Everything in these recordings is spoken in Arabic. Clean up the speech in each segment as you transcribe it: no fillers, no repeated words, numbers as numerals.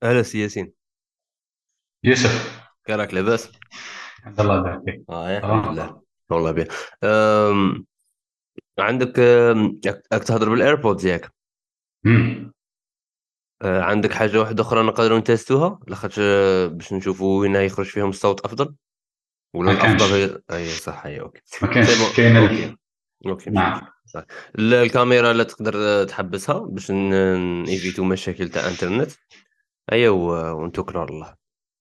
اهلا سي ياسين. يوسف. كيراك لاباس؟ الحمد لله بخير. الحمد لله. تمام. والله بيه. أم... عندك راك تهضر بالايربودز ياك؟ مم. عندك حاجه واحده اخرى نقدروا نتيستوها لاخاطش باش نشوفوا وين يخرج فيهم الصوت افضل، ولا ما الافضل كانش هي اي صح هي اوكي. ما سي كانش بون كاين اوكي. اوكي ماشي نعم. مشكل صح. الكاميرا لا تقدر تحبسها باش نيفيتو مشاكل تاع انترنت. ايا ونتوكلوا على الله.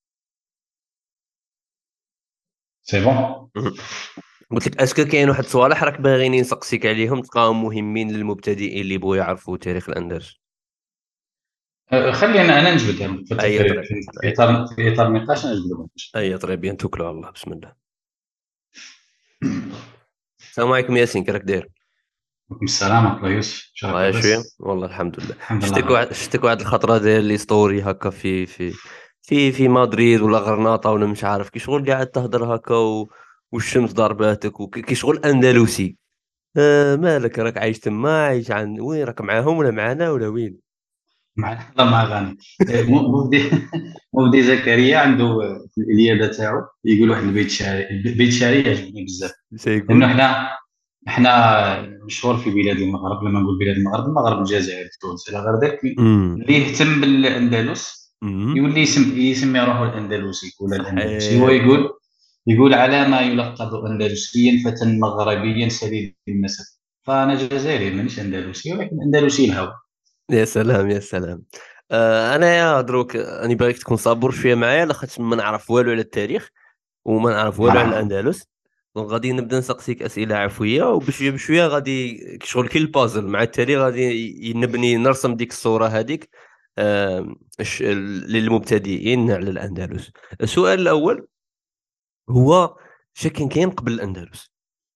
سي بون. مهم. قلت لك اسكو كاين واحد الصوالح راك باغيني نسقسيك عليهم تلقاهم مهمين للمبتدئين اللي بغوا يعرفوا تاريخ الاندلس؟ خلينا انا نجبد يعني اي طريق. اي في اطار النقاش نجبد. اي طريق بيان توكلوا على الله بسم الله. السلام عليكم ياسين، كراك داير؟ وعليكم السلام ورحمة الله يوسف، شراك الله شويه لاباس؟ والله الحمد لله. الحمد شفتك لله. شفتك واحد الخطره داير لي ستوري هكا في مدريد ولا غرناطه ولا مش عارف كي شغل قاعد تهضر هكا والشمس ضرباتك وكي شغل اندلسي. مالك راك عايش تما، عايش عن وين؟ راك معاهم ولا معانا ولا وين؟ مع الله مع غاني. مبدي مبدي زكريا عنده في الإليادة تاعو يقول واحد البيت شعري، بيت شعري يعجبني بزاف. لأنه سيقول. احنا مشهور في بلاد المغرب. لما نقول بلاد المغرب الجزائر تونس الى غير ذلك. امم اللي يهتم بالاندلس امم يولي يسمي روحه الاندلسي ولا الاندلسي. هو صحيح. يقول على ما يلقب اندلسيا فتى مغربيا سليل النسب. فانا جزائري مانيش اندلسي ولكن اندلسي الهوى. يا سلام يا سلام. انا يا دروك اني باغيك تكون صبور شويه معايا لاخاطش ما نعرف والو على التاريخ وما نعرف والو على نعم. الاندلس. دونك غادي نبدا نسقسيك اسئله عفويه وبشويه بشويه غادي شغل كي البازل مع التالي غادي نبني نرسم ديك الصوره هذيك. للمبتدئين على الاندلس. السؤال الاول هو شكن كاين قبل الاندلس؟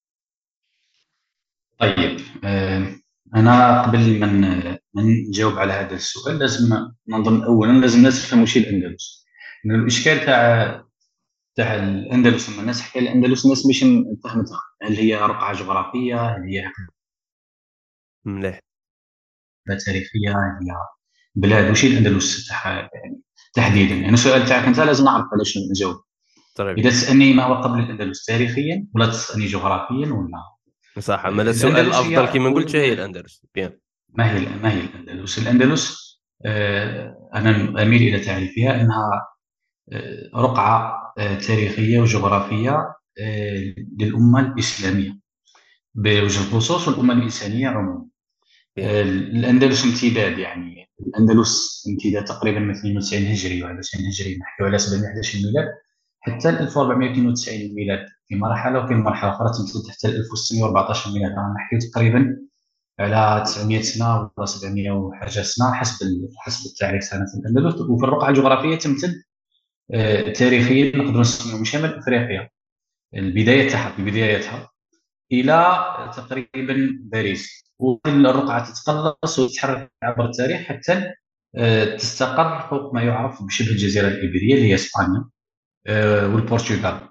طيب. انا قبل من نجاوب على هذا السؤال لازم ننظم. اولا لازم الناس يفهموا شي الاندلس. لأن الاشكال تاع الاندلس لما الناس حكى الاندلس الناس مش فهمتها. هل هي رقعه جغرافيه؟ هل هي مليح. حقبه تاريخيه؟ هل هي بلاد؟ وش الاندلس يعني تحديدا؟ يعني السؤال تاعك انت لازم نعرف علاش نجاوب. ترى اذا بيان. تسالني ما هو قبل الاندلس تاريخيا ولا تسالني جغرافيا ولا صح، اما السؤال الاندلس الافضل هي كما قلت هي الاندلس بيان. ما هي الاندلس؟ الاندلس انا اميل الى تعريفها انها رقعه تاريخيه وجغرافيه للامه الاسلاميه بوجه الخصوص والامه الانسانيه عموما. بيان. الاندلس امتداد، يعني الاندلس امتداد تقريبا من 92 هجري و 91 هجري، نحكيو على 711 ميلاد حتى 1492 الميلاد في مرحله، وفي مرحله اخرى تمتد حتى 1614 ميلاد. رانا نحكيو تقريبا على 900 سنه ولا 700 وحاجه سنه حسب التعريف تاعنا في الاندلس. وفي الرقعه الجغرافيه تمتد تاريخيا نقدروا نسميهم شمال افريقيا، البدايه تاعها في بدايتها الى تقريبا باريس. والرقعه تتقلص وتتحرك عبر التاريخ حتى تستقر فوق ما يعرف بشبه الجزيره الابيريه اللي هي اسبانيا والبرتغال.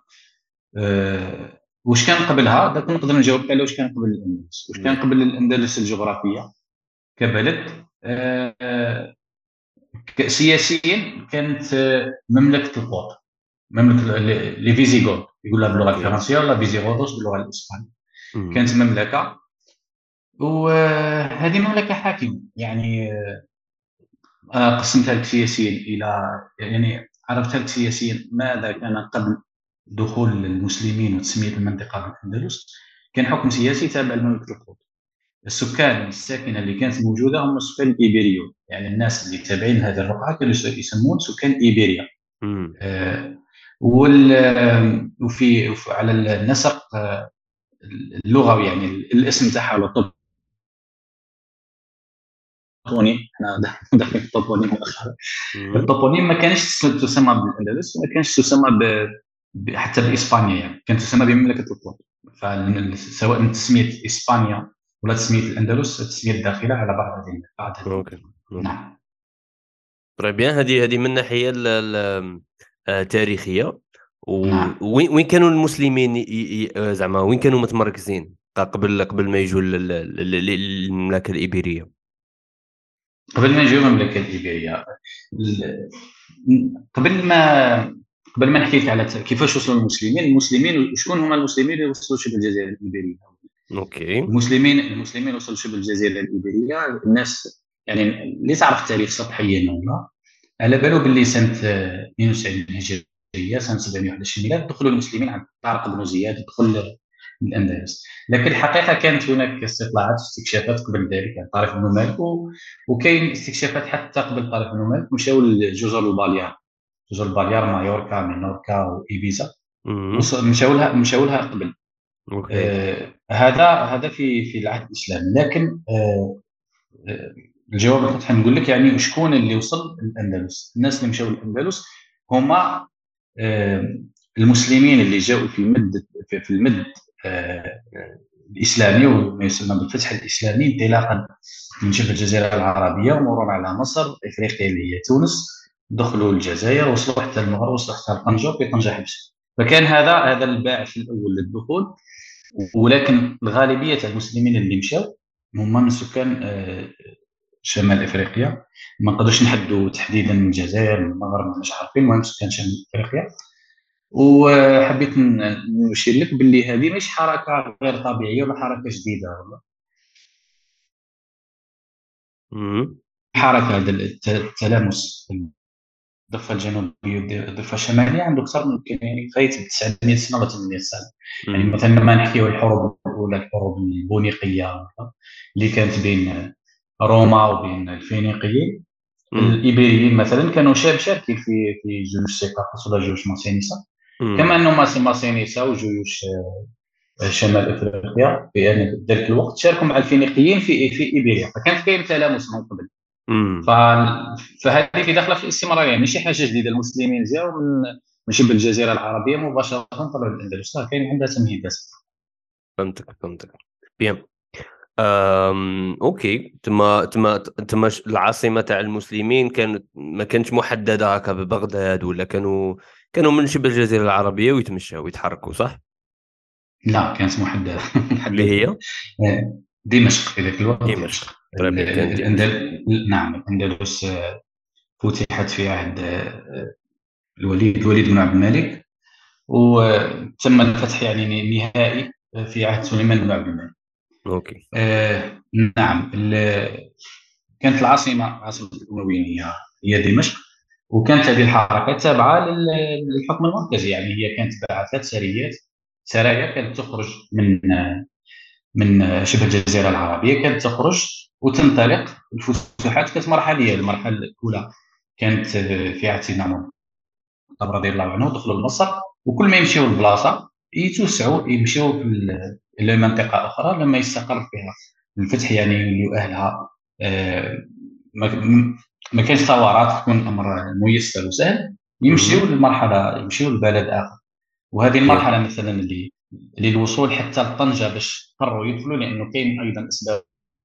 واش كان قبلها؟ ذاك نقدر نجاوب على واش كان قبل الاندلس. واش كان مليح. قبل الاندلس الجغرافيه كبلد؟ سياسيا كانت مملكه القوط، مملكه لي فيزيغوت يقولها باللغه اوكي. الفرنسيه، ولا فيزيغوتوس باللغه الاسبانيه. مم. كانت مملكه، وهذه مملكه حاكمه يعني. انا قسمتها لك سياسيا الى، يعني عرفتها لك سياسيا ماذا كان قبل دخول المسلمين وتسميه المنطقه بالاندلس. كان حكم سياسي تابع لمملكه القوط. السكان الساكنه اللي كانت موجوده هم السكان الايبيريون، يعني الناس اللي تابعين هذه الرقعه كانوا يسمون سكان ايبيريا. مم. آه، على النسق اللغوي، يعني الاسم تاعها ولا الطوبونيم. احنا داخلين في الطوبونيم مؤخرا. مم. الطوبونيم ما كانش تسمى بالاندلس، وما كانش تسمى حتى باسبانيا، يعني كانت تسمى بمملكه القوط. فسواء من تسميه اسبانيا ولا تسميه الاندلس، التسميه الداخله على بعض هذه اوكي. المدن. اوكي. نعم. طيب بيان. هذه من الناحيه التاريخيه. نعم. وين كانوا المسلمين زعما وين كانوا متمركزين قبل ما يجوا للمملكه الإيبيرية؟ قبل ما نجيو المملكه الايبيريه، ال- قبل ما نحكي لك على كيفاش وصلوا المسلمين شكون هما المسلمين اللي وصلوا شبه الجزيره الايبيريه. اوكي. المسلمين وصلوا شبه الجزيره الايبيريه، الناس يعني اللي تعرف التاريخ سطحيا ولا على بالو باللي سنه 92 هجريه، سنه 711 ميلاد، دخلوا المسلمين عن طارق بن زياد، دخل الاندلس. لكن الحقيقه كانت هناك استطلاعات واستكشافات قبل ذلك عن طارق بن مالك، وكاين استكشافات حتى قبل طارق بن مالك مشاو لجزر الباليار، جزر الباليار، مايوركا، مينوركا وايبيزا، امم. مشاو لها قبل. اوكي. هذا في العهد الاسلامي. لكن آه، الجواب اللي كنت حنقول لك يعني شكون اللي وصل للاندلس. الناس اللي مشاو للاندلس هما آه، المسلمين اللي جاؤوا في المد آه، الاسلامي، وما يسمى بالفتح الاسلامي، انطلاقا من شبه الجزيره العربيه ومرورا على مصر، افريقيا اللي هي تونس، دخلوا الجزائر، وصلوا حتى المغرب، وصلوا حتى طنجه، وفي طنجه حبس. فكان هذا الباعث الاول للدخول. ولكن الغالبيه تاع المسلمين اللي مشاو هما من سكان شمال افريقيا. ما نقدرش نحددوا تحديدا من الجزائر من المغرب، مش عارفين، المهم سكان شمال افريقيا. وحبيت نشير لك باللي هذه مش حركه غير طبيعيه ولا حركه جديده، ولا امم. حركه هذا التلامس. الضفه الجنوبيه والضفه الشماليه عنده اكثر من يعني فايت ب 900 سنه ولا 800 سنه. يعني امم. مثلا لما نحكيو الحروب الاولى، الحروب البونيقيه اللي كانت بين روما وبين الفينيقيين، امم. الايبيريين مثلا كانوا شاركين في جيوش صقاقس ولا جيوش ماسينيسا، كما امم. انه ماسينيسا وجيوش شمال افريقيا في ذلك الوقت شاركوا مع الفينيقيين في ايبيريا، فكانت كاين تلامس من قبل. ف... امم. فهذه داخله في الاستمراريه، يعني ماشي حاجه جديده. المسلمين جاوا من شبه الجزيره العربيه مباشره طلعوا للاندلس، كاين عندها تمهيدات. فهمتك. بيان. اوكي. تما العاصمه تاع المسلمين ما كانتش محدده هكا ببغداد، ولا كانوا من شبه الجزيره العربيه ويتمشوا ويتحركوا، صح؟ لا، كانت محدده اللي محدده. هي دمشق في ذاك الوقت، دمشق. دمشق. ترى بيان، كانت دمشق. نعم، الاندلس فتحت في عهد الوليد بن عبد الملك، وتم الفتح يعني نهائي في عهد سليمان بن عبد الملك. اوكي. نعم. كانت عاصمة الأمويين هي دمشق. وكانت هذه الحركة تابعة للحكم المركزي، يعني هي كانت بعثات سرايا كانت تخرج من شبه الجزيرة العربية، كانت تخرج وتنطلق. الفتوحات كانت مرحلية. المرحلة الأولى كانت في عهد سيدنا عمر الخطاب رضي الله عنه، دخلوا لمصر، وكل ما يمشيوا لبلاصة يتوسعوا، يمشيوا إلى منطقة أخرى لما يستقر فيها الفتح، يعني يوليو أهلها ما ما كانش ثورات، تكون الأمر ميسر وسهل، امم. يمشيوا لبلد آخر. وهذه بيان. المرحلة مثلا للوصول حتى لطنجة باش اضطروا يدخلوا، لأنه كاين أيضا أسباب.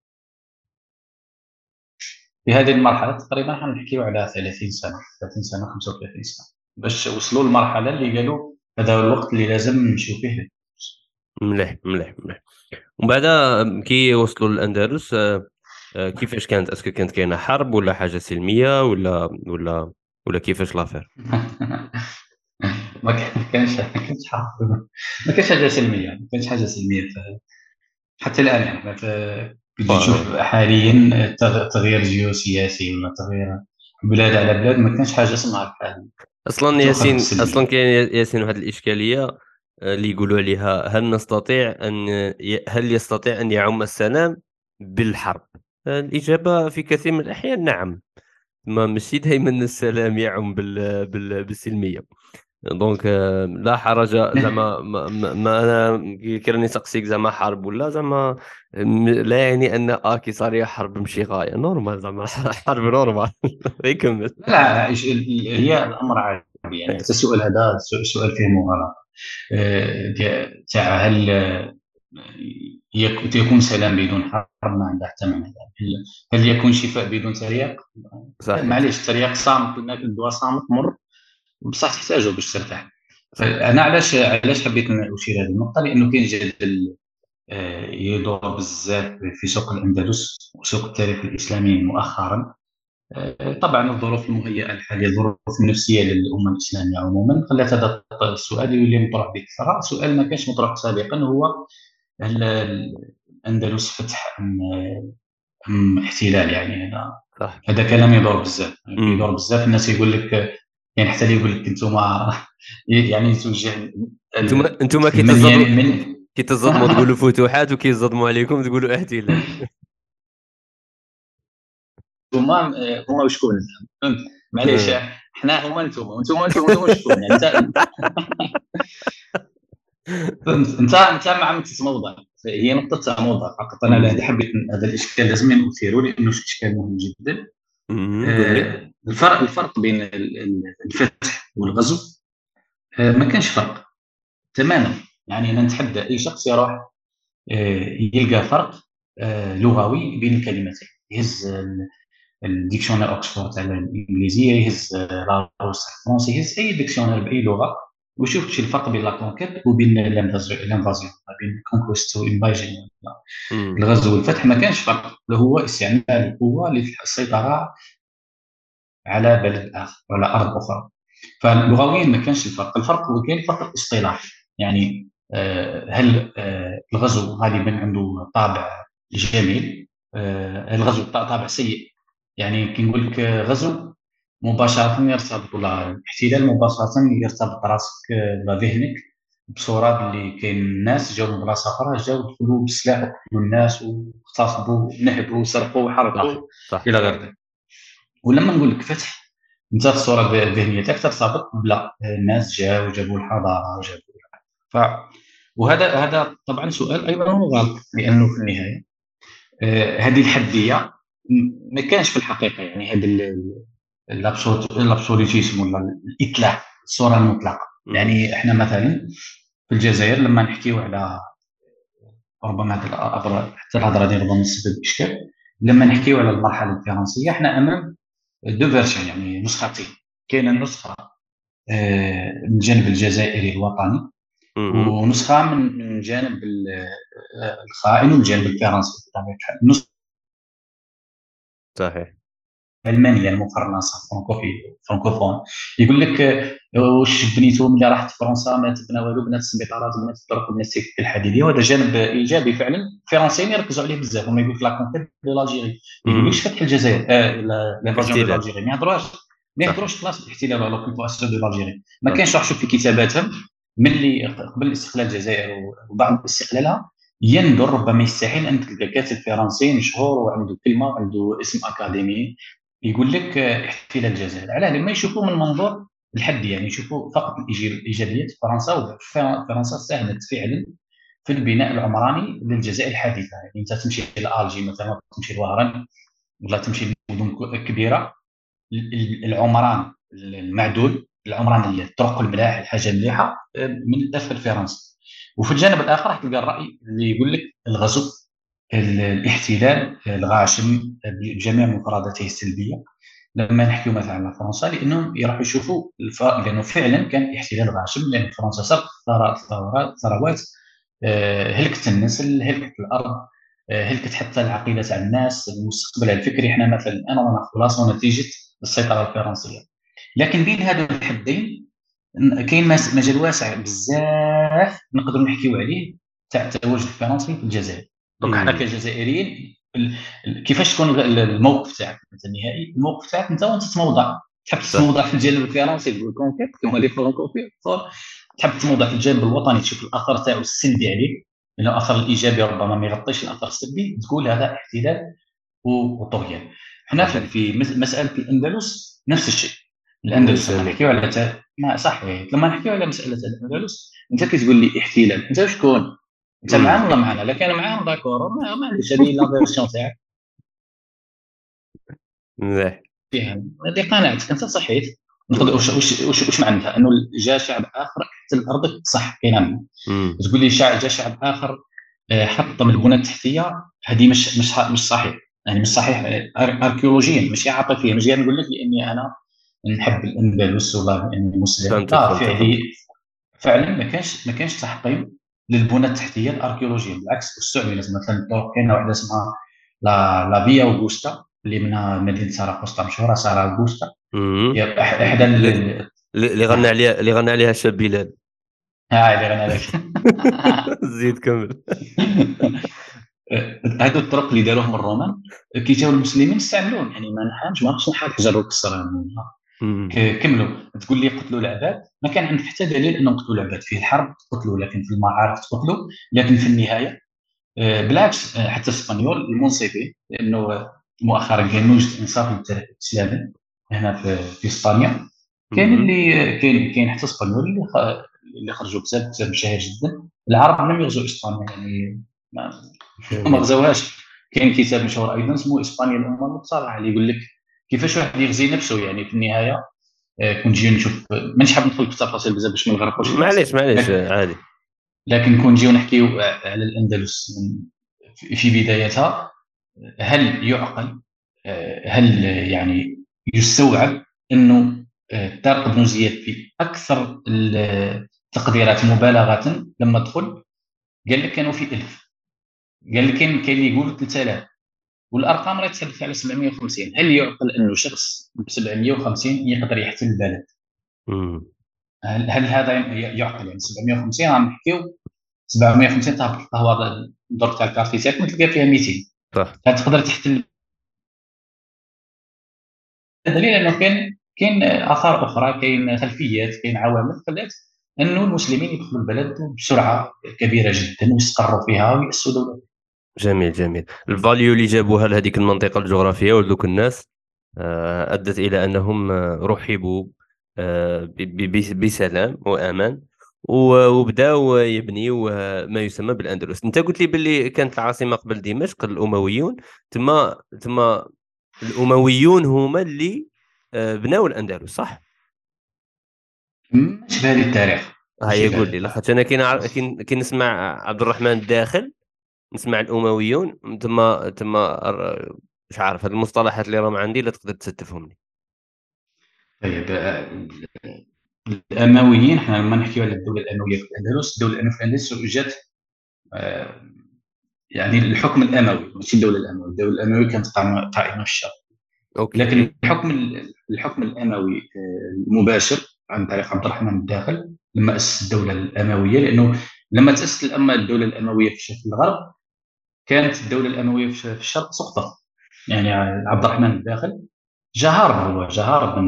في هذه المرحلة تقريبا حنحكيو على 30 سنة، 30 سنة، 35 سنة، باش وصلوا للمرحلة اللي قالوا هذا هو الوقت اللي لازم نمشيو فيه. مليح. ومن بعد كي وصلوا للاندلس، كيفاش كانت؟ اسكو كانت كاينه حرب ولا حاجه سلميه ولا كيفاش لافير؟ ما كانش حرب، ما كانش حاجة سلمية، ما كانش حاجة سلمية. حتى الآن يعني كي تشوف حاليا تغيير جيوسياسي ولا تغيير بلاد على بلاد، ما كانش حاجة اسمها هكا اصلا تؤخذ ياسين، اصلا بالسلمية. كاين ياسين واحد الاشكاليه اللي يقولوا عليها: هل يستطيع ان يعم السلام بالحرب؟ الاجابه في كثير من الاحيان نعم. ما ماشي دائما السلام يعم بالسلميه. دونك لا حرج زعما. ما انا كي راني نسقسيك زعما حرب ولا زعما، لا يعني ان كي صار هي حرب ماشي غايه نورمال زعما حرب نورمال. يكمل. لا، هي الأمر عادي، يعني حتى السؤال هذا سؤال فيه مغالطة. تاع هل يكون سلام بدون حرب؟ ما عندها حتى معنى. هل يكون شفاء بدون ترياق؟ صحيح. معليش، الترياق صامت، ناكل الدواء صامت مر، بصح تحتاجه باش ترتاح. صحيح. انا علاش حبيت اشير هذه النقطه، لانه كاين جدل يدور بزاف في سوق الأندلس وسوق التاريخ الإسلامي مؤخرا. طبعا الظروف المهيئة الحالية، الظروف النفسية للأمة الإسلامية عموما، خلت هذا السؤال يولي مطروح بكثرة. سؤال ما كانش مطروح سابقا هو هل الأندلس فتح أم احتلال؟ يعني صح. هذا كلام يدور بزاف، امم يدور بزاف. الناس يقول لك، يعني حتى اللي يقول لك انتم يعني توجه انتم من يعني من كيتصدموا تقولوا فتوحات، وكيصدموا عليكم تقولوا احتلال. هما وشكون؟ فهمت؟ معليش، آه. حنا هما انتم، وانتم وشكون؟ يعني انت فهمت؟ انت ما عم تتموضع، هي نقطه تموضع فقط. انا امم هذا حبيت هذا الاشكال لازم نثيره لانه اشكال مهم جدا. قول لي. الفرق بين الفتح والغزو، ما كانش فرق تماما. يعني انا نتحدى اي شخص يروح يلقى فرق لغوي بين الكلمتين. يهز الديكشنر اوكسفورد على الانجليزيه، يهز لاروس الفرنسي، يهز اي ديكشنر باي لغه ويشوف شي الفرق بين لا كونكيت وبين الانفازيون، بين الكونكوست والانفاجن. امم الغزو والفتح ما كانش فرق، هو استعمال القوه للسيطره على بلد اخر وعلى ارض اخرى. فلغويا ما كانش الفرق. الفرق هو كاين فرق الاصطلاح. يعني هل الغزو غالبا عنده طابع جميل؟ الغزو طابع سيء. يعني كي نقول لك غزو مباشرة يرتبط، ولا الاحتلال مباشرة يرتبط راسك ولا ذهنك بصورة اللي كاين الناس جاوا من بلاصة أخرى، جاوا دخلوا بالسلاح وقتلوا الناس واغتصبوا نهبوا سرقوا صح. وحرقوا صح. إلى غير ذلك. ولما نقول لك فتح، انت في الصوره الذهنيه تاعك ترتبط بلا الناس جاوا وجابوا الحضاره وجابوا ف وهذا طبعا سؤال ايضا هو غلط، لانه في النهايه هذه الحديه ما كانش في الحقيقه. يعني هذا الابسوليتيزم ولا الاطلاق، الصوره المطلقه. امم يعني احنا مثلا في الجزائر لما نحكيو على، ربما حتى الهضره دي ربما تسبب اشكال، لما نحكيو على المرحله الفرنسيه احنا امام دو فيرجن، يعني نسختين. كاينه النسخه من الجانب الجزائري الوطني، ونسخه من جانب الخائن والجانب الفرنسي بطبيعه الحال. النسخه صحيح. الالمانيه المقرنصه فرانكوفون يقول لك واش بنيتو ملي رحت فرنسا؟ ما تبنى والو، بنات السبيطارات، بنات الطرق، بنات السكك الحديديه. وهذا جانب ايجابي فعلا. الفرنسيين يركزوا عليه بزاف، هما يقول لك لا كونكيت دو لالجيري، ما يقولوش فتح الجزائر، لافازيون دو الاحتلال. لالجيري. ما صح. يهضروش خلاص الاحتلال ولا اوكيباسيون دو لالجيري. ما صح. كاينش. روح شوف في كتاباتهم ملي قبل استقلال الجزائر وبعد استقلالها، يندر ربما يستحيل ان تلقى كاتب فرنسي مشهور وعنده كلمه وعنده اسم اكاديمي يقول لك احتلال الجزائر. علاه؟ لما يشوفوا من منظور الحد، يعني يشوفوا فقط الايجابيات. فرنسا ساهمت فعلا في البناء العمراني للجزائر الحديثه. يعني انت تمشي لالجي مثلا، تمشي لوهران، ولا تمشي لمدن كبيره، العمران المعدول، العمرانيه، الطرق الملاح، الحاجه المليحه من داخل فرنسا. وفي الجانب الاخر راح تلقى الراي اللي يقول لك الغزو، الاحتلال الغاشم بجميع مفرداته السلبيه. لما نحكيو مثلا على فرنسا، لانهم يروحوا يشوفوا الفرق، لانه فعلا كان احتلال غاشم، لان فرنسا سرقت ثروات، هلكت النسل، هلكت الارض، هلكت حتى العقيده تاع الناس، المستقبل الفكري. احنا مثلا انا وانا خلاص نتيجه السيطره الفرنسيه. لكن بين هذا الحدين كاين مجال واسع بزاف نقدروا نحكيو عليه تاع التواجد الفرنسي في الجزائر. دونك حنا امم كجزائريين كيفاش تكون الموقف تاعك النهائي؟ الموقف تاعك انت وانت تتموضع. تحب صح. تتموضع في الجانب الفرنسي بالكونكيت كما لي فرانكوفيل، تحب تتموضع في الجانب الوطني تشوف الاثر تاعو السلبي عليك، لان الاثر الايجابي ربما ما يغطيش الاثر السلبي، تقول هذا احتلال وطغيان. حنا صحيح. في مساله الاندلس نفس الشيء. الاندلس لما جميل. نحكيو على ما صح، لما نحكيو على مساله الاندلس انت كتقول لي احتلال، انت شكون؟ انت امم معاهم ولا معنا؟ لا كان معاهم داكور، معليش هذه لا فيرسيون تاعك مليح. فيها هذه قناعتك انت صحيت. نقدر وش معناتها؟ انه جاء شعب اخر احتل ارضك، صح كاين. امم تقول لي جاء شعب اخر حطم البنى التحتيه، هذه مش صحيح. يعني مش صحيح اركيولوجيا، ماشي عاطفيا. مش جاي نقول لك لاني انا نحب الاندلس ولا اني مسلم، فهمتك لا. فهمتك فعلي فهمتك. فعلا ما كانش تحطيم للبنى التحتيه الاركيولوجيه، بالعكس استعملت. مثلا الطرق كاينه واحده اسمها لا فيا اوغوستا اللي منها مدينه ساراغوستا مشهوره ساراغوستا. مهم. هي احدى اللي غنى نعم. عليها الشاب بلال. ها اللي غنى لك. زيد كمل. هادو الطرق اللي داروهم الرومان كي جاو المسلمين استعملوهم، يعني ما نحنش ما نقصش نحال حجر وكسر يعني. مم. كملوا. تقول لي قتلوا العباد، ما كان عندك حتى دليل انهم قتلوا العباد. في الحرب تقتلوا، لكن في المعارك تقتلوا، لكن في النهايه بالعكس. حتى الاسبانيول المنصفين، لانه مؤخرا كاين موجه انصاف للتاريخ الاسلامي هنا في اسبانيا. كاين مهم. اللي كاين حتى اسبانيول اللي خرجوا بزاف مشاهير جدا. العرب لم يغزوا اسبانيا يعني، ما, ما جميل. غزوهاش. كاين كتاب مشهور ايضا اسمه اسبانيا الامه المتصارعه، اللي يقول لك كيفاش واحد يغزي نفسه يعني في النهايه. كون نجيو نشوف، مانيش حاب ندخل في التفاصيل بزاف باش ما نغرقوش معليش الناس، معليش لكن عادي. كون نجيو نحكيو على الاندلس في بدايتها، هل يعقل، هل يعني يستوعب انه طارق بن زياد في اكثر التقديرات مبالغه لما دخل قال لك كانوا في 1000، قال لك كاين اللي يقول 3000، والارقام راه تحدث على 750. هل يعقل انه شخص ب 750 يقدر يحتل البلد؟ مم. هل هذا يعقل؟ يعني 750 عم نحكيو 750 تهبط هو الدور تاع الكارتي تاعك تلقى فيها 200. صح. فتقدر تحتل. دليل انه كاين اثار اخرى، كاين خلفيات، كاين عوامل خلات انه المسلمين يدخلوا البلد بسرعه كبيره جدا ويستقروا فيها ويأسسوا دوله. جميل جميل. الفاليو اللي جابوها لهذيك المنطقة الجغرافية ولذوك الناس أدت إلى أنهم رحبوا بسلام وأمان، وبداوا يبنيوا ما يسمى بالأندلس. أنت قلت لي باللي كانت العاصمة قبل دمشق الأمويون، ثم الأمويون هما اللي بناوا الأندلس، صح؟ ماشي بهذا التاريخ، هيا ماشي قول بهذا لي، التاريخ. لاخاطش أنا بص. كاين نسمع عبد الرحمن الداخل، نسمع الأمويون، ثم مش عارف هاد المصطلحات اللي راهم عندي لا تقدر تستفهم لي. طيب الامويين، احنا لما نحكيو على الدوله الامويه في الاندلس، الدوله الامويه في الاندلس جات آه، يعني الحكم الاموي، ماشي الدوله الامويه. الدوله الامويه كانت قائمه في الشرق، لكن اوكي. الحكم الاموي المباشر عن طريق عبد الرحمن الداخل لما اسس الدوله الامويه. لانه لما تاسست الدوله الامويه في الغرب، كانت الدوله الامويه في الشرق سقطت. يعني عبد الرحمن الداخل جهار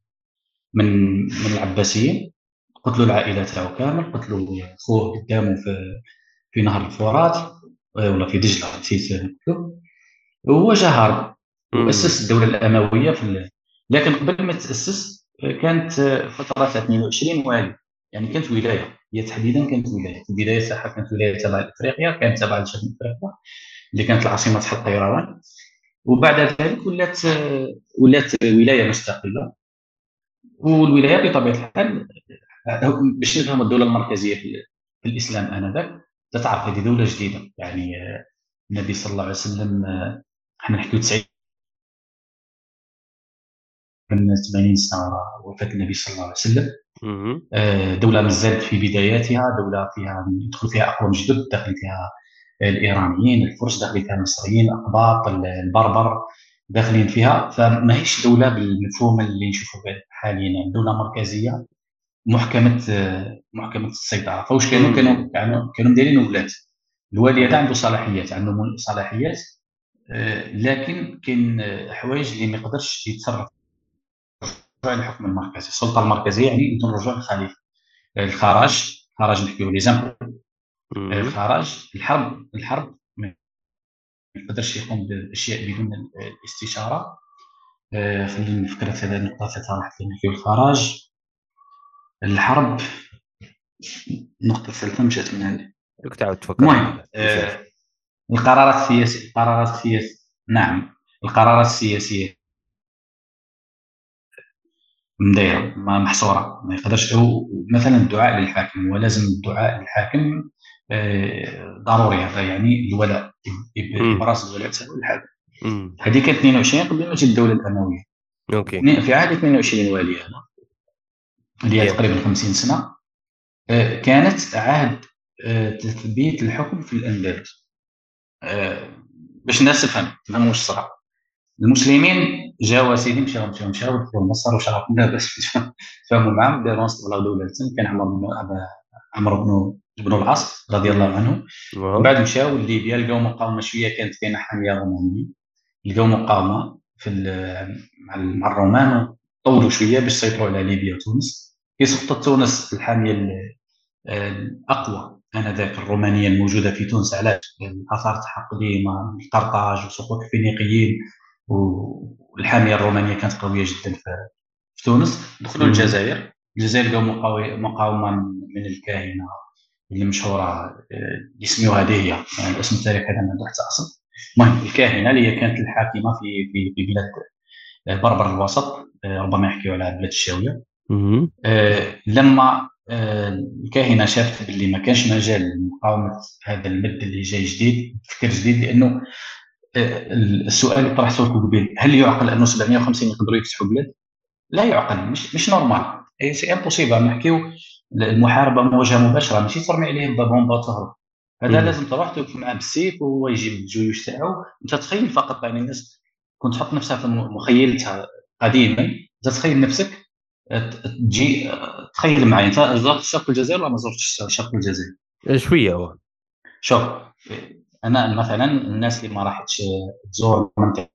من العباسيين، قتلوا العائله تاعو كامل، قتلوا خوه قدامه في نهر الفرات، ولا في دجله نسيت قتلوا. هو جا هارب امم. واسس الدوله الامويه لكن قبل ما تاسس كانت فتره 22 والي، يعني كانت ولايه. هي تحديدا كانت ولايه، في البدايه تاعها كانت ولايه تبع افريقيا، كانت تبع لشمال افريقيا اللي كانت العاصمه تاعها القيروان. وبعد ذلك ولات ولايه مستقله. والولايه بطبيعه الحال باش نفهم الدوله المركزيه في الاسلام انذاك، تعرف هذه دوله جديده يعني. النبي صلى الله عليه وسلم، احنا نحكيو 90 من 80 سنه وراء وفاه النبي صلى الله عليه وسلم. امم. دوله مازالت في بداياتها، دوله فيها يدخل فيها اقوام جدد، داخل فيها الايرانيين، الفرس، داخل فيها المصريين، الاقباط، البربر داخلين فيها. فما هيش دوله بالمفهوم اللي نشوفه حاليا، يعني دوله مركزيه محكمه محكمه السيطره. فواش امم. كانوا دايرين ولاة. الوالي هذا عنده صلاحيات، عنده صلاحيات، لكن كاين حوايج اللي ما يقدرش يتصرف فيها الحكم المركزي. السلطه المركزيه يعني بدون رجوع للخليفه. الخراج نحكيو لي زامبل. امم. الحرب ما يقدرش يقوم باشياء بدون الاستشاره. خلينا نفكر في هذه النقطه ثلاثه، راح نحكيو الخراج، الحرب. النقطه الثالثه مشات من هذه. دوك تعاود تفكرني المهم بالله بزاف. القرارات السياسيه. نعم. القرارات السياسيه مدايره محصوره، ما يقدرش هو مثلا الدعاء للحاكم، ولازم الدعاء للحاكم ضروري. هذا يعني الولاء، امم. ابراز الولاء تاعو للحاكم. امم. هذه كانت 22 قبل ما تجي الدوله الامويه. اوكي. في عهد 22 والي هذا اللي هي ياك. تقريبا 50 سنه، كانت عهد تثبيت الحكم في الأندلس. باش الناس تفهم واش صرا. المسلمين جاوا سيدي مشاو دخلوا لمصر وشرفوا لا باس تفاهموا معاهم، داروا استقلال دوله تم. كان عمرو بن العاص رضي الله عنه. من نعم. بعد مشاو لليبيا، لقاو مقاومه شويه، كانت كاينه حاميه رومانيه، لقاو مقاومه مع الرومان، طولوا شويه باش يسيطروا على ليبيا وتونس. في سقطت تونس الحاميه الاقوى انذاك الرومانيه الموجوده في تونس. علاش؟ الاثار تاعها قديمه، قرطاج وسقوط الفينيقيين، والحاميه الرومانيه كانت قويه جدا في تونس. دخلوا الجزائر لقاو مقاومه من الكاهنه اللي مشهوره، اللي سميوها ديهيه، يعني الاسم التاريخي هذا ما عنده حتى اصل. المهم الكاهنه اللي هي كانت الحاكمه في بلاد بربر الوسط، ربما يحكيوا على بلاد الشاويه. لما الكاهنه شافت باللي ما كانش مجال لمقاومه هذا المد اللي جاي جديد، فكر جديد، لانه السؤال اللي طرحته قبل، هل يعقل انه 750 يقدروا يفتحوا بلاد؟ لا يعقل، مش نورمال، سي امبوسيبل. نحكيو المحاربه مواجهه مباشره، ماشي ترمي عليه بومبا تهرب. هذا لازم تروح توقف معاه بالسيف وهو يجيب الجيوش تاعو. انت تخيل فقط، يعني الناس كنت تحط نفسها في مخيلتها قديما، تتخيل نفسك تجي. تخيل معي، انت زرت شرق الجزائر ولا ما زرتش شرق الجزائر؟ شويه. شوف، انا مثلا الناس اللي ما راحتش تزور منطقه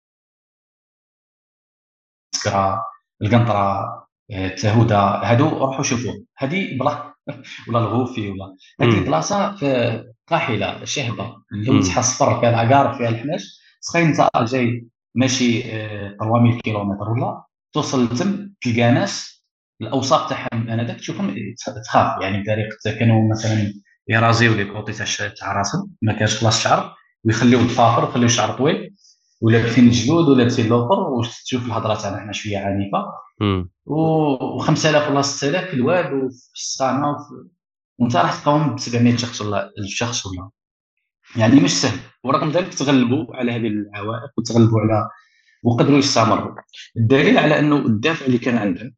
سكرا، القنطره، تهوده، هادو روحوا شوفوهم. هذه بلا ولا الغوفي ولا هذه البلاصه في قاحله شهبه، المسحه الصفر فيها العقارب فيها الحناش. تخيل انت جاي ماشي 400 كيلومتر ولا توصل لتم، تلقى ناس الاوساط تاعهم انذاك تشوفهم تخاف. يعني بطريقه كانوا مثلا يرازيو لي كوطي تاع راسهم، ما كانش خلاص شعر، ويخليو الضفافر ويخليو الشعر طويل، ولابسين الجلود ولابسين اللوفر، وتشوف الهضره تاعنا احنا شويه عنيفه، و5000 ولا 6000 في الواد وفي السخانه وانت راح تقاوم ب 700 شخص ولا 1000 شخص ولا، يعني مش سهل. ورغم ذلك تغلبوا على هذه العوائق وتغلبوا على، وقدروا يستمروا. الدليل على انه الدافع اللي كان عندهم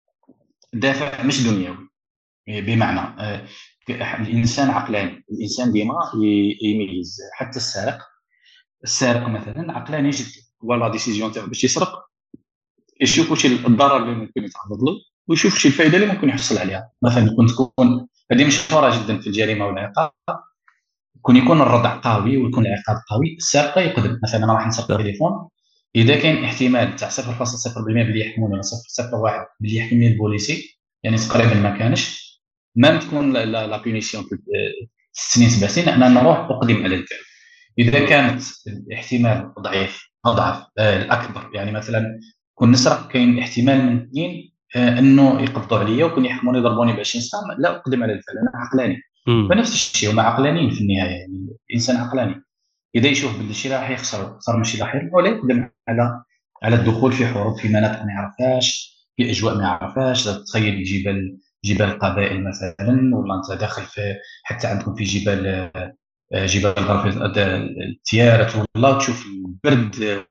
دافع مش دنيوي. بمعنى الانسان عقلاني، الانسان ديما يميز. حتى السارق مثلا عقلاني جدا، هو لا ديسيزيون تاعو باش يسرق، يشوف واش الضرر اللي ممكن يتعرض له، ويشوف واش الفائده اللي ممكن يحصل عليها. مثلا تكون هذه مشهوره جدا في الجريمه والعقاب، يكون الردع قوي ويكون العقاب قوي. السارقه يقدم مثلا راح نسرق تليفون، اذا كان احتمال تاع 0.0% باللي يحكموني ولا 0.01 باللي يحكمني البوليسي، يعني تقريبا ما كانش، ما تكون لا بينيسيون في سنين 7 سنين، انا نروح اقدم على الفعل. اذا كانت الاحتمال ضعيف اضعف الاكبر، يعني مثلا كون نسرق كاين احتمال من اثنين انه يقبضوا عليا وكون يحكموني يضربوني ب 20 سنه، لا اقدم على الفعل، انا عقلاني. فنفس الشيء هما عقلانيين في النهايه، يعني الانسان عقلاني. اذا يشوف باللي الشيء راح يخسر من الشيء راح يربح، ولا يقدم على الدخول في حروب في مناطق ما يعرفهاش، في اجواء ما يعرفهاش. تخيل جبال القبائل مثلا، ولا انت داخل في، حتى عندكم في جبال الغرب التيارات، ولا تشوف البرد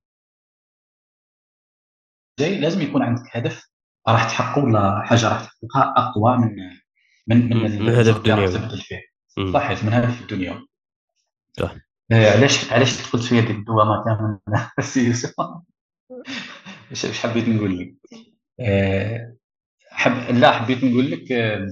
جاي. لازم يكون عندك هدف راح تحققه، ولا حاجه راح تحققها اقوى من من هدف الجهد اللي راح دنيوي. تبذل فيه. صحيح، من هدف الدنيا. صح. علاش دخلت في هذه الدوامه كامل السي يوسف؟ ايش حبيت نقول لك؟ لا، حبيت نقول لك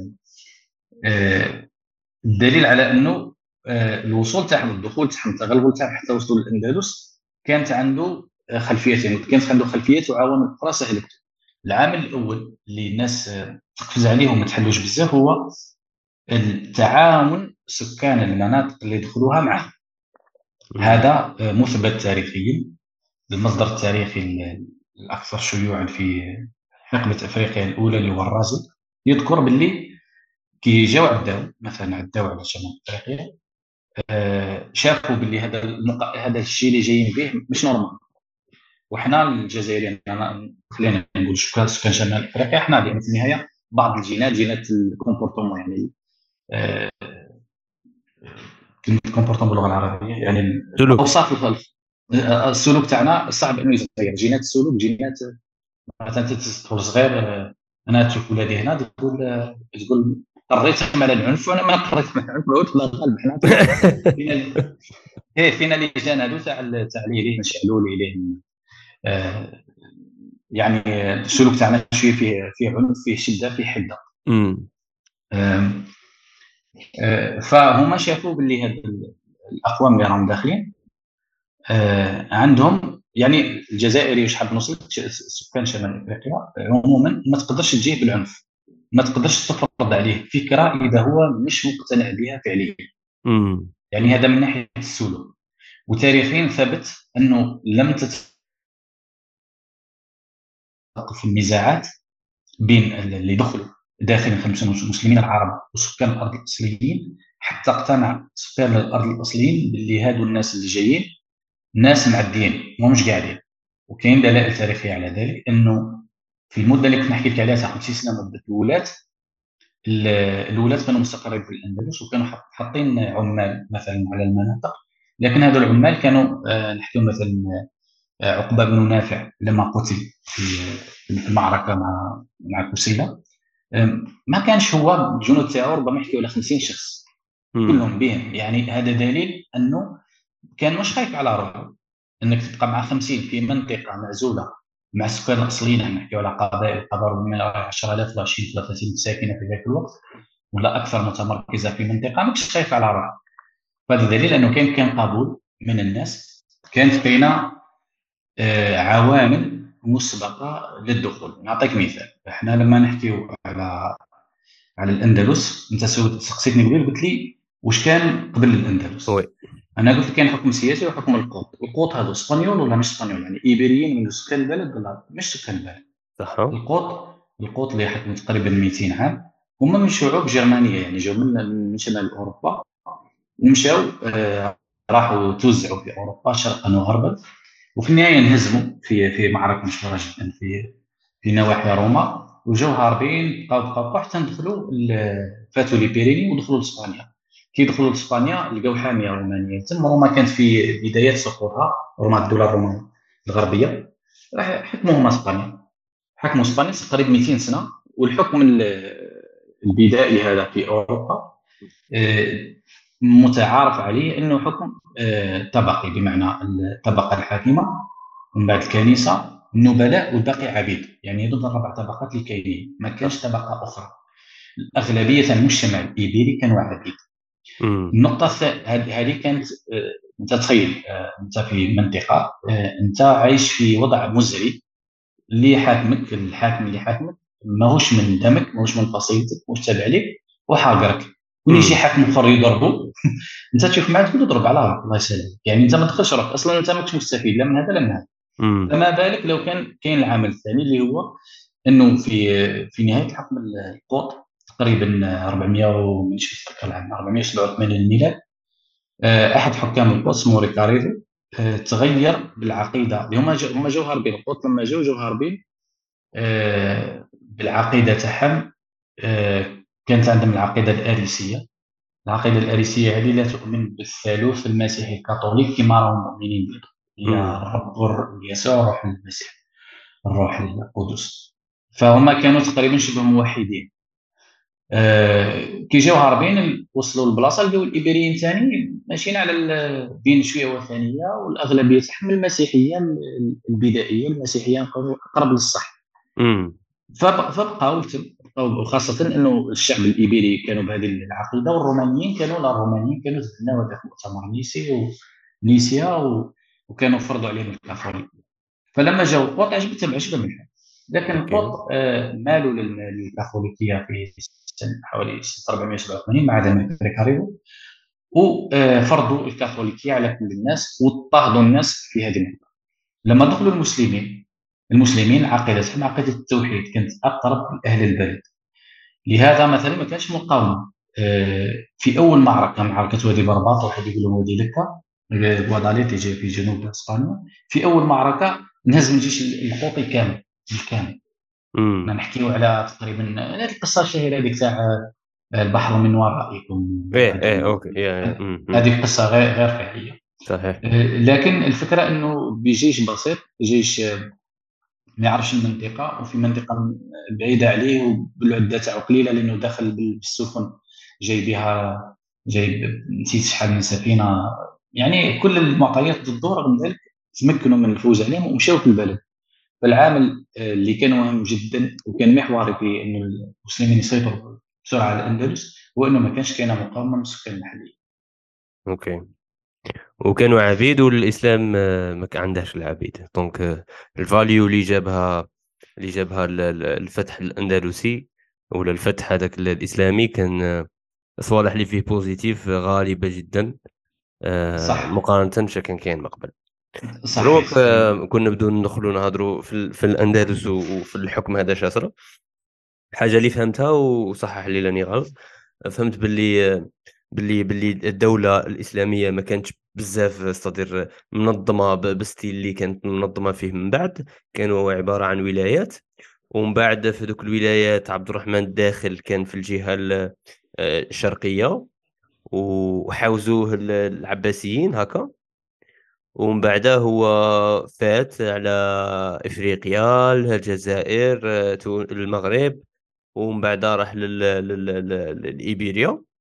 الدليل على انه الوصول تاعهم، الدخول تاعهم، التغلغل تاعهم حتى وصلوا للاندلس، كانت عنده خلفيتين، يعني كانت عنده خلفيات وعوامل اخرى سهلته. العامل الاول اللي الناس تقفز عليه وما تحلوش بزاف هو التعاون سكان المناطق اللي دخلوها معه. هذا مثبت تاريخيا. المصدر التاريخي الاكثر شيوعا في حقبه افريقيا الاولى اللي هو الرازي يذكر باللي كي جاو عداو على شمال افريقيا، شافوا باللي هذا الشيء اللي جايين به مش نورمال. وحنا الجزائريين، خلينا نقول سكان شمال افريقيا، حنا لان في النهايه بعض جينات الكومبورتمون، يعني كلمه كومبورتمون باللغه العربيه يعني سلوك. اوصاف السلوك تاعنا صعب انه يتغير. جينات السلوك، جينات مثلا انت تدخل صغير، انا تشوف ولادي هنا تقول قريت على العنف، وانا ما قريت على العنف ولا الغلب. حنا فينا فينا لجان هادو تاع ليه نشعلوا ليه آه، يعني السلوك تاعنا شويه فيه عنف، فيه شده، فيه حده. أمم. آم، فهما شافوا باللي هاد الاقوام اللي راهم داخلين عندهم، يعني الجزائري واش حاب نوصل سكان شمال افريقيا عموما ما تقدرش تجيه بالعنف، ما تقدرش تفرض عليه فكره اذا هو مش مقتنع بها فعليا. أمم. يعني هذا من ناحيه السلوك. وتاريخيا ثبت انه لم تتوقف النزاعات بين اللي دخلوا داخل المسلمين العرب وسكان الارض الاصليين، حتى اقتنع سكان الارض الاصليين باللي هادو الناس اللي جايين ناس معديين ومش قاعدين. وكاين دلائل تاريخيه على ذلك، انه في المده اللي كنت نحكي لك عليها تاع 50 سنه مده الولاة كانوا مستقرين في الاندلس، وكانوا حاطين عمال مثلا على المناطق. لكن هذول العمال كانوا نحكيو مثلا عقبه بن نافع لما قتل في المعركه مع كسيله، ما كانش هو الجنود تاعو ربما يحكيو على 50 شخص أمم. كلهم بهم. يعني هذا دليل انه كان مش خايف على روحه. انك تبقى مع 50 في منطقه معزوله مع السكان الاصليين، نحكيو على قبائل من 10,000 ل 20 30 ساكنه في ذاك الوقت ولا اكثر، متمركزه في منطقه، ماكش خايف على روحه. فهذا دليل انه كان قبول من الناس. كانت كاينه عوامل مسبقه للدخول. نعطيك مثال. احنا لما نحكيو على الاندلس، انت سقسيتني قبل قلت لي واش كان قبل وي. الاندلس. انا قلت لك كان حكم سياسي وحكم القوط هذا اسبانيول ولا مش اسبانيول، يعني ايبيريين من سكان البلد ولا مش سكان البلد. صح. القوط اللي حكموا تقريبا 200 عام، هما من شعوب جرمانيه، يعني جاوا من شمال اوروبا ومشاو راحوا توزعوا في اوروبا شرقا وغربا، وفي النهايه انهزموا في معركه مشهوره جدا في نواحي روما، وجاو هاربين بقاو حتى دخلوا فاتوا لي بيريني ودخلوا لاسبانيا. كي دخلوا لاسبانيا لقاو حاميه رومانيه تم. روما كانت في بدايات سقوطها، روما الدوله الرومانيه الغربيه، حكموهم اسبانيا. حكموا اسبانيا تقريبا 200 سنه. والحكم البدائي هذا في اوروبا آه، متعارف عليه انه حكم طبقي، بمعنى الطبقه الحاكمه، من بعد الكنيسه، النبلاء، والباقي عبيد. يعني هذول الاربع طبقات اللي كاينين، ما كانش صح. طبقه اخرى. اغلبيه المجتمع الايبيري كانوا عبيد. أمم. النقطه هذه كانت انت تخيل انت في منطقه انت عايش في وضع مزري. اللي حاكمك، الحاكم اللي حاكمك ماهوش من دمك، ماهوش من فصيلتك، ماهوش تابع لك، وحاقرك. وين يجي أمم. حاكم اخر يضربه انت تشوف معاه تقول تضرب على روحك الله يسلمك. يعني انت ما تدخلش روحك اصلا، انت ماكش مستفيد لا من هذا لا من هذا. أمم. فما بالك لو كان كاين العامل الثاني اللي هو انه في نهايه الحكم القوط تقريبا 400 ومش فاكر العام 487 للميلاد، احد حكام القوط اسمه ريكاريدو تغير بالعقيده اللي هما جاو هاربين. القوط لما جاو هاربين بالعقيده تاعهم. كانت عندهم العقيده الاريسيه. العقيده الاريسيه هذه لا تؤمن بالثالوث المسيحي الكاثوليك كما راهم مؤمنين به، هي أمم. الرب يسوع روح المسيح، الروح القدس. فهم كانوا تقريبا شبه موحدين. كي جاو هاربين وصلوا للبلاصه لقاو الايبيريين ثاني ماشيين على الدين شويه وثنيه، والاغلبيه تاعهم المسيحيه البدائيه، المسيحيه اقرب للصح. أمم. فبقاو وخاصه انه الشعب الايبيري كانوا بهذه العقيده، والرومانيين كانوا لا الرومانيين كانوا تبناو هذا مؤتمر نيسيا وكانوا فرضوا عليهم الكاثوليك. فلما جاوا القوط عجبتهم الحال. لكن اوكي. القوط مالوا للكاثوليكيه في حوالي 487 مع دم ريكاريدو، وفرضوا الكاثوليكيه على كل الناس واضطهدوا الناس في هذه المنطقه. لما دخلوا المسلمين عقيدتهم عقيده التوحيد كانت اقرب لاهل البلد. لهذا مثلا ما كانش مقاومه. في اول معركه وادي برباط، واحد يقولوا وادي لكا، غواداليتي جاي في جنوب اسبانيا. في اول معركه انهزم الجيش القوطي كامل بالكامل. أمم. نحكيو على تقريبا هذه القصه الشهيره هذيك تاع البحر من ورائكم. ايه اوكي. أمم. أمم. هذه قصه غير فعليه. صحيح. لكن الفكره انه بجيش بسيط، جيش ما يعرفش المنطقه، وفي منطقه بعيده عليه وبالعده تاعو قليله لانه داخل بالسفن، جاي بها، جاي نسيت شحال من سفينه. يعني كل المعطيات ضده، رغم ذلك تمكنوا من الفوز عليهم ومشاو في البلد. فالعامل اللي كان مهم جدا وكان محوري في انه المسلمين يسيطروا بسرعه على الاندلس هو انه ما كانش كاين مقاومه من السكان المحليين. اوكي. وكانوا عبيد، والاسلام ما كان عندهش العبيد، دونك الفاليو اللي جابها الفتح الاندلسي، ولا الفتح هذاك الاسلامي، كان صوالح اللي فيه بوزيتيف غالبة جدا صح. مقارنة بشا كان كاين من قبل. دروك صحيح. كنا نبدو ندخلوا نهضروا في الأندلس وفي الحكم هذا شاسرة. حاجة اللي فهمتها، وصحح لي لاني غلط، فهمت باللي الدولة الإسلامية ما كانتش بزاف استدير منظمة بستيل اللي كانت منظمة فيه من بعد. كانوا عبارة عن ولايات، ومن بعد في ذوك الولايات عبد الرحمن الداخل كان في الجهة الشرقية، وحاوزوه العباسيين هكا. ومن بعدها هو فات على افريقيا، الجزائر، المغرب، ومن بعدها راح لإيبيريا،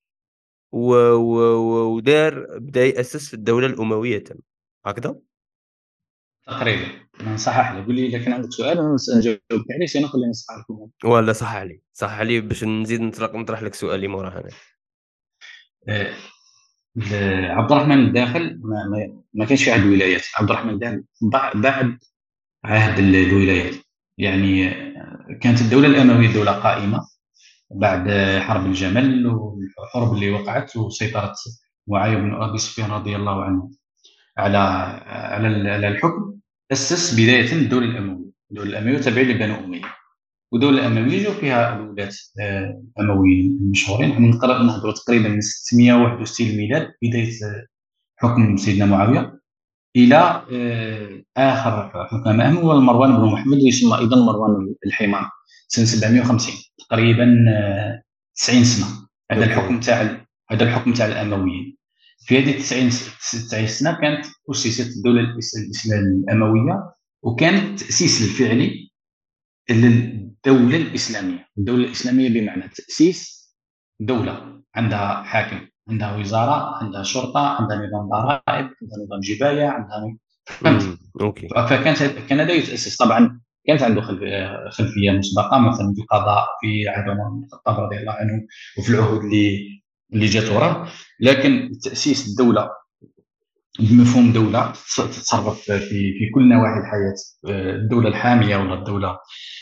بدا يأسس في الدولة الأموية تم هكذا. تقريبا. نصحح لي، قول لي اذا كان عندك سؤال انا نجاوبك عليه، سينا خليني نصحح لكم. ولا صح علي باش نزيد نطرح لك سؤالي موراها هنا. آه، عبد الرحمن الداخل ما كانش في عهد الولايات. عبد الرحمن الداخل بعد عهد الولايات. يعني كانت الدولة الأموية دولة قائمة بعد حرب الجمل والحرب اللي وقعت وسيطرة معاوية بن أبي سفيان رضي الله عنه على على الحكم. أسس بداية الدولة الأموية. الدولة الأموية تابعة لبنو أمية، والدولة الأموية جو فيها الولاة الأمويين المشهورين. نهضروا تقريبا من 661 ميلاد، بداية حكم سيدنا معاوية، إلى آخر حكمائهم هو مروان بن محمد، ويسمى أيضا مروان الحمار، سنة 750 تقريبا. 90 سنة. هذا اوكي. الحكم تاع هذا الحكم تاع الأمويين. في هذه 90 سنة كانت أسست الدولة الأموية، وكان التأسيس الفعلي للدولة الإسلامية. الدولة الإسلامية بمعنى تأسيس دولة عندها حاكم، عندها وزارة، عندها شرطة، عندها نظام ضرائب، عندها نظام جباية، فهمت. اوكي. كان هذا يتأسس. طبعا كانت عنده خلفية مسبقة، مثلا في القضاء في عهد عمر بن الخطاب رضي الله عنه، وفي العهود اللي جات وراه. لكن تأسيس الدولة بمفهوم دولة تتصرف في كل نواحي الحياة، الدولة الحامية ولا الدولة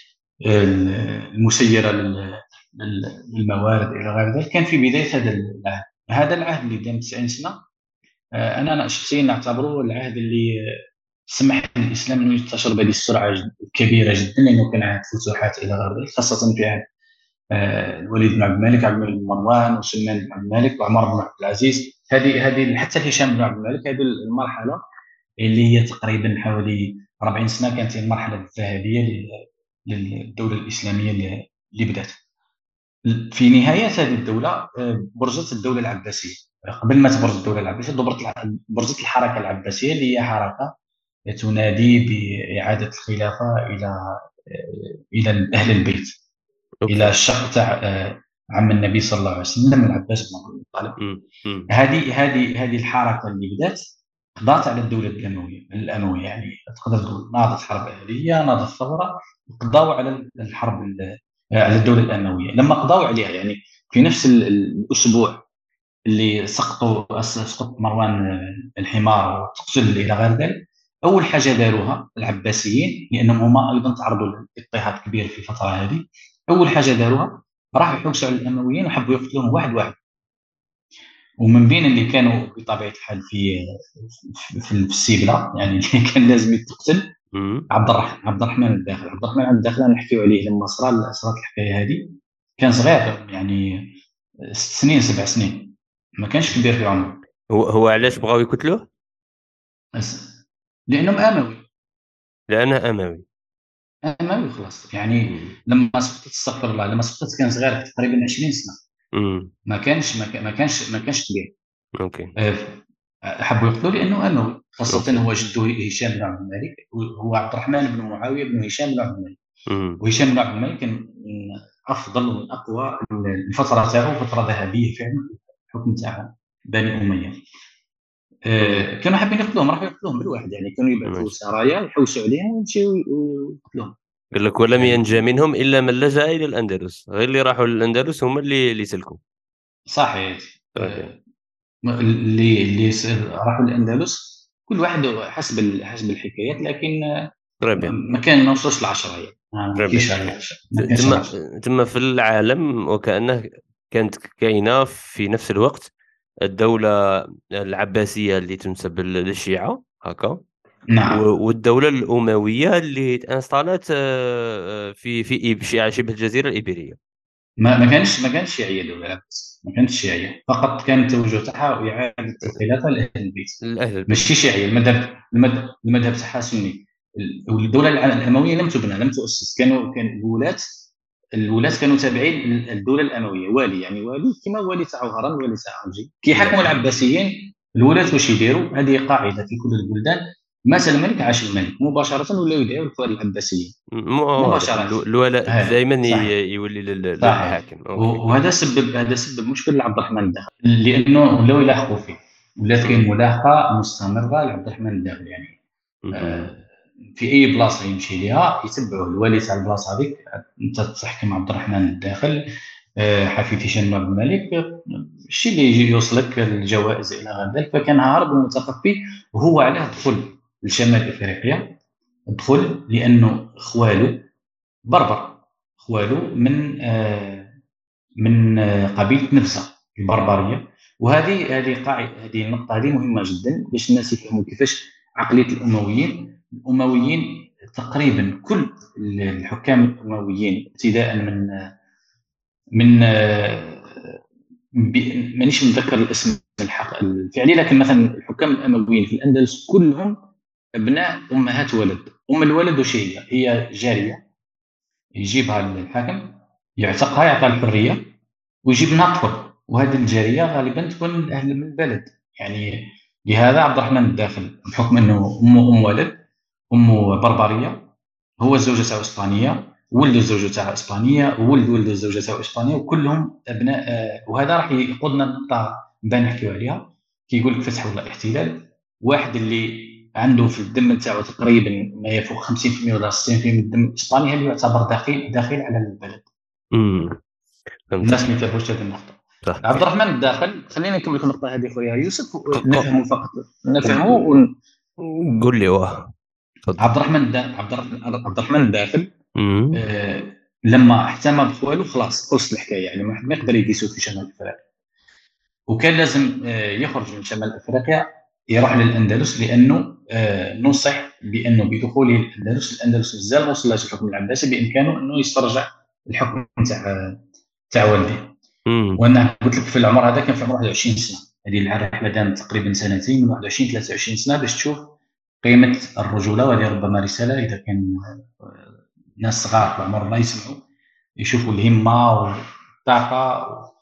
المسيره للموارد الى غير ذلك، كان في بدايه هذا العهد. هذا العهد اللي دام 90 سنه، انا شخصيا نعتبره العهد اللي سمح للاسلام انه ينتشر بهذه السرعه كبيره جدا، لانه كان عهد فتوحات الى غير ذلك، خاصه في عهد الوليد بن عبد الملك، عبد الملك بن مروان، وسلمان بن عبد الملك، وعمر بن عبد العزيز. هذه حتى هشام بن عبد الملك، هذه المرحله اللي هي تقريبا حوالي 40 سنه، كانت هي المرحله الذهبيه للدوله الاسلاميه اللي بدات. في نهايه هذه الدوله برزت الدوله العباسيه. قبل ما تبرز الدوله العباسيه برزت الحركه العباسيه، اللي هي حركه تنادي باعاده الخلافه الى اهل البيت، الى اوكي. الشق تاع عم النبي صلى الله عليه وسلم العباس بن عبد المطلب. هذه الحركه اللي بدات قضات على الدوله الامويه. يعني تقدر تقول ناضت حرب اهليه، ناضت ثوره، قضاوا على الحرب على الدوله الامويه. لما قضاوا عليها يعني في نفس الاسبوع اللي سقط مروان الحمار وتقتل الى غير ذلك، اول حاجه داروها العباسيين، لانهم هما ايضا تعرضوا لاضطهاد كبير في الفتره هذه. اول حاجه داروها راحوا يحوسوا على الامويين وحبوا يقتلوهم واحد واحد. ومن بين اللي كانوا بطبيعه الحال في السيبله، يعني اللي كان لازم يتقتل، عبد الرحمن الداخل. عبد الرحمن الداخل نحكيو عليه لما صارت الحكايه هذه، كان صغير يعني 6 سنين 7 سنين، ما كانش كبير في عمره. هو علاش بغاو يقتلوه؟ لانهم اموي. لانه اموي. اموي خلاص يعني. لما سقطت، استغفر الله، لما سقطت كان صغير تقريبا 20 سنه، امم ما كانش كبير. اوكي. حبوا يقتلوا لانه اموي، خاصه اوكي. هو جده هشام بن عبد الملك، هو عبد الرحمن بن معاويه بن هشام بن عبد الملك. امم. وهشام بن عبد الملك كان من افضل ومن اقوى الفتره تاعو، فتره ذهبيه فعلا في الحكم تاع بني اميه. امم. كانوا حابين يقتلوهم، راحوا يقتلوهم بالواحد، يعني كانوا يبعثوا ماشي. سرايا يحوسوا عليهم ويمشيوا ويقتلوهم. قال لك ولم يعني ينجى منهم الا من لجأ الى الاندلس، غير اللي راحوا للاندلس هم اللي سلكوا. صحيح. اوكي. راحوا الاندلس كل واحد حسب حسب الحكايات، لكن تري بيان. ما وصلش ل 10 يعني، ما تري بيان. كاينش ما كانش تما 10. تما في العالم وكأنه كانت كاينة في نفس الوقت الدولة العباسية اللي تنسب للشيعة هكا، نعم. والدولة الأموية اللي انستالت في شبه الجزيرة الإيبيرية. ما كانش شيعيه دوله العباس، ما كانتش شيعيه، فقط كان التوجه تاعها اعاده الخلافه لاهل البيت. لأهل البيت. ماشي شيعيه، المذهب تاعها سني. والدوله الامويه لم تبنى، لم تؤسس، كان الولاة كانوا تابعين للدوله الامويه، والي يعني والي كما والي تاع هرم، والي تاع عمجي كي حكموا ماشي. العباسيين. الولاة واش يديروا؟ هذه قاعده في كل البلدان: مات الملك عاش الملك مباشره، ولا يدعوا العباسيين واضح مباشره. الولاء هذا دائما صحيح. يولي صحيح. للحاكم. أوكي. وهذا سبب مشكل لعبد الرحمن الداخل، لانه ولاو يلاحقوا فيه، ولات كاين مم. ملاحقه مستمره لعبد الرحمن الداخل يعني. مم. آه، في اي بلاصه يمشي ليها يتبعوه الوالي تاع البلاصه هذيك. انت تحكم عبد الرحمن الداخل، حفيد هشام بن عبد الملك. الشيء اللي يجي يوصلك الجوائز الى غير ذلك، فكان هارب ومتخفي. وهو عليه دخل لشمال افريقيا، دخل لانه خوالو بربر، خوالو من قبيله نفزه البربريه. وهذه قاعده، هذه النقطه هذه مهمه جدا باش الناس يفهموا كيفاش عقليه الامويين تقريبا كل الحكام الامويين ابتداء من مانيش متذكر الاسم الفعلي، لكن مثلا الحكام الامويين في الاندلس كلهم ابناء امهات ولد. ام الولد وش هي جاريه، يجيبها الحاكم، يعتقها، يعطيها الحريه، ويجيب لنا طفل، وهذه الجاريه غالبا تكون من اهل من البلد يعني. لهذا عبد الرحمن الداخل بحكم انه امه ولد، امه بربريه، هو الزوجه تاعو اسبانيه، ولد الزوجه تاعو اسبانيه، ولد الزوجه تاعو اسبانيه، وكلهم ابناء. وهذا راح يقودنا النقطه بعد نحكيو عليها. كي يقول لك فتح ولا احتلال، واحد اللي عنده في الدم تاعو تقريبا ما يفوق 50% ولا 60% من الدم الاسباني، هل يعتبر داخل على البلد. مم. الناس فهمتك. ما يتابعوش هذه النقطه. صح. عبد الرحمن الداخل، خلينا نكمل في النقطه هذه خويا يوسف، ق- ق- نفهموا فقط، نفهموا قول لي واه. تفضل. عبد الرحمن الداخل مم. لما احتمى بخوالو خلاص خلصت الحكايه، يعني ما يقدر يقيسو في شمال افريقيا، وكان لازم يخرج من شمال افريقيا، يروح للاندلس، لانه نصح بانه بدخوله الاندلس مازال ما وصلش الحكم العباسي، بامكانه انه يسترجع الحكم تاع والديه. مم. وانا قلت لك في العمر هذا كان في عمر 21 سنه، هذه الرحله دامت تقريبا سنتين، من 21 23 سنه، باش تشوف قيمه الرجوله. وهذه ربما رساله اذا كان ناس صغار في العمر ما يسمعوا، يشوفوا الهمه والطاقه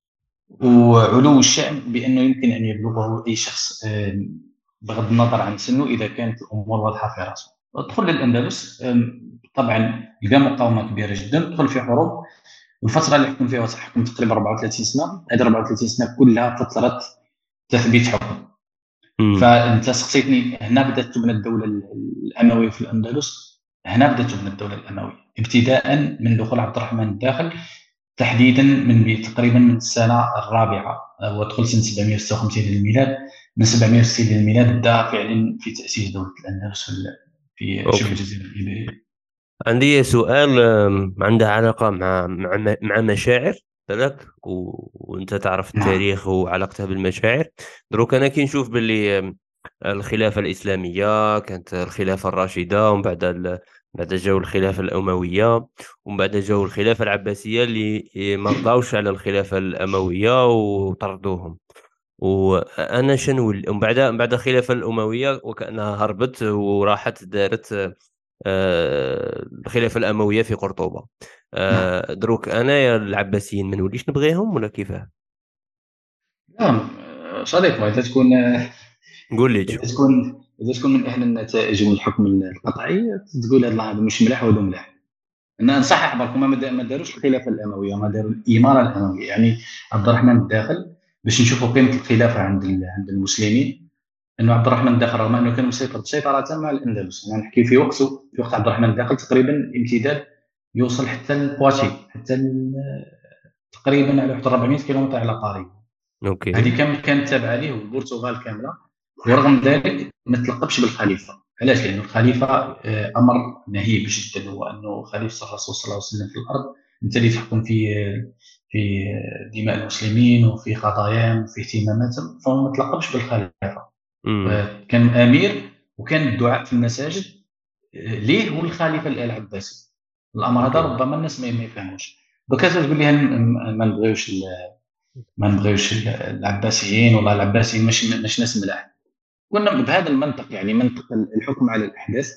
وعلو الشأن بانه يمكن ان يبلغه اي شخص، بغض النظر عن سنه، اذا كانت الامور واضحه في راسه. دخل للاندلس، طبعا لقى مقاومه كبيره جدا، دخل في حروب. والفتره اللي حكم فيها حكم تقريبا 34 سنه، هذه 34 سنه كلها فتره تثبيت حكم. مم. فانت سقسيتني هنا بدات تبنى الدوله الامويه في الاندلس. هنا بدات تبنى الدوله الامويه ابتداء من دخول عبد الرحمن الداخل، تحديدا تقريبا من السنه الرابعه، ودخل سنه 756 للميلاد. من 760 للميلاد بدا فعلا في تاسيس دوله الاندلس في شبه اوكي. الجزيره الإيبيرية. عندي سؤال عنده علاقة مع مشاعر بالك وانت تعرف نعم. التاريخ وعلاقتها بالمشاعر. دروك انا كي نشوف باللي الخلافة الإسلامية كانت الخلافة الراشدة، ومن بعد بعد جاو الخلافة الأموية، ومن بعد جاو الخلافة العباسية اللي ما رضاوش على الخلافة الأموية وطردوهم. وانا شنو ومن بعد الخلافة الأموية وكأنها هربت وراحت دارت الخلافة الأموية في قرطبة. نعم. دروك أنايا العباسيين ما نوليش نبغيهم ولا كيفاه؟ نعم. صديق، ما تكون قول لي جو. اذا تكون من اهل النتائج والحكم القطعي، تقول هذا مش ملاح وهذا ملاح. انا نصحح برك، هما ما داروش الخلافه الامويه، ما داروا الاماره الامويه. يعني عبد الرحمن الداخل، باش نشوفوا قيمه الخلافه عند المسلمين، انه عبد الرحمن الداخل رغم انه كان مسيطر سيطره تامه على الاندلس. انا نحكي في وقت عبد الرحمن الداخل تقريبا امتداد يوصل حتى لبواتي، تقريبا على واحد 400 كيلومتر على باريس. اوكي. هذه كانت تابعه ليه والبرتغال كامله. ورغم ذلك ما تلقبش بالخليفه. علاش؟ لأن الخليفه امر نهيب جدا، هو انه خليفه الرسول صلى الله عليه وسلم في الارض، انت اللي تحكم في دماء المسلمين وفي قضاياهم وفي اهتماماتهم، فهو ما تلقبش بالخليفه. امم. كان امير، وكان الدعاء في المساجد ليه هو الخليفه العباسي. الامر هذا اوكي. ربما الناس ما يفهموش. دوكا تقول لي ما نبغيوش العباسيين، والله العباسيين مش ناس ملاح. قلنا بهذا المنطق، يعني منطق الحكم على الاحداث.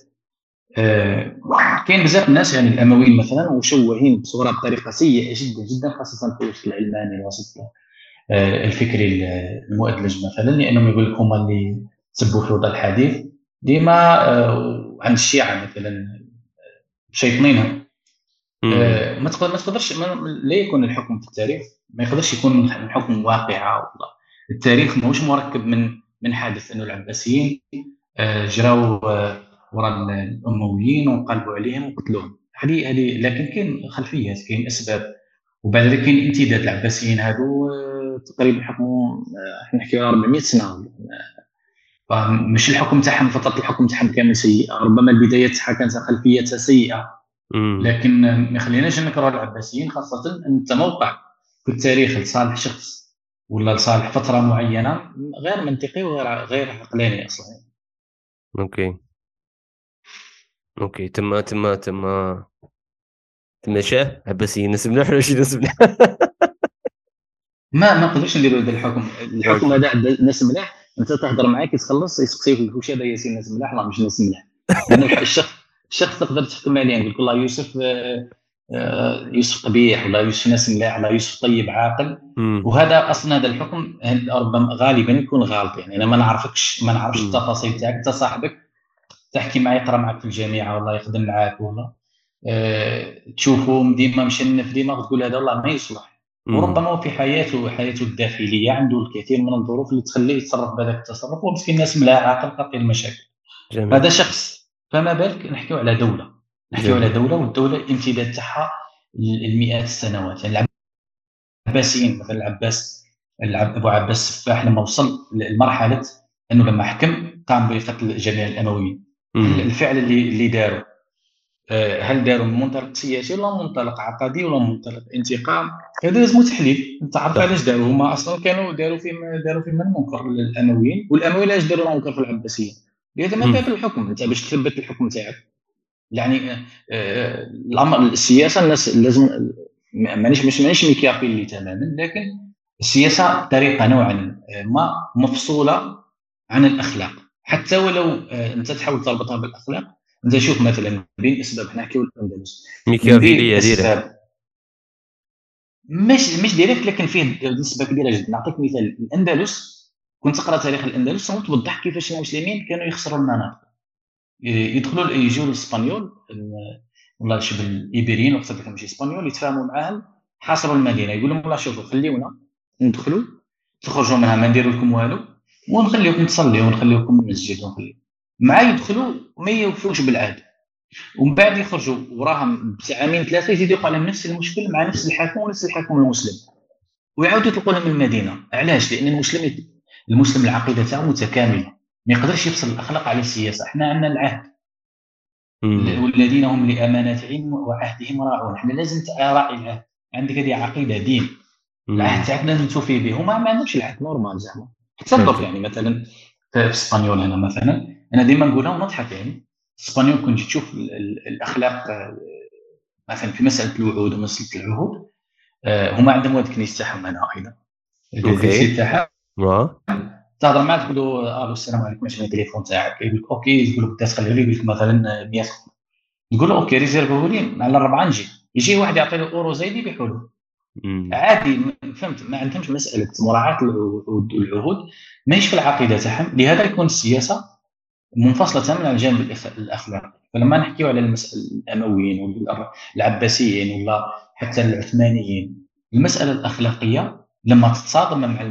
كاين بزاف الناس، يعني الامويين مثلا، مشوهين بصوره بطريقه سيئه جدا جدا، خاصه في الوسط العلماني، الوسط الفكري المؤدلج مثلا، لانهم يقول لك هما اللي سبوا في وضع الحديث ديما. عند الشيعه مثلا شيطنينها. امم. ما تقدرش لا يكون الحكم في التاريخ، ما يقدرش يكون الحكم واقعه. والله التاريخ ماهوش مركب من حادث انه العباسيين جراو وراء الامويين وانقلبوا عليهم وقتلوهم. هذه لكن كاين خلفيات، كاين اسباب. وبعد ذلك كاين امتداد. العباسيين هذو تقريبا حكموا، احنا نحكيو على 400 سنه. فمش الحكم تاعهم، فتره الحكم تاعهم كامل سيئه، ربما البدايات تاعها كانت خلفيتها سيئه، امم. لكن ما يخليناش نكره العباسيين، خاصه ان انت موقع في التاريخ لصالح شخص ولا لصالح فتره معينه غير منطقي وغير عقلاني اصلا. اوكي. اوكي. تم شاه عباسيين الناس ملاح ولا شي ناس ملاح؟ ما نقدرش نديروا هذا الحكم اوكي. هذا عند الناس ملاح. انت تهضر معاه كي تخلص يسقسيوك واش هذا ياسين ناس ملاح؟ لا مش ناس ملاح. لان الشخص تقدر تحكم عليه، يقول لك والله يوسف يوسف قبيح، ولا يوسف ناس ملاح، ولا يوسف طيب عاقل. امم. وهذا اصلا هذا الحكم ربما غالبا يكون غلط. يعني انا ما نعرفش امم. التفاصيل تاعك. انت صاحبك تحكي معاه، يقرا معك في الجامعه، والله يخدم معاك، ولا تشوفه ديما مشنف ديما، تقول هذا والله ما يصلح. امم. وربما في حياته الداخليه عنده الكثير من الظروف اللي تخليه يتصرف بهذاك التصرف، ومسكين الناس ملاها عاقل قاطع المشاكل. جميل. هذا شخص. فما بالك نحكيو على دوله، جميل. والدوله الامتداد تاعها المئات السنوات. يعني العباسيين مثلا، ابو عباس السفاح لما وصل لمرحله انه لما حكم قام بقتل جميع الامويين. امم. الفعل اللي داروا، هل داروا من منطلق سياسي ولا من منطلق عقدي ولا من منطلق انتقام؟ هذا لازم تحليل. انت عارف صح. علاش داروا؟ هما اصلا كانوا داروا في من المنكر للامويين، والامويين علاش داروا منكر في العباسيين؟ لهذا ما امم. باب الحكم، انت باش تثبت الحكم تاعك. يعني الامر السياسه الناس لازم، مانيش ميكيافيلي تماما، لكن السياسه طريقه نوعا ما مفصوله عن الاخلاق. حتى ولو انت تحاول تربطها بالاخلاق. انت شوف مثلا بين اسباب، احنا نحكيو الاندلس، من بين ميكافيلية ديريكت. اسباب، مش ديريكت، لكن فيه نسبه كبيره جدا. نعطيك مثال. الاندلس، كنت تقرا تاريخ الاندلس وتوضح كيفاش المسلمين كانوا يخسروا المناطق. يجوا الاسبانيول، والله شوف الايبيريين وقت ذاك ماشي اسبانيول، يتفاهموا معاهم، حاصروا المدينه، يقول لهم والله شوفوا خليونا ندخلوا، تخرجوا منها ما نديروا لكم والو، ونخليكم تصليوا ونخليكم المسجد ونخليكم مع يدخلوا ما يوفوش بالعهد. ومن بعد يخرجوا وراهم بعامين ثلاثه، يزيدوا يقع لهم نفس المشكل مع نفس الحاكم ونفس الحاكم المسلم، ويعاودوا يطلقوا لهم المدينه. علاش؟ لان المسلم العقيده تاعو متكامله، ما يقدرش يفصل الاخلاق على السياسه. احنا عندنا العهد، امم. والذين هم لاماناتهم وعهدهم راعون. احنا لازم راعي العهد. عندك هذه عقيده دين، العهد امم. تاعك لازم توفي به. هما ما عندهمش العهد نورمال زعما. تصدق فهمتك. يعني مثلا في اسبانيول هنا مثلا، انا ديما نقولها ونضحك. يعني اسبانيول كنت تشوف الاخلاق مثلا في مساله الوعود ومساله العهود. هما عندهم واد الكنيسه تاعهم هنا ايضا، اوكي. الكنيسه تاعها. اه. تهضر معاه تقول له الو السلام عليكم، شنو التليفون تاعك؟ يقول لك اوكي. تقول له بدات تخليه لي، يقول لك مثلا 100. تقول له اوكي ريزيرفه لي على 4 نجي. يجي واحد يعطي له اورو زايد يبيعوا له. مم. عادي. فهمت، ما عندهمش مساله مراعاه العهود، ماهيش في العقيده تاعهم. لهذا يكون السياسه منفصله تماما عن الجانب الاخلاقي. فلما نحكيو على المسألة الامويين ولا العباسيين ولا حتى العثمانيين، المساله الاخلاقيه لما تتصادم مع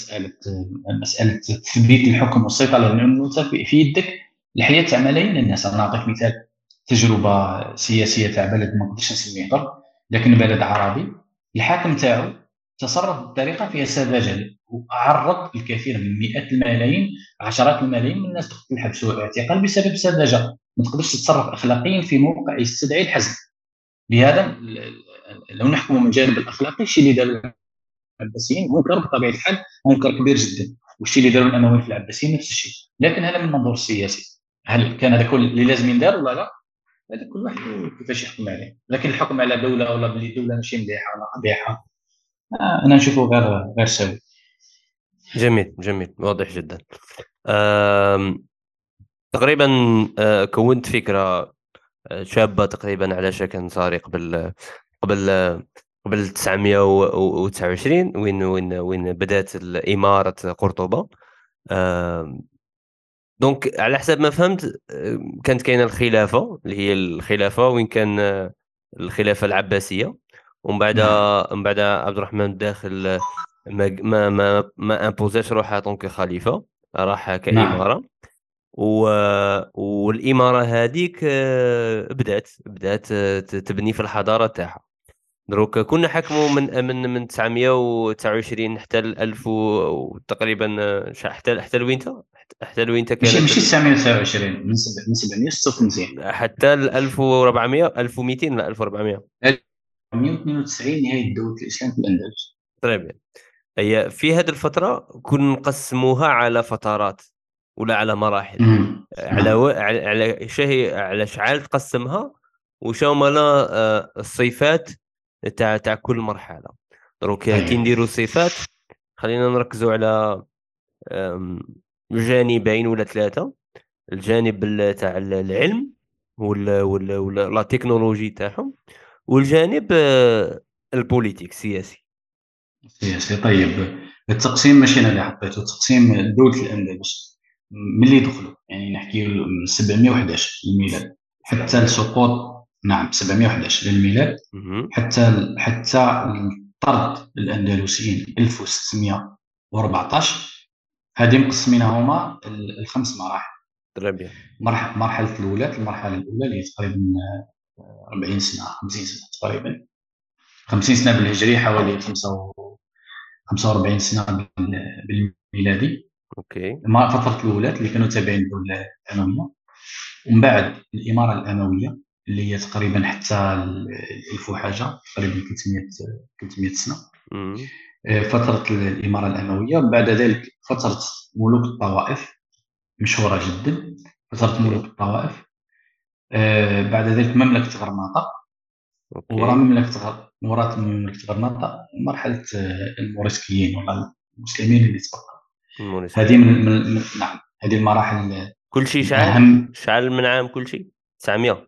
مساله تثبيت الحكم والسيطره على العنوسه في يدك الحياه تاع ملايين الناس. انا نعطيك مثال، تجربه سياسيه تاع بلد ما نقدرش نسميه حر، لكن بلد عربي، الحاكم تاعو تصرف بطريقه فيها سذاجه، وعرض الكثير من مئات الملايين، عشرات الملايين من الناس تدخل الحبس واعتقال بسبب سذاجه. ما تقدرش تتصرف اخلاقيا في موقع يستدعي الحزم. لهذا لو نحكم من الجانب الاخلاقي، الشيء اللي دار العباسيين منكر بطبيعه الحال، منكر كبير جدا. والشيء اللي داروا الامويين في العباسيين نفس الشيء. لكن هذا من المنظور السياسي، هل كان هذا كل اللي لازم يندار ولا لا؟ هذا كل واحد كيفاش يحكم عليه. لكن الحكم على دوله ولا بلي دوله ماشي مليحه ولا قبيحه، انا نشوفه غير سوي. جميل جميل، واضح جدا. آم، تقريبا كونت فكرة شابة تقريبا على شكل صاري قبل قبل 929، وين بدأت إمارة قرطبة. آم، دونك على حسب ما فهمت، كانت كاينة الخلافة اللي هي الخلافة وين كان الخلافة العباسية. ومن بعد نعم. عبد الرحمن داخل ما امبوزاش روحه دونك خليفة، راح نعم. كإمارة. و... والإمارة هذيك بدات تبني في الحضارة تاعها. دروك كنا حكموا من 929 حتى ل 1000 تقريبا، حتى لوينتا، حتى لوينتا ماشي كانت 929، من 756. حتى ل 1400 1200 لا 1400. 192 نهايه دوله الاسلام في الاندلس. طيب، هي في هذه الفترة كنا نقسموها على فترات ولا على مراحل، نعم. على شهي على شعال تقسمها، وشو هما الصفات تاع كل مرحلة. دروك كي طيب. نديروا الصفات، خلينا نركزوا على آم، جانبين ولا ثلاثة. الجانب تاع العلم ولا لا تكنولوجي تاعهم، والجانب البوليتيك السياسي. سياسي. طيب، التقسيم ماشي انا اللي حطيته، تقسيم دوله الاندلس ملي دخلوا، يعني نحكي من 711 للميلاد حتى 700. السقوط. نعم، 711 للميلاد مهم. حتى طرد الاندلسيين 1614. هذه مقسمينها هما الخمس مراحل. تري بيان. مرحله الاولى، المرحله الاولى اللي هي تقريبا 40 سنه، 50 سنه تقريبا، 50 سنه بالهجري، حوالي 45 سنه بالميلادي. اوكي. فتره الولاة اللي كانوا تابعين للدوله الامويه. ومن بعد الاماره الامويه اللي هي تقريبا حتى 1000 وحاجه، تقريبا 300 سنه. مم. فتره الاماره الامويه. بعد ذلك فتره ملوك الطوائف، مشهوره جدا، فتره ملوك اوكي. الطوائف. بعد ذلك مملكه غرناطه. اوكي. وراء مملكه غرناطه مرحله الموريسكيين ولا المسلمين اللي تبقوا. هذه المونسكيين. نعم، هذه المراحل كل شيء شعال الأهم. شعال من عام كل شيء 900.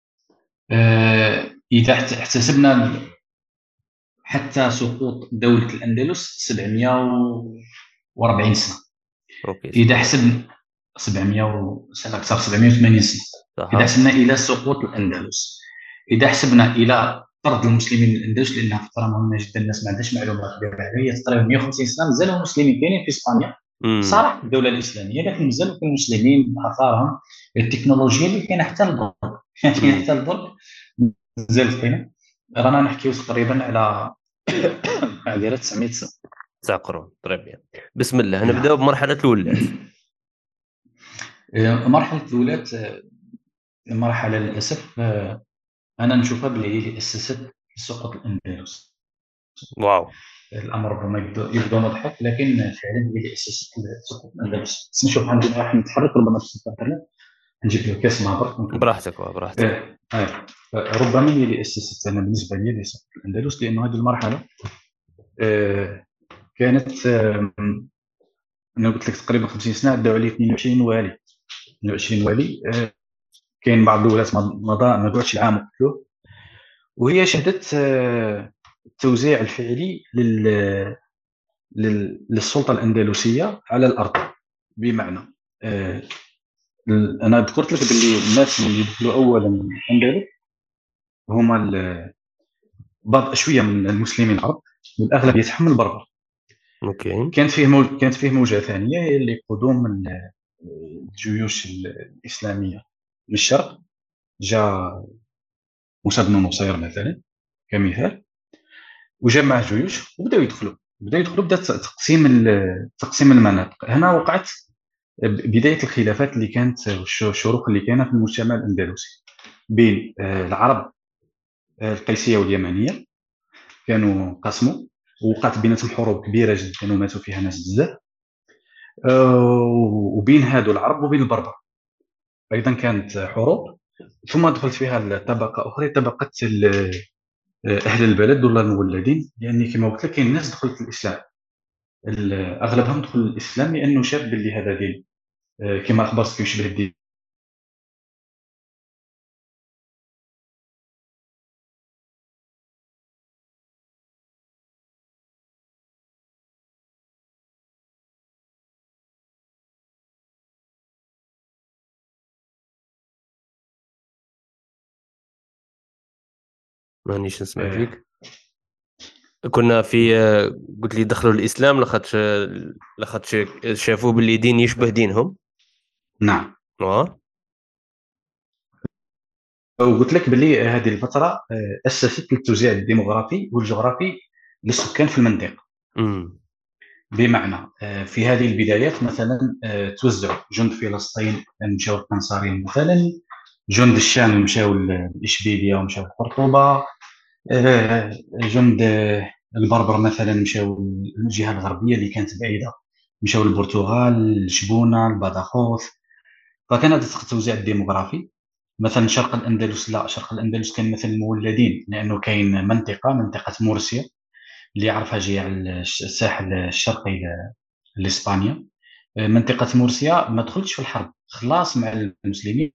إذا احتسبنا حتى سقوط دولة الأندلس 740 سنة. اوكي إذا 700. حسبنا 700 سنة أكثر، 780 سنة. إذا صح. حسبنا إلى سقوط الأندلس، إذا حسبنا إلى طرد المسلمين من الأندلس، لأنها فترة مهمة جدا، الناس ما عندهاش معلومات كبيرة عليها، هي تقريبا 150 سنة مازالوا المسلمين كاينين في إسبانيا. امم. صارت الدولة الإسلامية، لكن مازالوا كاين المسلمين بآثارهم. التكنولوجيا اللي كاينه حتى البرق يعني امم. حتى البرق مازال كاينه. رانا نحكيو تقريبا على معذرة 900 سنة. 9 قرون. طيب يعني. بسم الله نبداو نعم. بمرحله الولات. مرحلة الولاة، المرحلة للأسف أنا نشوفها باللي هي اللي أسست سقوط الأندلس. واو. الأمر ربما يبدو مضحك، لكن فعلا هي اللي أسست سقوط الأندلس. بس نشوف، راح نتحرك ربما في الإنترنت، نجيب له كاس مع برك ونكمل. براحتك براحتك. ربما هي اللي أسست، أنا بالنسبة لي اللي سقوط الأندلس، لأن هذه المرحلة آه، كانت أنا قلت لك تقريبا 50 سنة، عداو عليه 22 والي. 22 والي. كاين بعض الولايات ما قعدش العام وقتلوه. وهي شهدت التوزيع الفعلي للسلطة الأندلسية على الأرض. بمعنى آه، أنا ذكرت لك باللي الناس اللي دخلوا أولا الأندلس هما بعض شوية من المسلمين العرب، والأغلب يتحمل البربر. اوكي. كانت فيه موجة ثانية هي اللي قدوم الجيوش الإسلامية من الشرق. جاء موسى بن نصير مثلا كمثال، وجمع جيوش وبداوا يدخلوا، بدا تقسيم المناطق. هنا وقعت بداية الخلافات اللي كانت الشروق اللي كانت في المجتمع الأندلسي بين العرب القيسية واليمنية. كانوا قسموا، ووقعت بيناتهم حروب كبيرة جدا وماتوا فيها ناس بزاف. وبين هادو العرب وبين البربر أيضا كانت حروب. ثم دخلت فيها الطبقة أخرى، طبقة أهل البلد ولا المولدين، لأن كما قلت لك كاين ناس دخلت الإسلام. أغلبهم دخل الإسلام لأنه شاف باللي هذا دين، كما أخبرت يشبه الدين. مانيش نسمع آه، فيك. كنا في قلت لي دخلوا الاسلام لاخاطش شافوا باللي دين يشبه دينهم. نعم. اه. وقلت لك باللي هذه الفترة أسست للتوزيع الديموغرافي والجغرافي للسكان في المنطقة. امم. بمعنى في هذه البدايات مثلا توزعوا جند فلسطين مشاو القنصارين مثلا، جند الشام مشاو الإشبيلية ومشاو لقرطبة، جند البربر مثلا مشاو الجهة الغربية اللي كانت بعيدة، مشاو البرتغال، لشبونة، البدخوث. فكان هذا التوزيع الديموغرافي. مثلا شرق الأندلس، لا، شرق الأندلس كان مثلا المولدين، لأنه كاين منطقة مرسيا اللي يعرفها جاية على الساحل الشرقي لإسبانيا. منطقة مرسيا ما دخلتش في الحرب، خلاص مع المسلمين.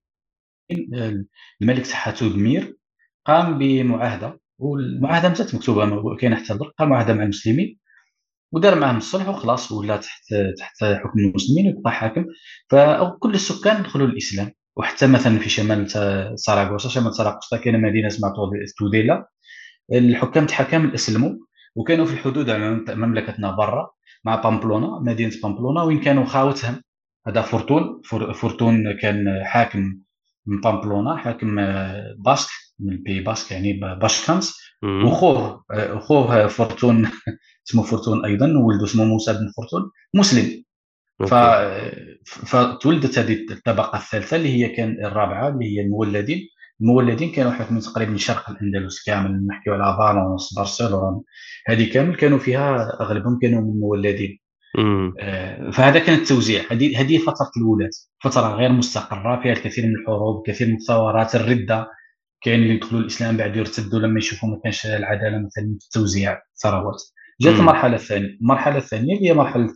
الملك تاعها تودمير قام بمعاهدة، والمعاهدة مازالت مكتوبة كاينة حتى الدرك. قام معاهدة مع المسلمين ودار معهم الصلح وخلاص، ولا تحت حكم المسلمين ويبقى حاكم. فكل السكان دخلوا الإسلام. وحتى مثلا في شمال ساراغوسا، شمال ساراغوسا كاينه مدينه اسمها توديلا، الحكام تاعها كامل اسلموا، وكانوا في الحدود على مملكتنا برا، مع بامبلونا، مدينه بامبلونا، وين كانوا خاوتهم. هذا فورتون كان حاكم من بامبلونا، حاكم باسك من البي باسك، يعني باشكانس. امم. وخوه فورتون اسمه فورتون ايضا، وولده اسمه موسى بن فورتون مسلم. ف... اوكي. فتولدت هذه الطبقه الثالثه اللي هي كان الرابعه، اللي هي المولدين. المولدين كانوا حاكمين تقريبا شرق الاندلس كامل، نحكيو على فالونس، برشلونه، هذه كامل كانوا فيها، اغلبهم كانوا من المولدين. امم. فهذا كان التوزيع. هذه فتره الولاة، فتره غير مستقره فيها الكثير من الحروب، الكثير من الثورات، الرده. كاين اللي يدخلوا الاسلام بعد يرتدوا لما يشوفوا ما كانش العداله مثلا في التوزيع الثروات. جات امم. المرحله الثانيه اللي هي مرحله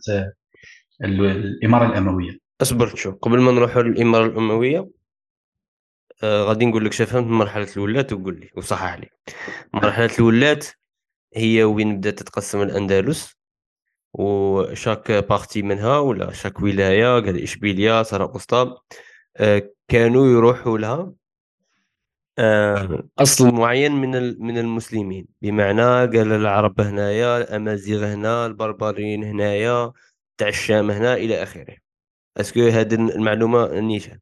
الاماره الامويه. اصبر شو قبل ما نروحوا للاماره الامويه. غادي نقول لك فهمت مرحله الولاة وقول لي وصحح لي. مرحله الولاة هي وين بدات تتقسم الاندلس، وشاك بارتي منها ولا شاك ولايه قال اشبيليه سراقسطا كانوا يروحوا لها اصل معين من المسلمين. بمعنى قال العرب هنايا، الامازيغ هنا، البربريين هنايا، تاع الشام هنا الى اخره. اسكو هذه المعلومه نيشان؟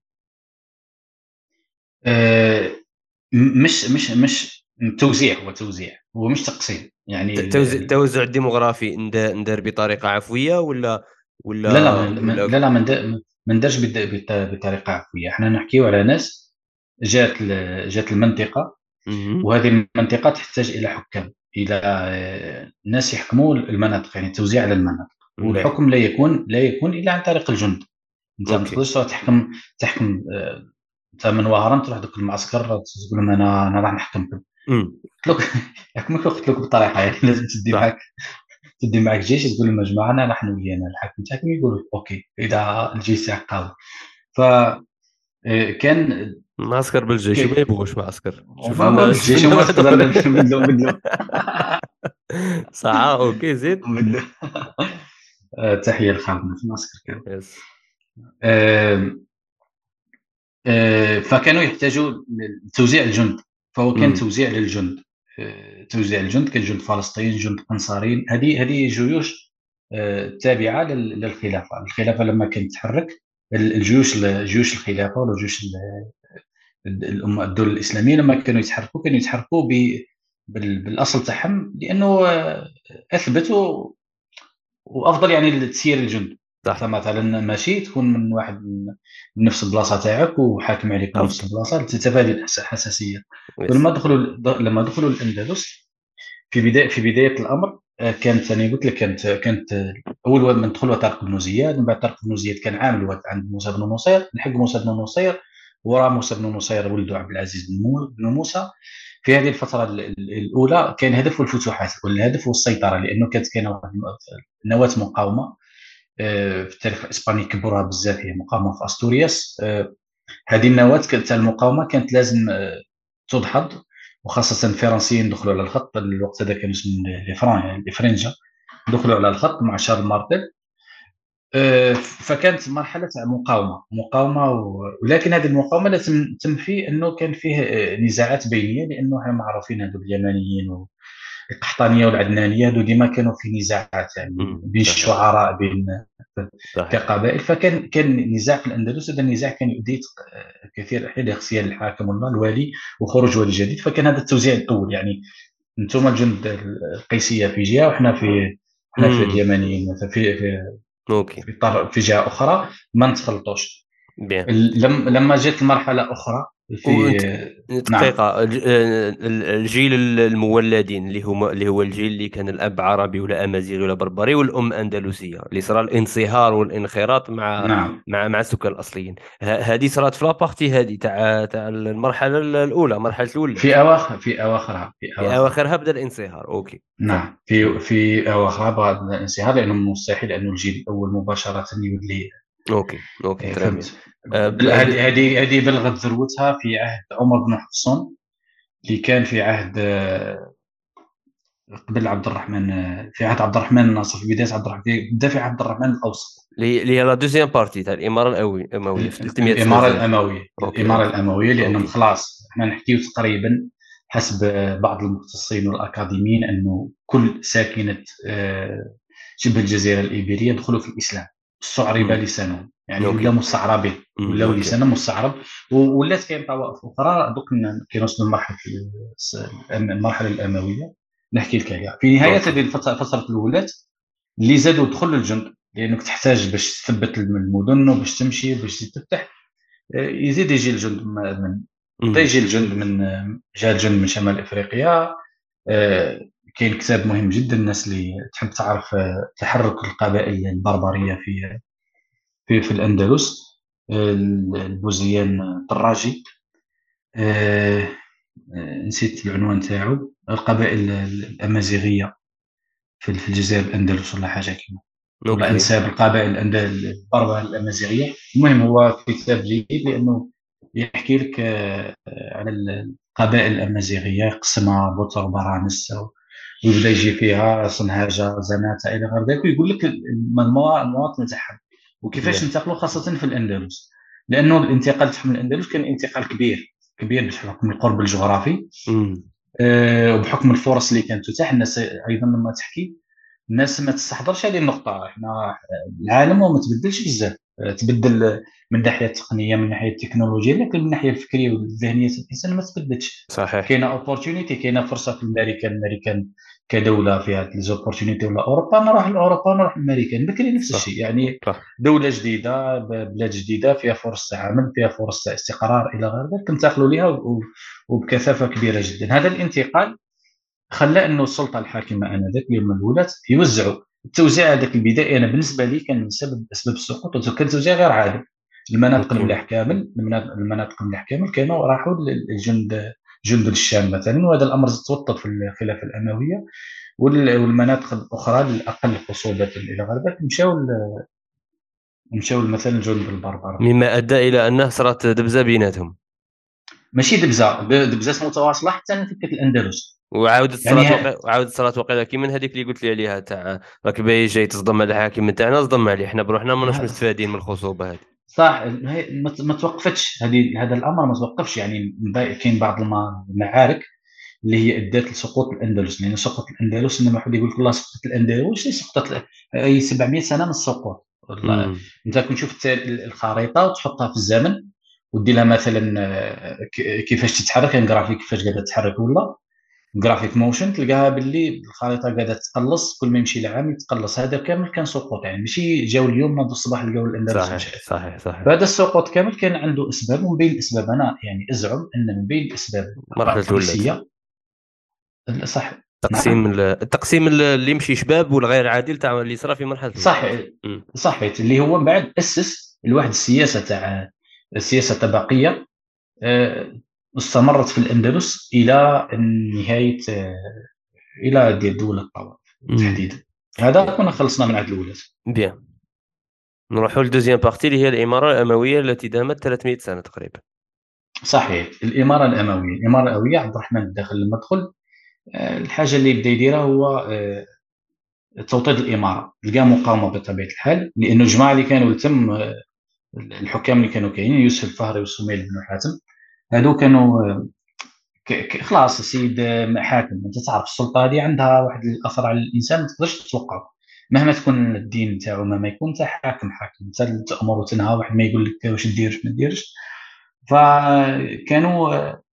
آه، مش توزيع، هو توزيع، هو مش تقسيم يعني توزع الديموغرافي ندار بطريقه عفويه لا لا ولا لا لا، ما ندرش بطريقه عفويه. احنا نحكيو على ناس جات المنطقه، مهم. وهذه المنطقه تحتاج الى حكام، الى ناس يحكموا المناطق، يعني توزيع على المناطق. باهي. والحكم لا يكون الا عن طريق الجند. انت ما اوكي. تقدرش تحكم انت من وهران تروح دوك المعسكر تقول لهم انا راح نحكمكم. امم. قلت لك يحكمك وقلت لك بطريقه، يعني لازم صح. تدي معك جيش، تقول لهم يا جماعه انا راح نولي انا الحاكم تاعكم، يقولوا اوكي اذا الجيش تاعك قوي. فكان معسكر بالجيش وما يبغوش معسكر. شوف لنا الجيش شوف لنا هما واحد تقدر اخر. بدلو صح. اوكي زيد. تحية لخالدنا في العسكر كان. يس. آه، فكانوا يحتاجوا توزيع الجند، فهو كان امم. توزيع للجند. توزيع الجند، كان جند فلسطين، جند أنصاريين، هذه جيوش تابعة للخلافة. الخلافة لما كانت تتحرك، جيوش الخلافة ولا جيوش الدول الإسلامية لما كانوا يتحركوا بالأصل تاعهم، لأنه أثبتوا وافضل يعني لتسيير الجند. انت صح. مثلا ماشي تكون من واحد من نفس البلاصه تاعك وحاكم عليك من نفس افضل. البلاصه، تتفادى الحساسيه. يس. ولما دخلوا الاندلس في بدايه الامر، كانت انا قلت لك كانت اول من دخل طارق بن زياد. من بعد طارق بن زياد كان عامل عند موسى بن نصير، لحق موسى بن نصير، وراه موسى بن نصير ولده عبد العزيز بن موسى. في هذه الفتره الاولى كان هدفه الفتوحات، والهدف هو السيطره، لانه كان واحد نواه مقاومه في التاريخ الاسباني كبرها بزاف، هي مقاومه في استورياس. هذه النواه تاع المقاومه كانت لازم تدحض، وخاصه الفرنسيين دخلوا على الخط. الوقت هذا كانوا اسمهم لي فرنجا، دخلوا على الخط مع شارل مارتل. فكانت مرحله تاع مقاومه ولكن هذه المقاومه لا تم فيه انه كان فيه نزاعات بينيه، لانه احنا معروفين هذو اليمنيين القحطانيه والعدنانيه، هذو ديما كانوا في نزاعات يعني بين صحيح. الشعراء، بين صحيح. كقبائل. كان نزاع في الاندلس. هذا النزاع كان يؤدي كثير الاحيان لاغتيال الحاكم ولا الوالي وخروج والي جديد. فكان هذا التوزيع الاول، يعني انتم الجند القيسيه في جهه، وحنا في امم. اليمنيين مثلا اوكي. في جهه اخرى، ما نتخلطوش. بيان. لما جت المرحله اخرى في. وانت نعم. دقيقة، الجيل المولدين اللي هو الجيل اللي كان الأب عربي ولا أمازيغي ولا بربري والأم أندلسية، اللي صرا الانصهار والانخراط نعم. مع السكان الأصليين. هذه صارت في لابارتي هذه تاع المرحلة الأولى، مرحلة الولد. في في اواخرها. أواخرها بدأ الانصهار. أوكي. صح. نعم، في اواخرها بعد الانصهار، لانه مستحيل انه الجيل الاول مباشره يولي. اوكي. اوكي تري بيان. فهمت. هذه بلغت ذروتها في عهد عمر بن حفصون، اللي كان في عهد قبل عبد الرحمن، في عهد عبد الرحمن الناصر، في بدايه عبد الرحمن، بدا في عبد الرحمن الاوسط. اللي هي لا دوزيام بارتي تاع الإمارة الأموية في 300 سنة الاماره زين. الامويه اوكي. الاماره اوكي. الامويه لانهم اوكي. خلاص احنا نحكيو تقريبا حسب بعض المختصين والاكاديميين انه كل ساكنه شبه الجزيره الايبيريه دخلوا في الاسلام، استعرب امم. لسانهم يعني، ولا اوكي. مستعربين، ولاو اوكي. لسانهم مستعرب. ولات كاين طوائف اخرى دوك كيوصلوا المرحله الامويه. نحكي لك عليها في نهايه اوكي. هذه فتره الولاة، اللي زادوا دخلوا الجند، لانك تحتاج باش تثبت المدن وباش تمشي باش تفتح. يزيد يجي الجند بدا امم. يجي الجند جاء الجند من شمال افريقيا. كاين كتاب مهم جدا، الناس اللي تحب تعرف تحرك القبائل البربريه في الاندلس. البوزيان الدراجي. آه، نسيت العنوان تاعو، القبائل الامازيغيه في الجزائر الاندلس ولا حاجه كيما، ولا اوكي. انساب القبائل البربر الامازيغيه. المهم هو كتاب جيد لانه يحكي لك على القبائل الامازيغيه، يقسمها بوتر برانس، ويبدا يجي فيها صنهاجه زناتة الى غير ذلك، ويقول لك المواطن تاعهم وكيفاش بيان. انتقلوا خاصه في الاندلس. لانه الانتقال تاعهم الاندلس كان انتقال كبير كبير بحكم القرب الجغرافي، امم. وبحكم الفرص اللي كانت تتاح. الناس ايضا لما تحكي، الناس ما تستحضرش هذه النقطة. احنا العالم ما تبدلش بزاف، تبدل من الناحية التقنية، من الناحية التكنولوجية، لكن من الناحية الفكرية والذهنية الإنسان ما تبدلش. صحيح. كاينة اوبورتونيتي، كاينة فرصة في الأمريكان كدولة فيها ليزوبورتونيتي، ولا أوروبا نروح لأوروبا، نروح الأمريكان بكري نفس صح. الشيء يعني. صح. دولة جديدة، بلاد جديدة فيها فرص عمل، فيها فرص استقرار إلى غير ذلك، انتقلوا لها وبكثافة كبيرة جدا. هذا الانتقال خلى انه السلطه الحاكمه انذاك اليوم الولاة يوزعوا. التوزيع هذاك البدائي انا بالنسبه لي كان من اسباب السقوط، وكان توزيع غير عادل. المناطق اوكي. الملاح كامل، المناطق الملاح كامل كانوا راحوا جند الشام مثلا، وهذا الامر توطد في الخلافه الامويه. والمناطق الاخرى الاقل خصوبه الى غير ذلك مشاو مثلا الجند البربر. مما ادى الى انه صارت دبزه بيناتهم. ماشي دبزه متواصله حتى فكره الاندلس. وعاود يعني الصلاه وعاود الصلاه وقيله كيما هذيك اللي قلت لي عليها تاع راك باغي جاي تصدم على الحاكم تاعنا، صدم عليه، حنا بروحنا ماناش مستفادين من الخصوبه هذه. صح. ما توقفتش هذا الامر، ما توقفش. يعني كاين بعض المعارك اللي هي ادت لسقوط الاندلس، لان سقوط الاندلس لما حد يقول لك الله سقطت الاندلس، سقطت اي 700 سنه من السقوط. انت كنت تشوف الخريطه وتحطها في الزمن، ودير لها مثلا كيفاش تتحرك، يعني جرافيك كيفاش قاعده تتحرك، ولا جرافيك موشن، تلقاها باللي الخريطه قاعده تقلص، كل ما يمشي العام يتقلص. هذا كامل كان سقوط، يعني ماشي جاو اليوم ناضوا الصباح لقاو الاندلس صحيح مشات. صحيح صحيح. فهذا السقوط كامل كان عنده اسباب، ومن بين الاسباب انا يعني ازعم ان من بين الاسباب مرحله الولاد. الرئيسيه. صح. تقسيم نعم. التقسيم اللي يمشي شباب والغير عادل تاع اللي صرا في مرحله صح. الولاد. صحيت اللي هو من بعد اسس الواحد السياسه تاع السياسه الطبقيه، استمرت في الاندلس الى نهايه، الى ديال دوله الطوائف امم تحديدا. هذا كنا خلصنا من عهد الولاد. بيان. نروحوا للدوزيام بارتي اللي هي الاماره الامويه التي دامت 300 سنه تقريبا. صحيح. الاماره الامويه عبد الرحمن الداخل لما دخل، الحاجه اللي بدا يديرها هو توطيد الاماره. لقى مقاومه بطبيعه الحال، لانه الجماعه اللي كانوا تم الحكام اللي كانوا كاينين، يوسف الفهري وسميل بن حاتم، هادو كانوا خلاص السيد حاكم. انت تعرف السلطه هذه عندها واحد الاثر على الانسان ما تقدرش تتوقعه، مهما تكون الدين تاعو، مهما يكون انت حاكم انت اللي تامر وتنهى، واحد ما يقول لك واش دير واش ما ديرش. فكانوا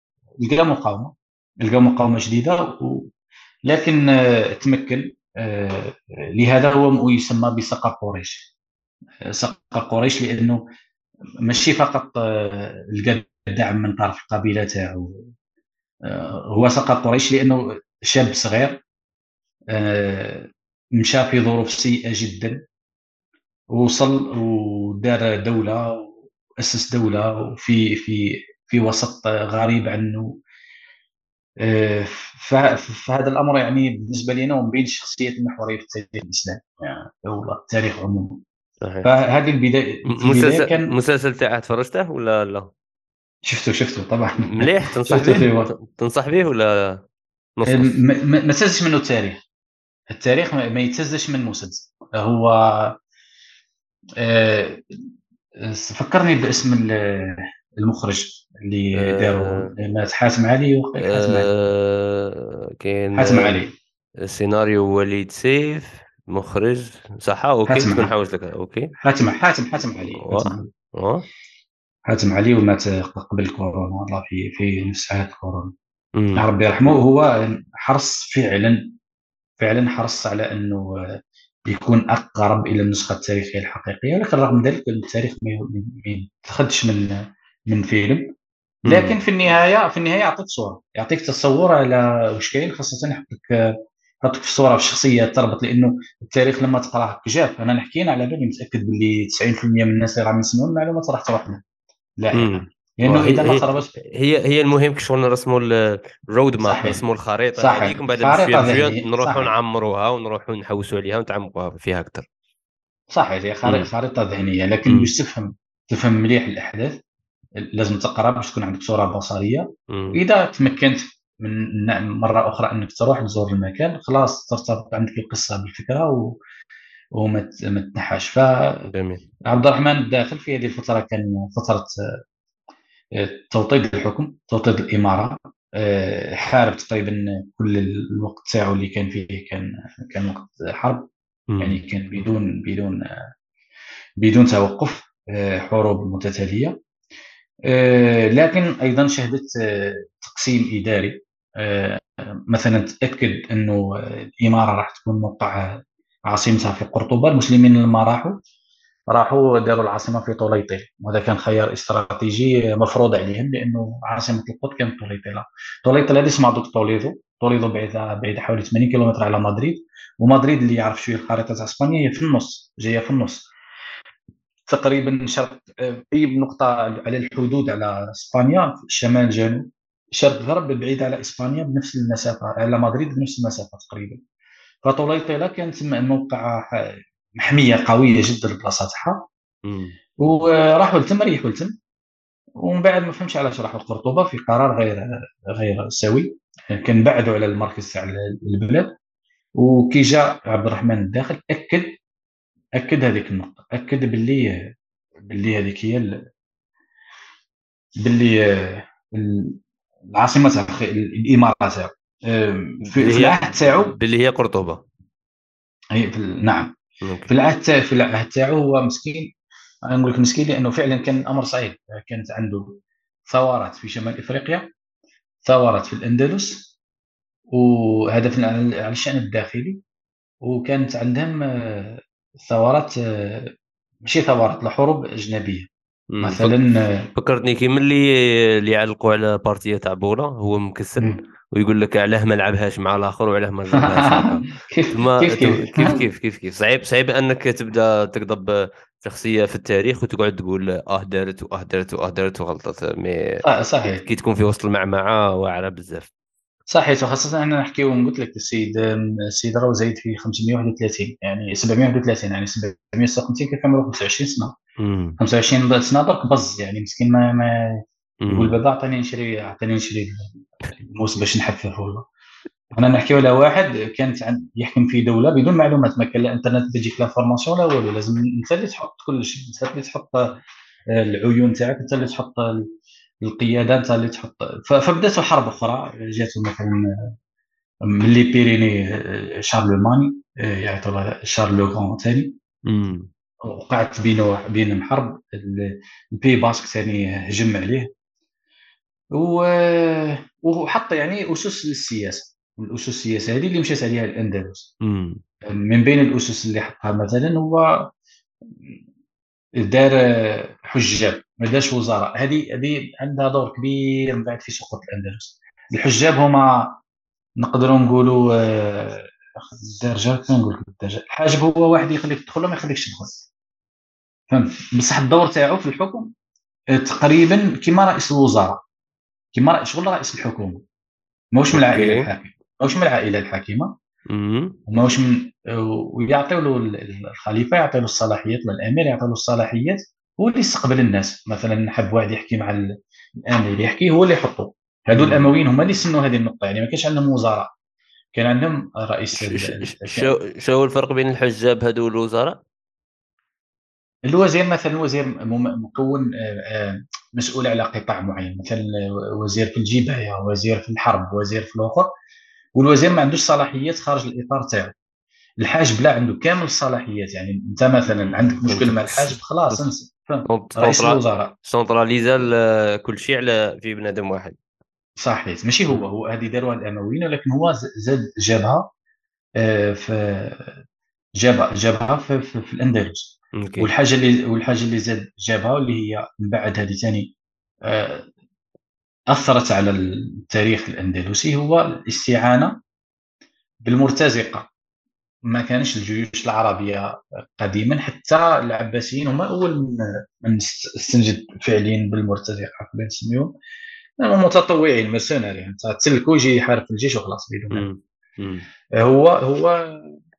لقى مقاومه شديده لكن تمكن. لهذا هو يسمى بسقر قريش. سقر قريش لانه ماشي فقط لقى دعم من طرف القبيله تاعو، هو سقط قريش لانه شاب صغير، مشى في ظروف سيئه جدا، ووصل ودار دوله، واسس دوله في وسط غريب عنه. فهذا الامر يعني بالنسبه لنا ومن بين الشخصيات المحوريه في التاريخ الاسلامي، يعني هو التاريخ عموما. صحيح. فهذه البدايه، في البدايه كان. مسلسل تاعه تفرجته ولا لا؟ شفته طبعا. مليح، تنصح شفته به؟ في تنصح به ولا نص نص؟ ما تهزش منه التاريخ. التاريخ ما يتهزش من مسلسل. هو آه، فكرني باسم المخرج اللي داروا، آه مات حاتم علي، وقيل حاتم علي. كاين حاتم علي. سيناريو وليد سيف، مخرج صح، اوكي حاتم تكون حوس لك اوكي. حاتم علي. واه واه. حاتم علي، ومات قبل كورونا، الله في نفس عهد كورونا. يا امم ربي يرحمه. هو حرص فعلا حرص على انه يكون اقرب الى النسخه التاريخيه الحقيقيه، ولكن رغم ذلك التاريخ ما يتخذش من فيلم. لكن امم في النهايه يعطيك تصور على واش كاين، خاصه يحطك في الصوره، في الشخصيه تربط. لانه التاريخ لما تقراه كجاف، انا نحكي على بالي متاكد باللي 90% من الناس اللي راهم يسمعون المعلومات راح تروح لهم لاحقا، لانه وهي اذا ما هي قربت. هي المهم كشغل نرسموا الرود ماب، صحيح. نرسموا الخريطه هذيك، صحيح. ومن بعد بشويه خارطه بشويه ذهنيه. نروحوا صحيح. نعمروها ونروحوا نحوسوا عليها ونتعمقوا فيها اكثر. صحيح. هي امم خارطه ذهنيه، لكن امم باش تفهم مليح الاحداث لازم تقرا باش تكون عندك صوره بصريه. امم واذا تمكنت من مره اخرى انك تروح تزور المكان، خلاص ترتبط عندك القصه بالفكره ما تنحاش. فعبد جميل. الرحمن الداخل في هذه الفتره كان فتره توطيد الحكم، توطيد الاماره. حارب تقريبا كل الوقت تاعو اللي كان فيه، كان وقت حرب، يعني كان بدون توقف، حروب متتاليه. لكن ايضا شهدت تقسيم اداري. مثلا تاكد انه الاماره راح تكون موقع عاصمتها في قرطبه. المسلمين لما راحوا داروا العاصمه في طليطل، وهذا كان خيار استراتيجي مفروض عليهم، لانه عاصمه القدس كانت طليطله. طليطل هذه اسمها دوك طوليدو بعيده حوالي 80 كيلومتر على مدريد. ومدريد اللي يعرف شويه الخريطه تاع اسبانيا هي في النص، جايه في النص تقريبا، شرق اي نقطه على الحدود على اسبانيا، شمال جنوب شرق غرب، بعيد على اسبانيا بنفس المسافه، على مدريد بنفس المسافه تقريبا. فطوليطله كانت موقع محميه قويه جدا البلاصه تاعها. امم وراحوا لتم، ريحوا لتم. ومن بعد ما فهمتش علاش راحوا لقرطبه في قرار غير سوي. كان بعدوا على المركز تاع البلاد. وكي جا عبد الرحمن الداخل اكد هذيك النقطه، اكد باللي هذيك هي باللي العاصمه تاع الاماره تاعو. في العهد تاعو. باللي هي قرطبة. نعم. اوكي. في العهد تاعو هو مسكين. انا نقول لك مسكين لانه فعلا كان الامر صعيب. كانت عنده ثورات في شمال افريقيا، ثورات في الاندلس، وهذا على الشان الداخلي. وكانت عندهم ثورات، ماشي ثورات، الحروب اجنبيه أمم، فك... مثلا. فكرتني كي اللي يعلقوا على بارتيه تاع بولا هو مكسل، مم. ويقول لك علاه ما لعبهاش مع الاخر وعلاه ما جابهاش هكا. كيف تما كيف كيف كيف صعيب انك تبدا تقضب شخصيه في التاريخ وتقعد تقول دارت وغلطت مي. صحيح. كي تكون في وسط المعمعه واعره بزاف. صحيح، وخاصة أننا نحكيو، قلت لك السيد راهو زايد في 531، يعني 731، يعني 756 كيف عمره 25 سنة. امم 25 سنة درك بز، يعني مسكين ما يقول امم بابا عطيني نشري الموس باش نحفف والله. انا نحكيو على واحد كانت يحكم في دوله بدون معلومات، ما كان لا انترنت تجيك لافورماسيون لا والو، لازم انت اللي تحط كل شيء، انت اللي تحط العيون تاعك، انت اللي تحط القياده، انت اللي تحط. فبدات حرب اخرى جاتو مثلا من لي بيريني. شارلماني يعيطوا له شارل لو غون ثاني. امم وقعت بينهم حرب. البي باسك ثاني هجم عليه. وحط يعني اسس للسياسه. الاسس السياسه هذه اللي مشات عليها الاندلس. امم من بين الاسس اللي حطها مثلا هو دار حجاب، ما دارش وزراء. هذه عندها دور كبير من بعد في سقوط الاندلس. الحجاب هما نقدروا نقولوا الدرجه، كيف نقول لك الدرجه، الحاجب هو واحد يخليك تدخل وما يخليكش تدخل. فهمت؟ بصح الدور تاعو في الحكم تقريبا كما رئيس الوزراء، كما شغل رئيس الحكومه. ماهوش من العائله اوكي. الحاكمه، ماهوش من العائله الحاكمه. امم وماهوش من ويعطيو له الخليفه، يعطيو له الصلاحيات، ولا الامير يعطيو له الصلاحيات. هو اللي يستقبل الناس، مثلا حب واحد يحكي مع الامير يحكي، هو اللي يحطه. هذو امم الامويين هما اللي سنوا هذه النقطه، يعني ما كانش عندهم وزراء، كان عندهم رئيس شو الفرق بين الحجاب هذو والوزراء؟ الوزير. مثلا الوزير مكون مسؤول على قطاع معين، مثلا وزير في الجبايه، وزير في الحرب، وزير في الاخر. والوزير ما عندوش صلاحيات خارج الاطار تاعو. الحاجب لا، عنده كامل الصلاحيات. يعني انت مثلا عندك مشكل مع فهمتك. الحاجب، خلاص انسى، فهمت؟ رئيس سونترا الوزراء. سونتراليزا كل شيء على في بنادم واحد. صحيح، ماشي هو هذه داروها الامويين، ولكن هو زاد جابها في جابها في الاندلس. اوكي. والحاجه اللي زاد جابها، واللي هي من بعد هذه ثاني اثرت على التاريخ الاندلسي، هو الاستعانه بالمرتزقه. ما كانش الجيوش العربيه قديما، حتى العباسيين هما اول من استنجد فعليا بالمرتزقه، خلينا نسميهم. هم متطوعين مرسنري، يعني تسلكوا يجي يحارب في الجيش وخلاص بدون هذا. امم امم هو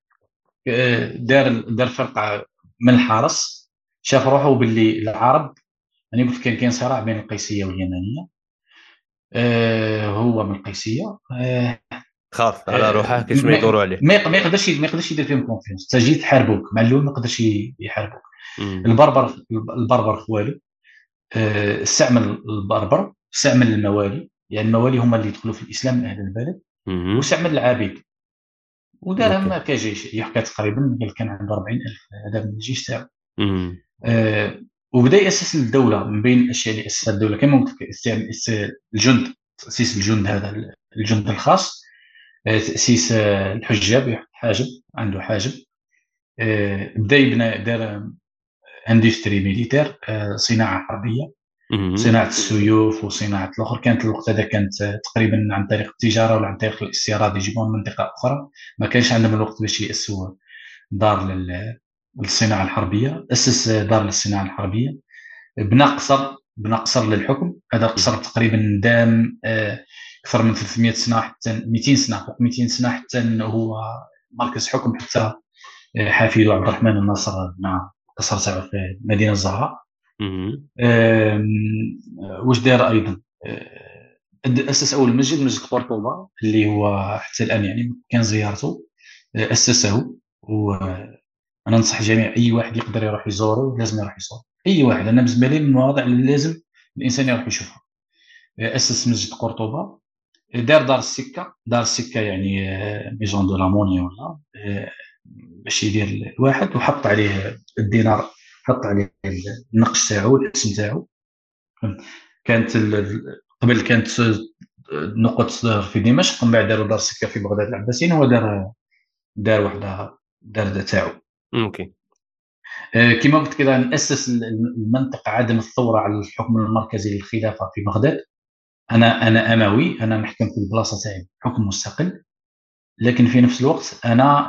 دار فرقه من الحرس. شاف روحه باللي العرب، يعني قلت كان صراع بين القيسيه واليمنيه. هو من القيسيه. خاف على روحه كاش ما يدوروا عليه. ما يقدرش يدير فيهم كونفيونس. تجي تحاربوك مع الاول، ما يقدرش يحاربوك. امم البربر خوالو. استعمل الموالي، يعني الموالي هم اللي يدخلوا في الاسلام من اهل البلد. امم واستعمل العبيد اوكي. ودارهم كجيش. يحكى تقريبا قال كان عنده 40,000 هذا من الجيش تاعو. امم آه، وبدا ياسس الدوله. من بين الاشياء اللي اسسها الدوله كما قلت لك، الجند، تاسيس الجند، هذا الجند الخاص. تاسيس الحجاب، حاجب، عنده حاجب. بدا يبنى، دار اندستري ميليتير، صناعه حربيه، امم صناعه السيوف وصناعه الاخر. كانت الوقت هذا كانت تقريبا عن طريق التجاره ولا عن طريق الاستيراد، يجيبون من منطقه اخرى. ما كانش عندهم الوقت باش ياسسوا دار للصناعه الحربيه. اسس دار للصناعه الحربيه. بنى قصر للحكم. هذا القصر تقريبا دام اكثر من 300 سنه، حتى 200 سنه، فوق 200 سنه، حتى هو مركز حكم. حتى حفيده عبد الرحمن الناصر بنى القصر تاعو في المدينه الزهراء. مهم. آم، واش دار ايضا؟ اسس اول مسجد، مسجد قرطبه، اللي هو حتى الان يعني كان زيارته. اسسه. وانا ننصح جميع اي واحد يقدر يروح يزوره، لازم يروح يزور اي واحد. انا بالنسبه لي من المواضيع اللي لازم الانسان يروح يشوفها. اسس مسجد قرطبه. دار السكه. دار السكه يعني ميزون دو لامونيا ولا باش يدير الواحد، وحط عليه الدينار، حط عليه النقش تاعو، الاسم تاعو. كانت قبل كانت نقط في دمشق، من بعد داروا دار السكه في بغداد العباسيين، هو دار وحده، دار تاعو. اوكي. كما قلت كده، اسس المنطقه عدم الثوره على الحكم المركزي للخلافه في بغداد. انا اموي، انا نحكم في البلاصه تاعي حكم مستقل، لكن في نفس الوقت انا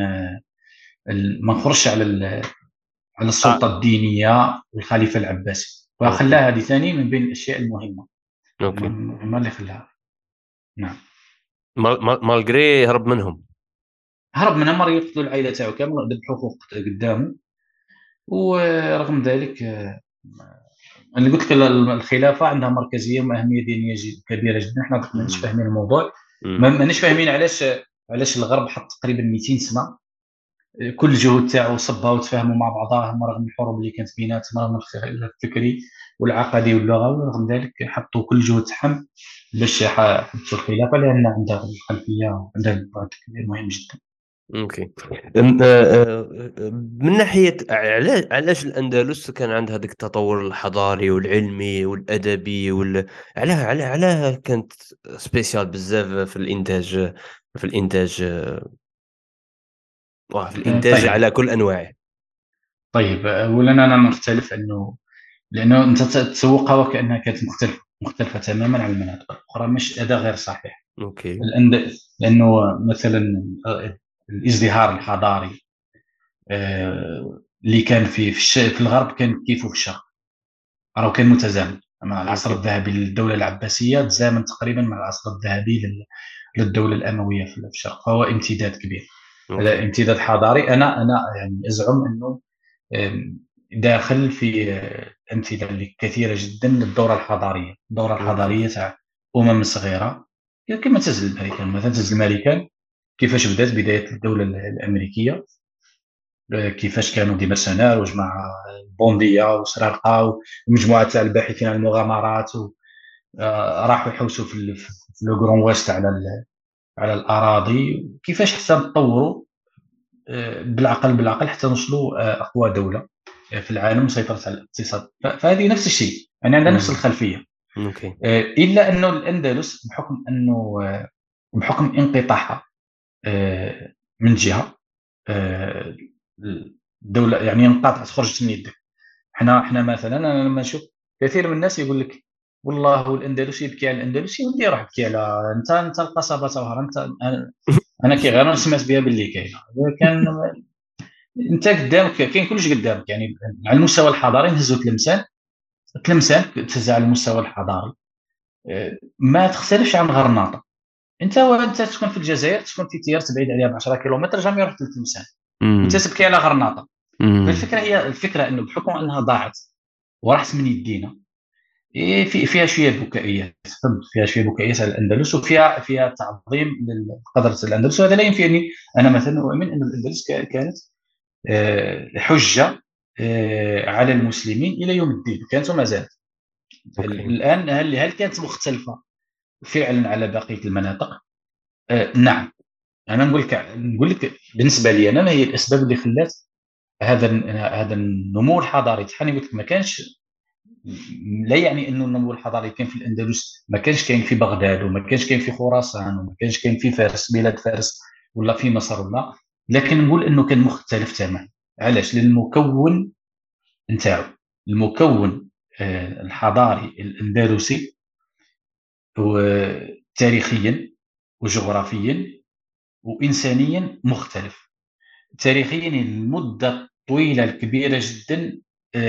ما نخرجش على آه. السلطه الدينيه والخليفه العباسي، اوكي. وخلاها هذه ثاني من بين الاشياء المهمه. اوكي. ما اللي خلاها. نعم. مالغري هرب منهم. هرب من عمر، يقتلوا العائله تاعو كامل، ذبحوا فوق قدامه. ورغم ذلك اللي قلت لك الخلافه عندها مركزيه واهميه دينيه كبيره جدا. احنا ما ماناش مم. فاهمين الموضوع. ما مم. ماناش فاهمين علاش الغرب حط تقريبا 200 سنه كل الجهود تاعو صبها وتفاهموا مع بعضهم، رغم الحروب اللي كانت بيناتهم، رغم الاختلاف الفكري والعقدي واللغوي. رغم ذلك حطوا كل الجهود تاعهم باش يحطوا الخلافه، لان عندها الخلفيه وعندها بعد كبير مهم جدا. اوكي. من ناحية علاش الأندلس كان عندها ذاك التطور الحضاري والعلمي والأدبي علاه كانت سبيسيال بزاف في الإنتاج في الإنتاج طيب. على كل أنواعه. طيب، اولا انا مختلف، لانه انت تسوقها وكانها كانت مختلفه تماما عن المناطق الاخرى، مش هذا غير صحيح. اوكي. لانه مثلا الازدهار الحضاري اللي كان في الغرب كان كيفه في الشرق، راه كان متزامن. مع العصر اوكي. الذهبي للدوله العباسيه تزامن تقريبا مع العصر الذهبي للدوله الامويه في الشرق، فهو امتداد كبير. هذا اوكي. امتداد حضاري. انا يعني ازعم انه داخل في أمثلة كثيرة جدا للدورة الحضارية. الدورة اوكي. الحضارية تاع أمم صغيرة، كما تنزل الأمريكان مثلا. تنزل الأمريكان كيفاش بداية الدولة الأمريكية، كيفاش كانوا دي مرسنار وجماعة بوندية وسرقة ومجموعة تاع الباحثين عن المغامرات، راحوا يحوسوا في لو كرون ويست على الأراضي. كيفاش حتى تطوروا بالعقل حتى نوصلوا أقوى دولة في العالم وسيطرت على الاقتصاد. فهذه نفس الشيء، يعني عندنا نفس مم. الخلفيه. اوكي. الا انه الاندلس بحكم انه بحكم انقطاعها من جهه آه، الدوله يعني انقطعت، خرجت من يدك. احنا مثلا، انا لما نشوف كثير من الناس يقول لك والله الاندلس يبكي على الاندلس. يا ودي روح ابكي على انت القصبه تظهر انت. انا كي غير سمعت بها باللي كاينه كان. انت قدامك كاين كلش قدامك، يعني على المستوى الحضاري نهزوا تلمسان تهز على المستوى الحضاري ما تختلفش عن غرناطه. انت تكون في الجزائر، تكون في تيار بعيد عليها ب 10 كيلومتر، جامي رحت لتلمسان وانت مم. تبكي على غرناطه. مم. فالفكره هي الفكره انه بحكم انها ضاعت وراحت من يدينا، فيها شويه بكائيات، فهمت؟ فيها شويه بكائيات على الاندلس، وفيها تعظيم لقدره الاندلس. وهذا لا ينفيني. انا مثلا اؤمن ان الاندلس كانت حجه على المسلمين الى يوم الدين، كانت وما زالت. اوكي. الان هل كانت مختلفه فعلا على بقيه المناطق؟ نعم. انا نقول لك بالنسبه لي انا، ما هي الاسباب اللي خلات هذا النمو الحضاري تحني؟ قلت لك ما كانش. لا يعني انه النمو الحضاري كان في الاندلس ما كانش كاين في بغداد، وما كانش كاين في خراسان، وما كانش كاين في فارس، بلاد فارس، ولا في مصر، ولا. لكن نقول انه كان مختلف تماما. علاش؟ للمكون نتاعو. المكون الحضاري الاندلسي تاريخيا وجغرافيا وانسانيا مختلف. تاريخيا المده الطويله الكبيره جدا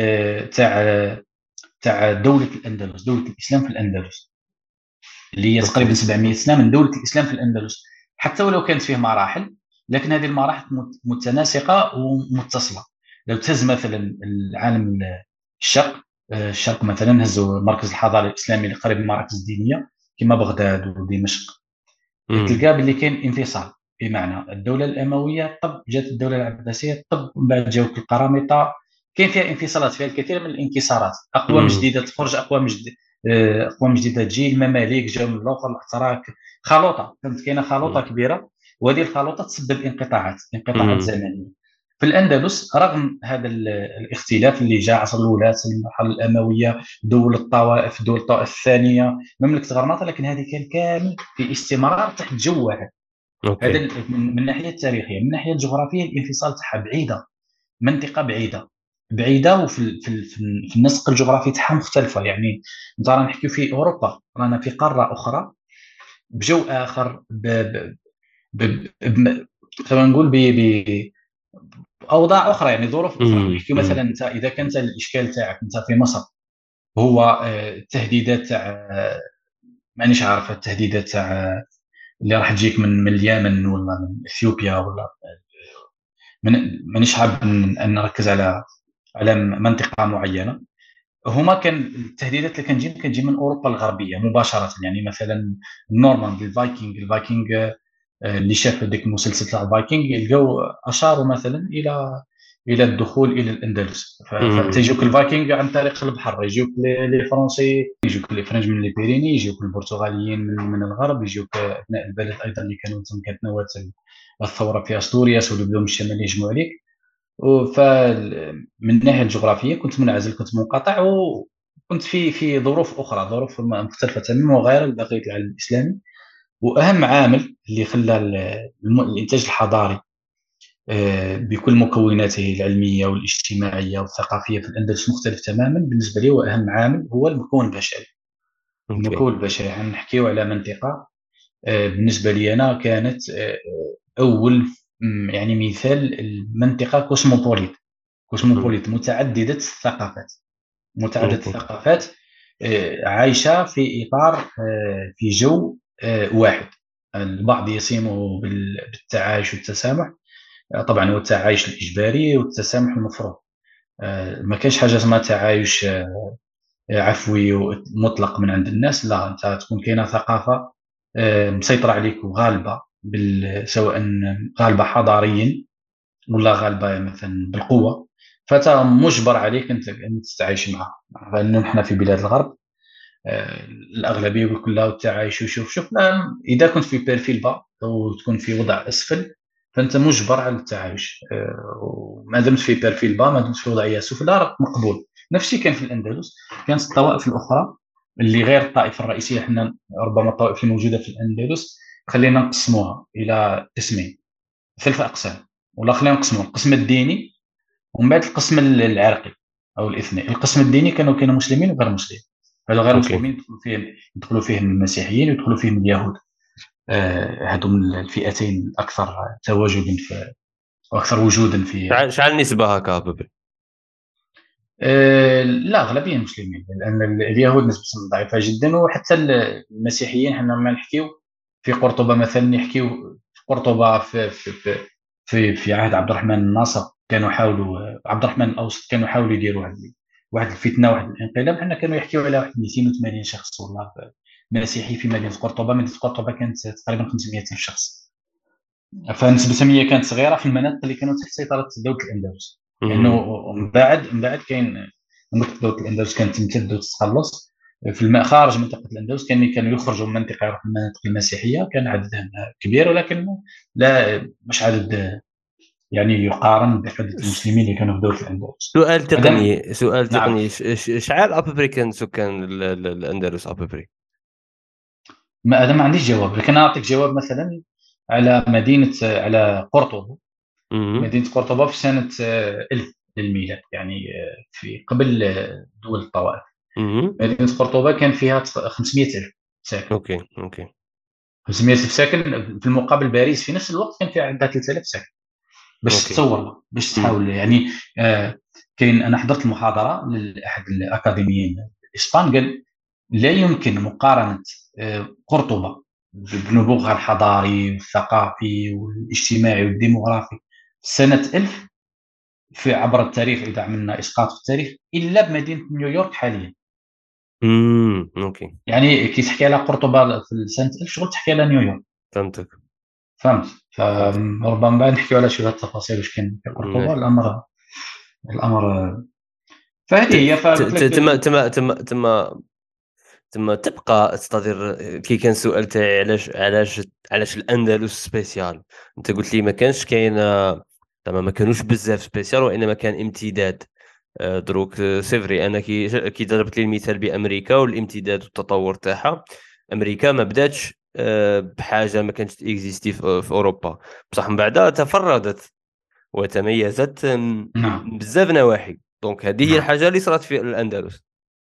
تاع دوله الاندلس، دوله الاسلام في الاندلس، اللي هي اوكي. تقريبا 700 سنه من دوله الاسلام في الاندلس. حتى ولو كانت فيه مراحل، لكن هذه المراحل متناسقه ومتصله. لو تهز مثلا العالم الشرق. الشرق مثلا هزوا المركز الحضاري الاسلامي اللي قريب من المراكز الدينيه كما بغداد ودمشق. امم. تلقى باللي كاين انفصال، بمعنى الدوله الامويه طب جات الدوله العباسيه طب من بعد جاوك القرامطه. كاين فيها انفصالات، فيها الكثير من الانكسارات، اقوام امم. جديده تخرج، اقوام جديده تجي، المماليك جاو من الاخر، الاتراك، خلطه، فهمت؟ كاينه خلطه كبيره، وهذه الخلطه تسبب انقطاعات امم. زمنيه. في الاندلس رغم هذا الاختلاف اللي جاء عصر الولاة، المرحله الامويه، دول الطوائف، دول الطائفه الثانيه، مملكه غرناطه، لكن هذه كان كامل في استمرار تحت جو واحد. هذا اوكي. من الناحيه التاريخيه. من الناحيه الجغرافيه الانفصال تاعها بعيده، منطقه بعيده، في النسق الجغرافي تاعها مختلفه. يعني انت رانا نحكيو في اوروبا، رانا في قاره اخرى بجو اخر، ب... ب... خلينا نقول باوضاع اخرى، يعني ظروف اخرى. امم. نحكيو مثلا انت اذا كانت الاشكال تاعك انت في مصر هو التهديدات تاع مانيش عارف، التهديدات تاع اللي راح تجيك من اليمن ولا من اثيوبيا، ولا مانيش حاب ان نركز على منطقه معينه. هما كان التهديدات اللي كتجي من اوروبا الغربيه مباشره، يعني مثلا النورمان، الفايكنج اللي شافوا ديك المسلسل تاع الفايكنج يلقاو اشاروا مثلا الى الدخول الى الاندلس. امم. فتيجوك الفايكنج عن طريق البحر، يجوك لي فرونسي، يجوك لي فرنج من لي بيريني، يجوك البرتغاليين من الغرب، يجوك ابناء البلد ايضا اللي كانوا تم، كانت نواه الثوره في استورياس والبلاد الشماليه يجمعوا عليك. فمن الناحيه الجغرافيه كنت منعزل، كنت منقطع، وكنت في ظروف اخرى، ظروف مختلفه تماما وغير بقيه العالم الاسلامي. واهم عامل اللي خلى الانتاج الحضاري بكل مكوناته العلميه والاجتماعيه والثقافيه في الاندلس مختلف تماما بالنسبه لي، واهم عامل هو المكون البشري. اوكي. المكون البشري نحكيو على منطقه بالنسبه لي انا كانت اول يعني مثال المنطقه كوسموبوليت متعدده الثقافات، اوكي. عايشه في اطار في جو واحد. البعض يصيمه بالتعايش والتسامح، طبعا هو التعايش الاجباري والتسامح المفروض. ما كاينش حاجه اسمها تعايش عفوي ومطلق من عند الناس، لا، انت تكون كاينه ثقافه مسيطره عليك وغالبه سواء غالبه حضاريا ولا غالبه مثلا بالقوه، فانت مجبر عليك انت تتعايش معها. لان نحن في بلاد الغرب الاغلبيه يقول لك لا التعايش، وشوف لا، اذا كنت في بيرفيل با او تكون في وضع اسفل فانت مجبر على التعايش، وما دمت في بيرفيل با، ما دمت في وضعيه سفلى راك مقبول. نفس الشيء كان في الاندلس. كانت الطوائف الاخرى اللي غير الطائفه الرئيسيه، احنا ربما الطوائف الموجوده في الاندلس خلينا نقسموها الى قسمين، 3 اقسام، ولا خلينا نقسموا القسم الديني ومن بعد القسم العرقي او الاثني. القسم الديني كانوا مسلمين وغير مسلمين. هذو غير اوكي. مسلمين يدخلوا فيهم المسيحيين ويدخلوا فيهم اليهود. هذو من الفئتين الاكثر تواجدا واكثر وجودا في. شحال النسبه هكا بابي؟ لا، غالبيا مسلمين، لان اليهود نسبتهم ضعيفه جدا، وحتى المسيحيين حنا ما نحكيو في قرطبه مثلا، يحكيو في قرطبه في عهد عبد الرحمن الناصر، كانوا حاولوا عبد الرحمن الاوسط كانوا حاولوا يديروا واحد الفتنه، واحد الانقلاب. حنا كانوا يحكيو على واحد 280 شخص والله مسيحي في مدينه قرطبه. مدينه قرطبه كانت تقريبا 500 الف شخص، فنسبتهم هي كانت صغيره في المناطق اللي كانوا تحت سيطره دوله الاندلس. لانه امم. من بعد كاين منطقه دوله الاندلس كانت تمتد وتتخلص في الماء خارج منطقه الاندلس. كانوا يخرجوا من المنطقه يروحوا المناطق المسيحيه، كان عددهم كبير، ولكن لا مش عدد يعني يقارن بعدد المسلمين اللي كانوا في دوله الاندلس. سؤال ادم. تقني، سؤال نعم. تقني، شحال ابري كان سكان الاندلس ابري؟ ما ادم ما عنديش جواب، لكن اعطيك جواب مثلا على على قرطبه. امم. مدينة قرطبة في سنة 1000 للميلاد، يعني في قبل دول الطوائف. امم. مدينة قرطبة كان فيها 500 ألف ساكن. اوكي. اوكي. 500 ألف ساكن. في المقابل باريس في نفس الوقت كان فيها عندها 3000 ساكن. باش اوكي. تتصور، باش امم. تحاول يعني. كاين، أنا حضرت المحاضرة لأحد الأكاديميين الإسبان، قال لا يمكن مقارنة قرطبة بنبوغها الحضاري والثقافي والاجتماعي والديموغرافي سنة 1000 في عبر التاريخ إذا عملنا إسقاط في التاريخ إلا بمدينة نيويورك حاليا. اوكي. يعني كي تحكي على قرطبة في سنة 1000 شغل تحكي على نيويورك. فهمتك. فهمت. فهمتك. فربما بعد نحكيو على شوية التفاصيل واش كاين في قرطبة. ماشي. الأمر فهذه هي فقلت لك تما تبقى استدير. كي كان السؤال تاعي علاش الاندلس سبيسيال، انت قلت لي ما كانش كاين، زعما ما كانوش بزاف سبيسيال وانما كان امتداد. دروك سيفري انا كي ضربت لي المثال بامريكا والامتداد والتطور تاعها. امريكا ما بداتش بحاجه ما كانتش اكزيستي في اوروبا، بصح من بعدها تفردت وتميزت نعم. بزاف نواحي. دونك هذه هي نعم. الحاجه اللي صارت في الاندلس.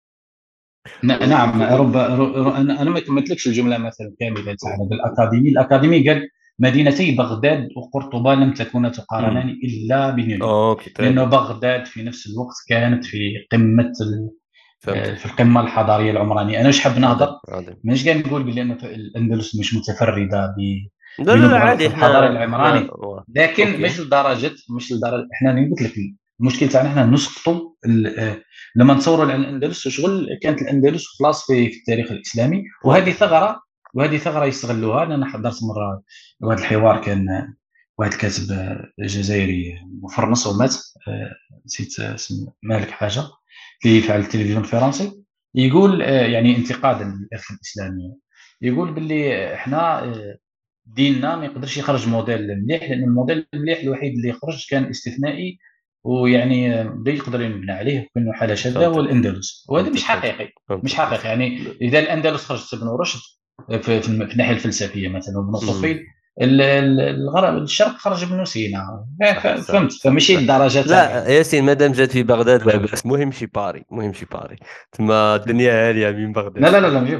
نعم. أنا ما كملتلكش الجملة مثلا كاملة تاع الأكاديمي قال مدينتي بغداد وقرطبة لم تكونا تقارنان إلا بنيويورك، اوكي تري لأنه بيان. بغداد في نفس الوقت كانت في قمة فهمتك. في القمة الحضارية العمرانية. أنا واش حاب نهضر، عظيم عظيم. مانيش قاعد نقول بلي أن الأندلس مش متفردة لا لا لا، بنبغى عادي. الحضاري احنا العمراني، لكن اوكي. مش لدرجة احنا اللي قلت لك المشكل تاعنا احنا نسقطوا لما نتصوروا على الاندلس شغل كانت الاندلس خلاص في التاريخ الاسلامي، واضح واضح. وهذه ثغره يستغلوها. انا حضرت مره واحد الحوار كان واحد الكاتب جزائري مفرنس ومات، نسيت اسم مالك حاجه، في على التلفزيون الفرنسي، يقول يعني انتقادا للارث الاسلامي، يقول باللي احنا ديننا ما يقدرش يخرج موديل مليح، لان الموديل المليح الوحيد اللي خرج كان استثنائي، ويعني لا يقدر يبنى عليه كأنه حاله شاذه هو فهمتك الاندلس، وهذا مش فهمتك حقيقي. مش فهمتك حقيقي فهمتك. يعني اذا الاندلس خرجت ابن رشد في الناحيه الفلسفيه مثلا وابن أمم. طفيل، الغرب الشرق خرج ابن سينا. صح صح فهمت، صح فماشي صح. الدرجه تاع لا ياسين، مادام جات في بغداد لا بأس. مهم شي باري، مهم شي باري. تما الدنيا هادية من بغداد. لا ماشي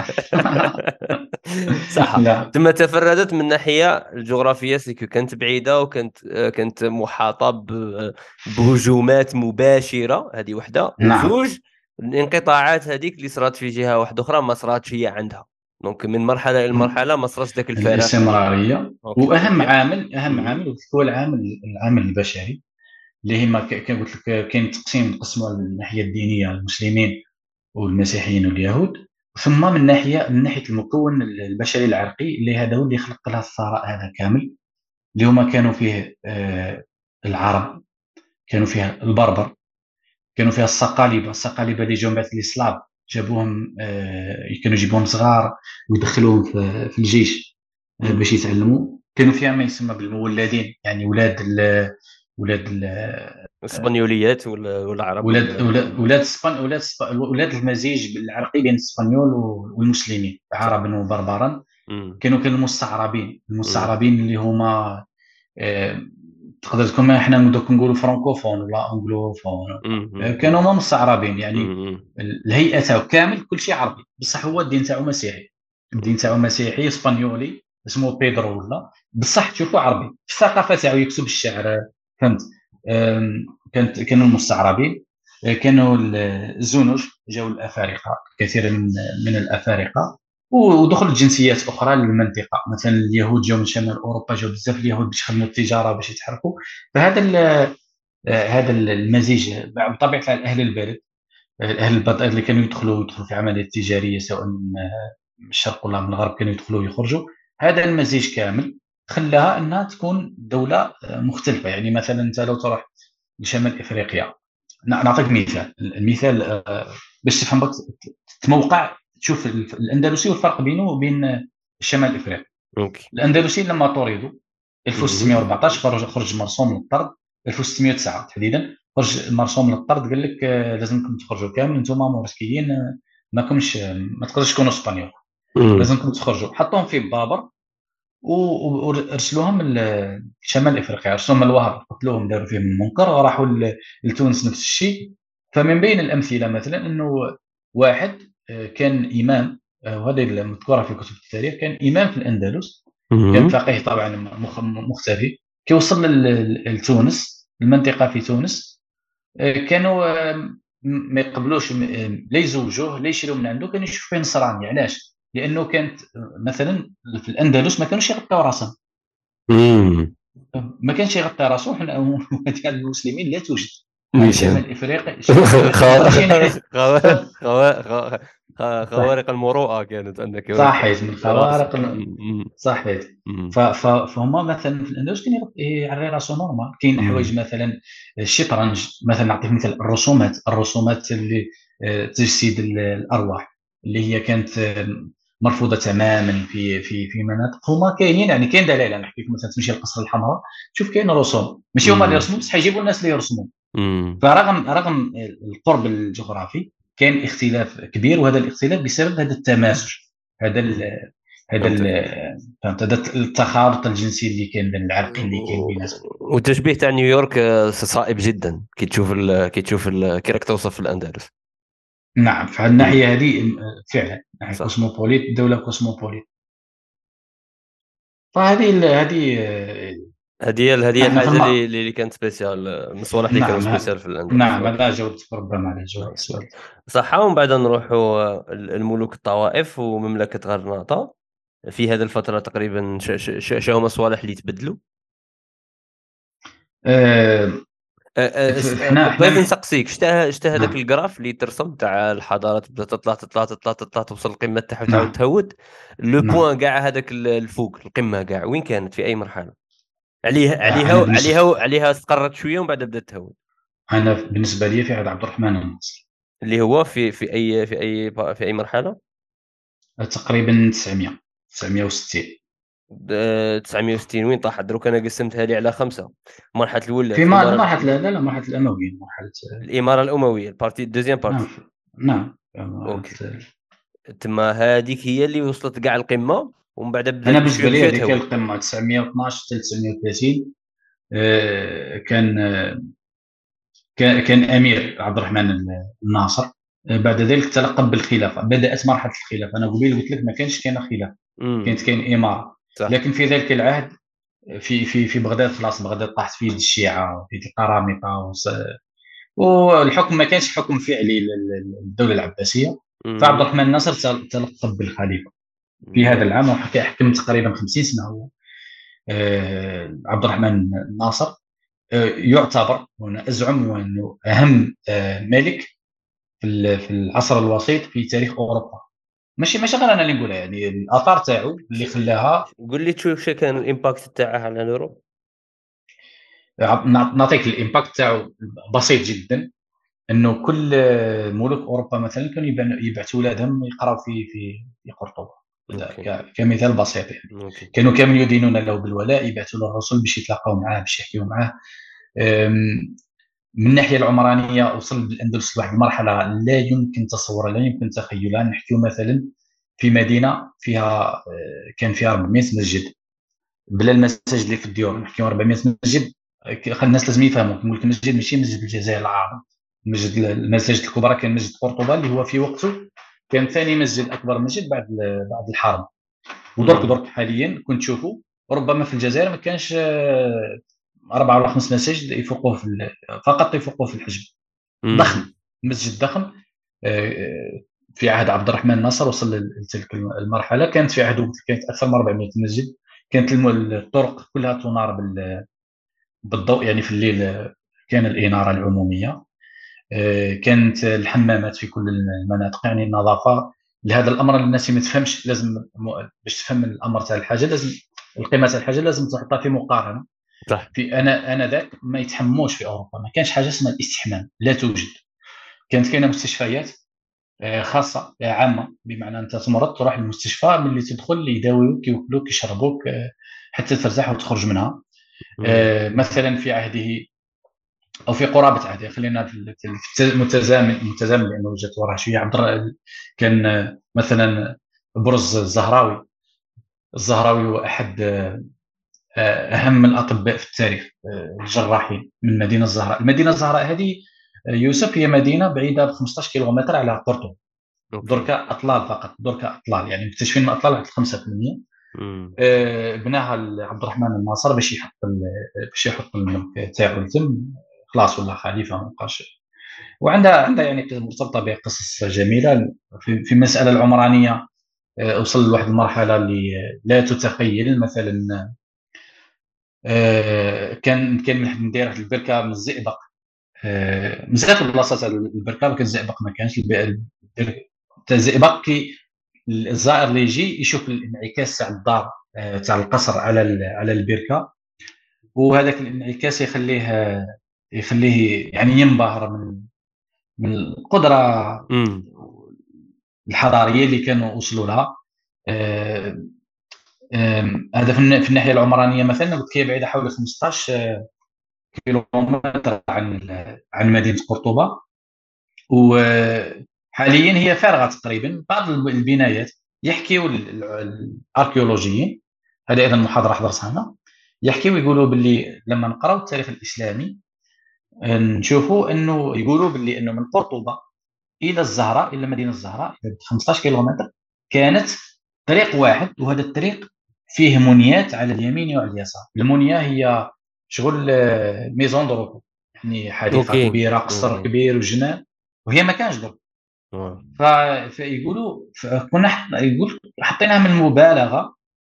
صح. لا. ثم تفردت من الناحية الجغرافية، سيكو كانت بعيدة وكانت كانت محاطة بهجومات مباشرة، هذه وحدة. نعم. وزوج، الانقطاعات هذيك اللي صرات في جهة واحدة أخرى ما صراتش هي عندها. دونك من مرحلة إلى مرحلة ما صراتش ذاك الفراغ هذاك. الاستمراريه. اوكي تري واهم بيان. عامل، هو العامل البشري، اللي هما كان قلت لك كاين تقسيم، نقسموا على الناحيه الدينيه المسلمين والمسيحيين واليهود، ثم من ناحيه المكون البشري العرقي اللي هذا هو اللي خلق لها الثراء هذا كامل، اللي هما كانوا فيه العرب، كانوا فيها البربر، كانوا فيها الصقالبه اللي جاوا من بعد الاسلام، جابوهم كانوا يجيبوهم صغار ويدخلوهم في الجيش باش يتعلموا. كانوا فيها ما يسمى بالمولدين، يعني ولاد اسبانيوليات والعرب ولاد المزيج العرقي بين الاسبانيول والمسلمين صح. عربا وبربرا. امم. كان امم. المستعربين اللي هما آه، تقدر تكون احنا دوك نقولوا فرانكوفون ولا انجلوفون، كانوا هما مستعربين يعني. امم. الهيئه تاعو كامل كل شيء عربي، بصح هو الدين تاعو مسيحي. الدين تاعو مسيحي اسبانيولي، اسمه بيدرو ولا، بصح تشوفه عربي. الثقافه تاعو يكتب الشعر، فهمت. كانوا المستعربين، كانوا الزنوج، جاوا الافارقه كثير من الافارقه، ودخلت جنسيات اخرى للمنطقه، مثلا اليهود جاوا من شمال اوروبا، جاوا بزاف اليهود باش يخدموا التجاره باش يتحركوا. فهذا هذا المزيج بطبيعه الحال اهل البلد، اهل البلد اللي كانوا يدخلوا في عمليات تجاريه سواء من الشرق ولا من الغرب، كانوا يدخلوا ويخرجوا. هذا المزيج كامل خلاها انها تكون دوله مختلفه. يعني مثلا انت لو تروح لشمال افريقيا، نعطيك مثال، المثال باش تفهم بك تموقع تشوف الاندلسي والفرق بينه وبين الشمال الافريقي. اوكي. الاندلسي لما طردوا امم. 1614 خرج مرسوم للطرد. 1609 تحديدا خرج مرسوم للطرد، قال لك لازمكم تخرجوا كامل، انتم مورسكيين، ماكمش ما تقدرش تكونوا اسبانيول، لازمكم تخرجوا. حطوهم في بابر وارسلوهم لشمال افريقيا، ارسلوهم الوهاب، قتلوهم، داروا فيهم المنكر وراحوا لتونس نفس الشيء. فمن بين الامثله مثلا انه واحد كان امام، وهذه المذكوره في كتب التاريخ، كان امام في الاندلس، كان امم. فقيه طبعا مختفي. كي وصل لتونس، المنطقه في تونس، كانوا ما يقبلوش لا يزوجوه لا يشريوا من عنده، كانوا يشوفوا فيه نصراني. علاش؟ لانه كانت مثلا في الاندلس ما كانوش يغطيو راسهم، ما كانش يغطي راسو. حنا ديال المسلمين لا توجد. هاد نيشان. شمال افريقيا، شمال افريقيا ما غاديش ينحي. صح خوارق المروءة كانت عندك هناك صحيت من براسك. خوارق صحيت. فهما مثلا في الاندلس كان يعري راسو نورمال. كاين حوايج مثلا الشطرنج مثلا، نعطيك مثال الرسومات اللي تجسيد الارواح، اللي هي كانت مرفوضه تماما في مناطق هما كاينين. يعني كاين دلائل، نحكي لك مثلا تمشي للقصر الحمراء تشوف كاين رسوم، ماشي هما اللي يرسموا بس حيجيبوا الناس اللي يرسموا. فرغم القرب الجغرافي كان اختلاف كبير، وهذا الاختلاف بسبب هذا التمازج، هذا هذا فهمتك. فهمت، هذا التخابط الجنسي اللي كاين بين العرقي اللي كاين بيناتهم. والتشبيه تاع نيويورك صائب جدا كي راك توصف في الأندلس. نعم، فهذه مم. الناحيه هذه فعلا ناحيه صح. كوسموبوليت، دوله كوسموبوليت. فهذه هذه هذه احنا في الحاجة اللي كانت سبيسيال، من الصوالح اللي كانوا نعم سبيسيال في الأندلس. نعم، اوكي. هذا جاوبت ربما على جواب اوكي. السؤال. صح. ومن بعد نروحوا الملوك الطوائف ومملكة غرناطة. في هذه الفترة تقريبا هما الصوالح اللي تبدلوا. آه، بغيت احنا نسقسيك، شتا هذاك نعم الجراف اللي ترسم تاع الحضارات بدات تطلع تطلع تطلع تطلع توصل القمة تاعها وتعاود نعم تهود. لو نعم. بوان كاع هذاك الفوق القمة كاع وين كانت في أي مرحلة؟ انا بالنسبه عليها استقرت شوية ومن بعد بدات تهود. انا بالنسبه لي في عهد عبد الرحمن الناصر اللي هو في أي مرحلة؟ تقريبا 960. 960 وين طاحت؟ دروك أنا قسمتها لي على 5. المرحلة الأولى في في مرحله لا مرحله الامويين، مرحله الإمارة الأموية، البارتي الدوزيام نعم بارتي. نعم أوكي. مرحله. تما هذيك هي اللي وصلت كاع القمة ومن بعد بدات انا بشوية بالنسبه لي بشوية هذيك تهود. القمه 912 حتى 930. كان كان امير عبد الرحمن الناصر. بعد ذلك تلقب بالخلافه، بدات مرحله الخلافه. انا قبيل قلت لك ما كانش كاين خلافه، امم. كاين اماره. صح. لكن في ذلك العهد في بغداد، خلاص بغداد طاحت في يد الشيعه في يد القرامطه والحكم ما كانش حكم فعلي للدوله العباسيه. فعبد امم. الرحمن الناصر تلقب بالخليفه في هذا العام، وحكم تقريبا 50 سنه هو عبد الرحمن الناصر. يعتبر هنا ازعم انه اهم ملك في العصر الوسيط في تاريخ اوروبا. ماشي غير انا اللي نقولها، يعني الاثار تاعو اللي خلاها. قول لي شو كان الامباكت تاعها على اليورو. نعطيك الامباكت تاعو بسيط جدا. انه كل ملوك اوروبا مثلا كانوا يبعثوا اولادهم يقراوا في قرطبه. اوكي. كمثال بسيط يعني. اوكي. كانوا كامل يدينون له بالولاء، يبعثوا له الرسل باش يتلاقاو معاه باش يحكيوا معاه. من الناحيه العمرانيه وصل بالاندلس لواحد المرحله لا يمكن تصورها، لا يمكن تخيلها. نحكيو مثلا في مدينه فيها كان فيها 400 مسجد بلا المساجد اللي في الديور. نحكيو 400 مسجد. الناس لازم يفهموا كنقول لك المسجد ماشي مسجد الجزائر العرب. المساجد الكبرى كان مسجد قرطبه اللي هو في وقته كان ثاني مسجد اكبر مسجد بعد الحرم. ودرك حاليا كنت تشوفوا ربما في الجزائر ما كانش 4 ولا 5 مساجد يفوقوه فقط يفوقوه في الحجم. امم. ضخم، مسجد ضخم. في عهد عبد الرحمن الناصر وصل لتلك المرحله. كانت في عهده كانت اكثر من 400 مسجد. كانت الطرق كلها تنار بالضوء، يعني في الليل كان الاناره العموميه. كانت الحمامات في كل المناطق، يعني النظافه. لهذا الامر الناس ما تفهمش، لازم باش تفهم الامر تاع الحاجه لازم القيمه تاع الحاجه لازم تحطها في مقارنه. صح. في انا ذاك ما يتحموش في اوروبا، ما كانش حاجه اسمها الاستحمام، لا توجد. كانت كاينه مستشفيات خاصه عامه، بمعنى انت تمرض تروح للمستشفى، ملي تدخل يداويوك يوكلوك يشربوك حتى ترتاح وتخرج منها. امم. مثلا في عهده او في قرابه عهده، خلينا في متزامن لانه جات وراه شويه كان مثلا برز الزهراوي هو احد اهم الاطباء في التاريخ، الجراحين من المدينه الزهراء. المدينه الزهراء هذه يوسف هي مدينه بعيده ب 15 كيلومتر على قرطبه. اوكي. دركا اطلال فقط، دركا اطلال، يعني مكتشفين من اطلال واحد 5%. امم. بناها عبد الرحمن الناصر باش يحط الملك تاعو التم، خلاص ولا خليفه ما بقاش. وعندها يعني مرتبطه بقصص جميله في المساله العمرانيه. وصل لواحد المرحله اللي لا تتخيل. مثلا كان من حد دايره البركه من الزئبق. بزاف البلاصات على البركه كان الزئبق ما كانش تاع الزئبق الزائر اللي يجي يشوف الانعكاس تاع الدار تاع القصر على على البركه، وهذاك الانعكاس يخليه يعني ينبهر من القدره امم الحضاريه اللي كانوا وصلوا لها. آه، هذا في الناحيه العمرانيه مثلا قلت لك بعيده حوالي 15 كيلومتر عن مدينه قرطبه، وحاليا هي فارغه تقريبا. بعض البنايات يحكيوا الاركيولوجيين، هذا ايضا محاضره حضرتها انا، يحكيوا يقولوا باللي لما نقراوا التاريخ الاسلامي نشوفوا انه يقولوا باللي انه من قرطبه الى الزهراء، الى مدينه الزهراء 15 كيلومتر، كانت طريق واحد، وهذا الطريق فيه منيات على اليمين وعلى اليسار. المنيا هي شغل ميزون دروكو، يعني حديقه اوكي كبيره، قصر اوكي كبير وجنان، وهي ما كانش درك. آه. فيقولوا كنا يقول حطيناها من المبالغه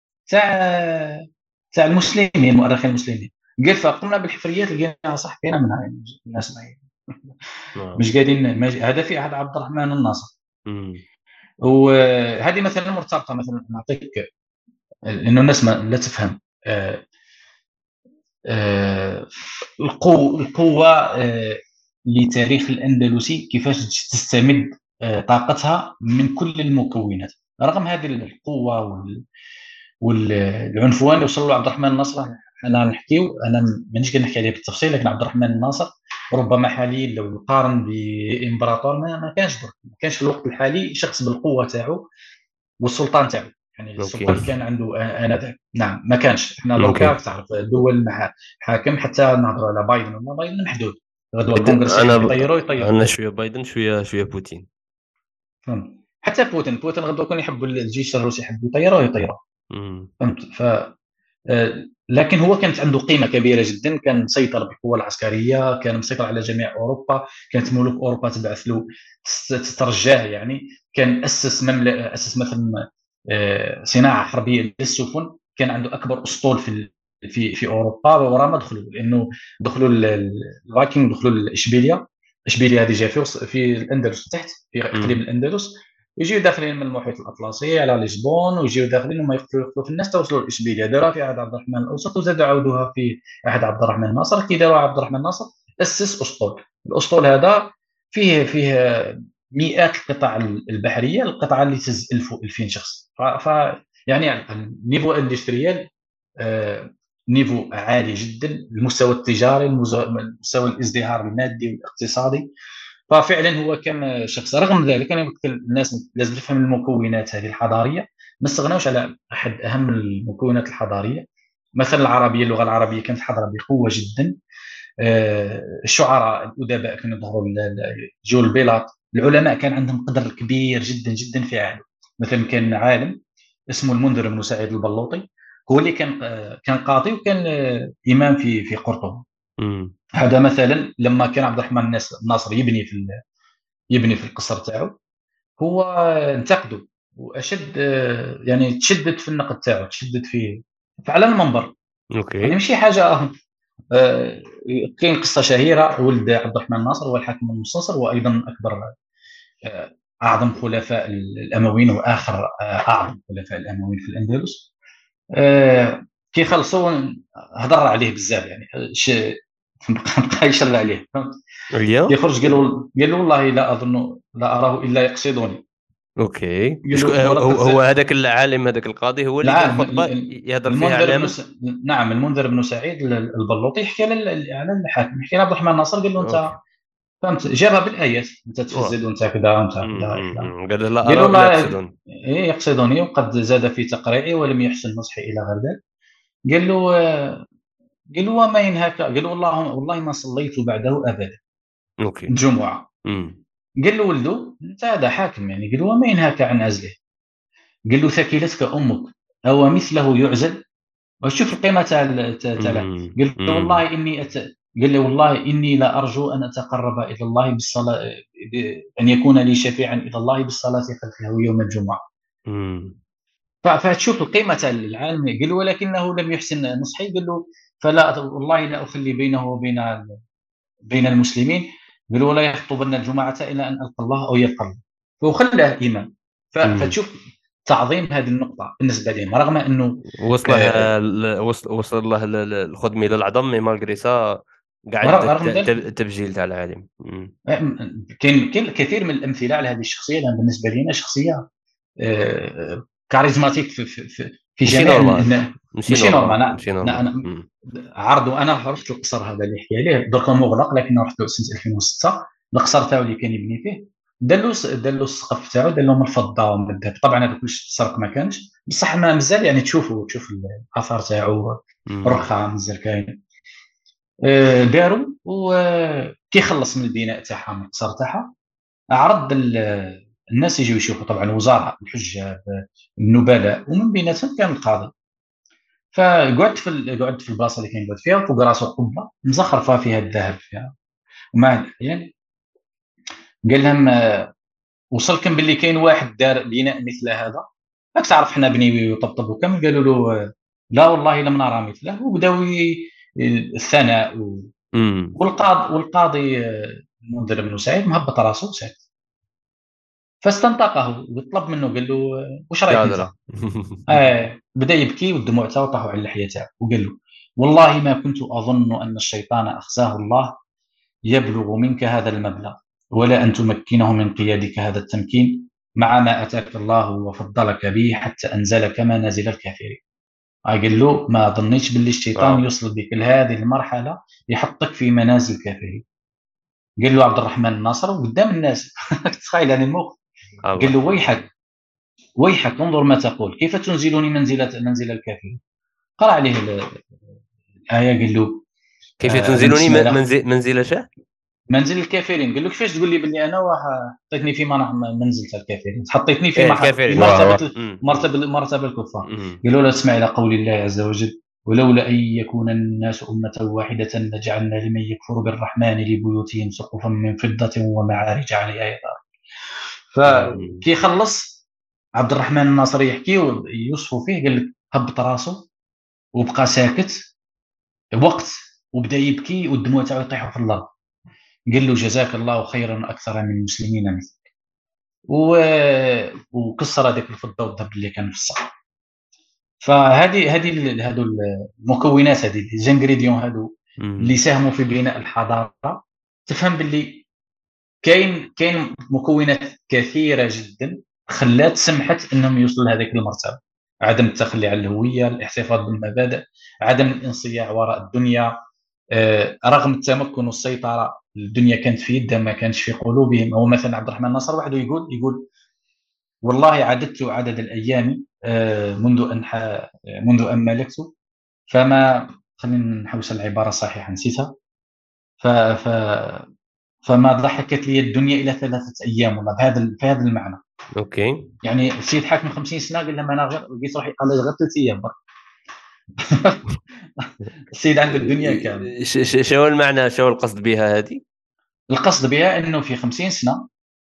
تاع المسلمين، المؤرخين المسلمين. قال فقمنا بالحفريات لقيناها صح، كاينه منها يعني الناس آه. مش قاعدين هذا في عهد عبد الرحمن الناصر. امم وهذه مثلا مرتبطه، مثلا نعطيك لانه الناس ما لا تفهم آه، القوه لتاريخ الاندلسي كيفاش تستمد طاقتها من كل المكونات. رغم هذه القوه والعنفوان اللي وصل له عبد الرحمن الناصر، انا نحكيو، انا مانيش نحكي عليه بالتفصيل، لكن عبد الرحمن الناصر ربما حاليا لو يقارن بامبراطور ما كانش درك، ما كانش في الوقت الحالي شخص بالقوه تاعو والسلطان تاعو، يعني السلطان اللي اوكي كان عنده انذاك. نعم ما كانش. احنا دركا اوكي تعرف الدول حاكم، حتى نهضروا على بايدن ولا بايدن محدود، غدوه الكونغرس انا يحب يطير. انا شويه بايدن شويه بوتين. فهمت؟ حتى بوتين غدوه كون يحبوا الجيش الروسي يحب يطيروا. امم فهمت؟ لكن هو كانت عنده قيمه كبيره جدا، كان مسيطر بالقوه العسكريه، كان مسيطر على جميع اوروبا، كانت ملوك اوروبا تبعث له تترجاه يعني. كان اسس مثلا صناعه حربيه للسفن، كان عنده اكبر اسطول في اوروبا، ورا ما دخلوا، لانه دخلوا الفايكنج، دخلوا اشبيليا. اشبيليا هذه جايه في الاندلس تحت، في اقليم الاندلس، يجيو داخلين من المحيط الاطلسي على لشبون، ويجيو داخلين وما يقتلوا في الناس، توصلوا لاشبيليه. داروها في عهد عبد الرحمن الاوسط، وزادوا عاودوها في عهد عبد الرحمن الناصر. كي داروها عبد الرحمن الناصر اسس اسطول. الاسطول هذا فيه مئات القطع البحريه، القطعه اللي تهز 1000 و2000 شخص. يعني النيفو اندستريال نيفو عالي جدا، المستوى التجاري، مستوى الازدهار المادي والاقتصادي. ففعلا هو كان شخص. رغم ذلك انا قلت الناس لازم تفهم المكونات هذه الحضاريه، ما استغناوش على احد اهم المكونات الحضاريه. مثلا العربيه، اللغه العربيه كانت حاضره بقوه جدا. الشعراء الادباء كانوا يظهروا جو البلاط. العلماء كان عندهم قدر كبير جدا جدا في عهده. مثلا كان عالم اسمه المنذر بن سعيد البلوطي، هو اللي كان قاضي، وكان امام في قرطبه. امم هذا مثلا لما كان عبد الرحمن الناصر يبني في القصر تاعو، هو انتقده واشد، يعني تشدد في النقد تاعو، تشدد فيه على المنبر. يعني اوكي ماشي حاجه آه، كاين قصه شهيره، ولد عبد الرحمن الناصر هو الحاكم المنتصر، وايضا اكبر اعظم خلفاء الامويين، واخر اعظم خلفاء الامويين في الاندلس. كي خلصوا هضر عليه بزاف، يعني بقى يشر عليه، فهمت؟ اليوم يخرج قال له والله لا اظن، لا اراه الا يقصدني. اوكي قال له ولقد هو هذاك العالم هذاك القاضي هو اللي دار العالم خطبه يهضر فيها المنذر على من. نعم المنذر بن سعيد البلوطي يحكي على الحاكم، يحكي لعبد الرحمن الناصر، قال له انت اوكي فهمت، جابها بالايات، انت واه تفزد وانت كذا وانت كذا الى. قال له لا قال له اراه الا والله يقصدون. يقصدني، وقد زاد في تقريعي ولم يحسن نصحي الى غير ذلك. قال له قال له وما ينهاك، قال له والله ما صليت بعده ابدا اوكي الجمعه. امم قال له ولده انت هذا حاكم يعني، قال له وما ينهاك عن عزله. قال له ثكلتك امك او مثله يعزل. وشوف القيمه قال له امم والله قال له والله اني لا ارجو ان اتقرب الى الله بالصلاه، ان يكون لي شفيعا الى الله بالصلاه خلفه يوم الجمعه. امم فتشوف القيمه تاع العالم. قال له ولكنه لم يحسن نصحي. قال له فلا والله لا اخلي بينه بين المسلمين. قال له ولا يخطبن الجمعه الى ان القى الله او يلقى الله. وخلاه امام. مم. فتشوف تعظيم هذه النقطه بالنسبه لهم رغم انه آه، وصل له الخدمة للعظم، مي مالغري سا قاعد رغم ذلك التبجيل تاع العالم. مم. كاين الكثير من الامثله على هذه الشخصيه، لان بالنسبه لنا شخصيه كاريزماتيك في ماشي جميع نورمال، ماشي ماشي نورمال. نورمال، انا ماشي انا نورمال. أنا عرض، وانا رحت القصر هذا اللي حكى عليه درك مغلق، لكن رحت له سنه 2006. القصر تاعو اللي كان يبني فيه دار له السقف تاعو دار له من الفضه ومن الذهب. طبعا هذا كلشي تسرق ما كانش، بصح ما مازال يعني تشوف الاثار تاعو. مم. الرخام مازال كاين. داروا وكي خلص من البناء تاعها من القصر تاعها، عرض الناس يجوا يشوفوا، طبعا وزراء الحجاج النبلاء ومن بيناتهم كان القاضي. قعدت في البلاصه اللي كان يقعد فيها، فوق راسه قبه مزخرفه فيها الذهب فيها ومع الاحيان. قال لهم وصلكم باللي كاين واحد دار بناء مثل هذا؟ راك تعرف حنا بني وطبطبوا كامل. قالوا له لا والله لم نرى مثله. وبداوا الثناء مم. والقاضي المنذر بن سعيد مهبط راسه ساكت. فاستنطقه وطلب منه، قال له واش رايك انت؟ شاطرة. بدا يبكي والدموع تاعو طاحوا على اللحيه تاعو. وقال له والله ما كنت اظن ان الشيطان اخزاه الله يبلغ منك هذا المبلغ، ولا ان تمكنه من قيادك هذا التمكين، مع ما اتاك الله وفضلك به حتى انزلك منازل الكافرين. قال له ما ظنيتش باللي الشيطان واو. يوصل بك لهذه المرحله، يحطك في منازل الكافرين. قال له عبد الرحمن الناصر قدام الناس تخيل يعني الموقف. قال له الله. ويحك انظر ما تقول، كيف تنزلني منزل الكافرين؟ قرأ عليه الآية. قال له كيف ألم تنزلني تسمع له منزل منزل الكافرين؟ قال له كيفاش تقول لي باللي أنا حطيتني في منزل الكافرين، حطيتني ايه في الكافرين. مرتبة الكفار. مم. قال له لا تسمع إلى قول الله عز وجل ولولا أن يكون الناس أمة واحدة لجعلنا لمن يكفر بالرحمن لبيوتهم سقفا من فضة ومعارج عليها يظهرون. مم. فكي خلص عبد الرحمن الناصري يحكي ويوصفوا فيه، قال لك هبط راسه وبقى ساكت وقت، وبدا يبكي والدموع تاعو يطيحوا في الارض. قال له جزاك الله خيرا اكثر من المسلمين مثلك. و... وكسر هذيك الفضه والذهب اللي كان في الصحراء. هادو المكونات، هذه الجنغريديون هادو اللي مم. ساهموا في بناء الحضاره. تفهم باللي كاين مكونات كثيره جدا خلات سمحت انهم يوصلوا لهذيك المرتبه. عدم التخلي عن الهويه، الاحتفاظ بالمبادئ، عدم الانصياع وراء الدنيا. رغم التمكن والسيطره الدنيا كانت في يده ما كانش في قلوبهم. هو مثلا عبد الرحمن الناصر وحده يقول والله عددت عدد الايام منذ ان ملكت، فما خلينا نحوس العباره الصحيحه نسيتها. ف... ف... فما ضحكت لي الدنيا الى 3 ايام، والله بهذا المعنى. اوكي. يعني السيد حاكم 50 سنه قال لهم انا غير لقيت روحي قال لي غير 3 ايام برك. السيد عنده الدنيا كامله. شو المعنى، شو القصد بها هذه؟ القصد بها انه في 50 سنه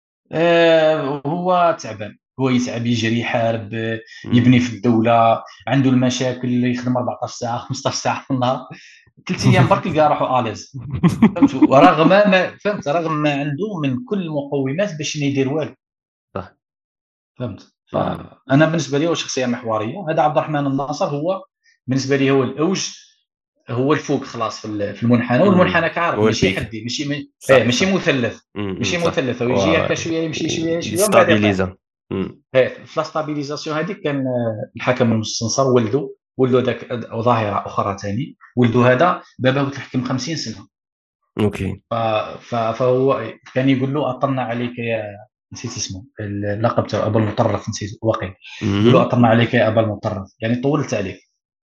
هو تعبان، هو يتعب يجري يحارب يبني مم. في الدوله، عنده المشاكل، يخدم 14 ساعه 15 ساعه في النهار. 3 ايام برك يلقى روحه اليز. فهمت؟ رغم ما عنده من كل المقومات باش يدير والو. صح. فهمت؟ مم. فانا بالنسبه لي هو شخصيه محوريه. هذا عبد الرحمن الناصر هو بالنسبه لي هو الاوج، هو الفوق خلاص في المنحنى. والمنحنى كعارف هو ماشي البيك. حدي، صح ماشي صح. مثلث. ماشي صح. مثلث و ويجي هكا شويه يمشي شويه شويه ومن بعد يطيح. يستابيليزا. مم. في لا ستابيليزاسيون هذيك كان الحكم المستنصر ولدو ذاك ظاهره اخرى ثاني. ولدو هذا باباه تحكم 50 سنه. اوكي. فهو كان يقول له اطرنا عليك يا، نسيت اسمه اللقب تاعو، ابو المطرف نسيت واقيلا. يقول له مم. اطرنا عليك يا ابا المطرف، يعني طولت عليك.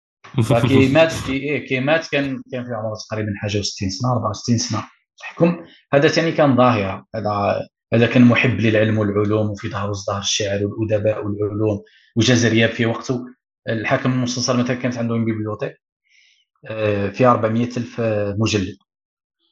كي مات كان في عمره تقريبا حاجه و60 سنه 64 سنه تحكم. هذا ثاني كان ظاهره. هذا كان محب للعلم والعلوم، وفي ظهره ازدهر الشعر والادباء والعلوم. وجزرياب في وقته. الحاكم المستنصر مثلا كانت عندهم بيبليوتيك فيها 400 الف مجلد.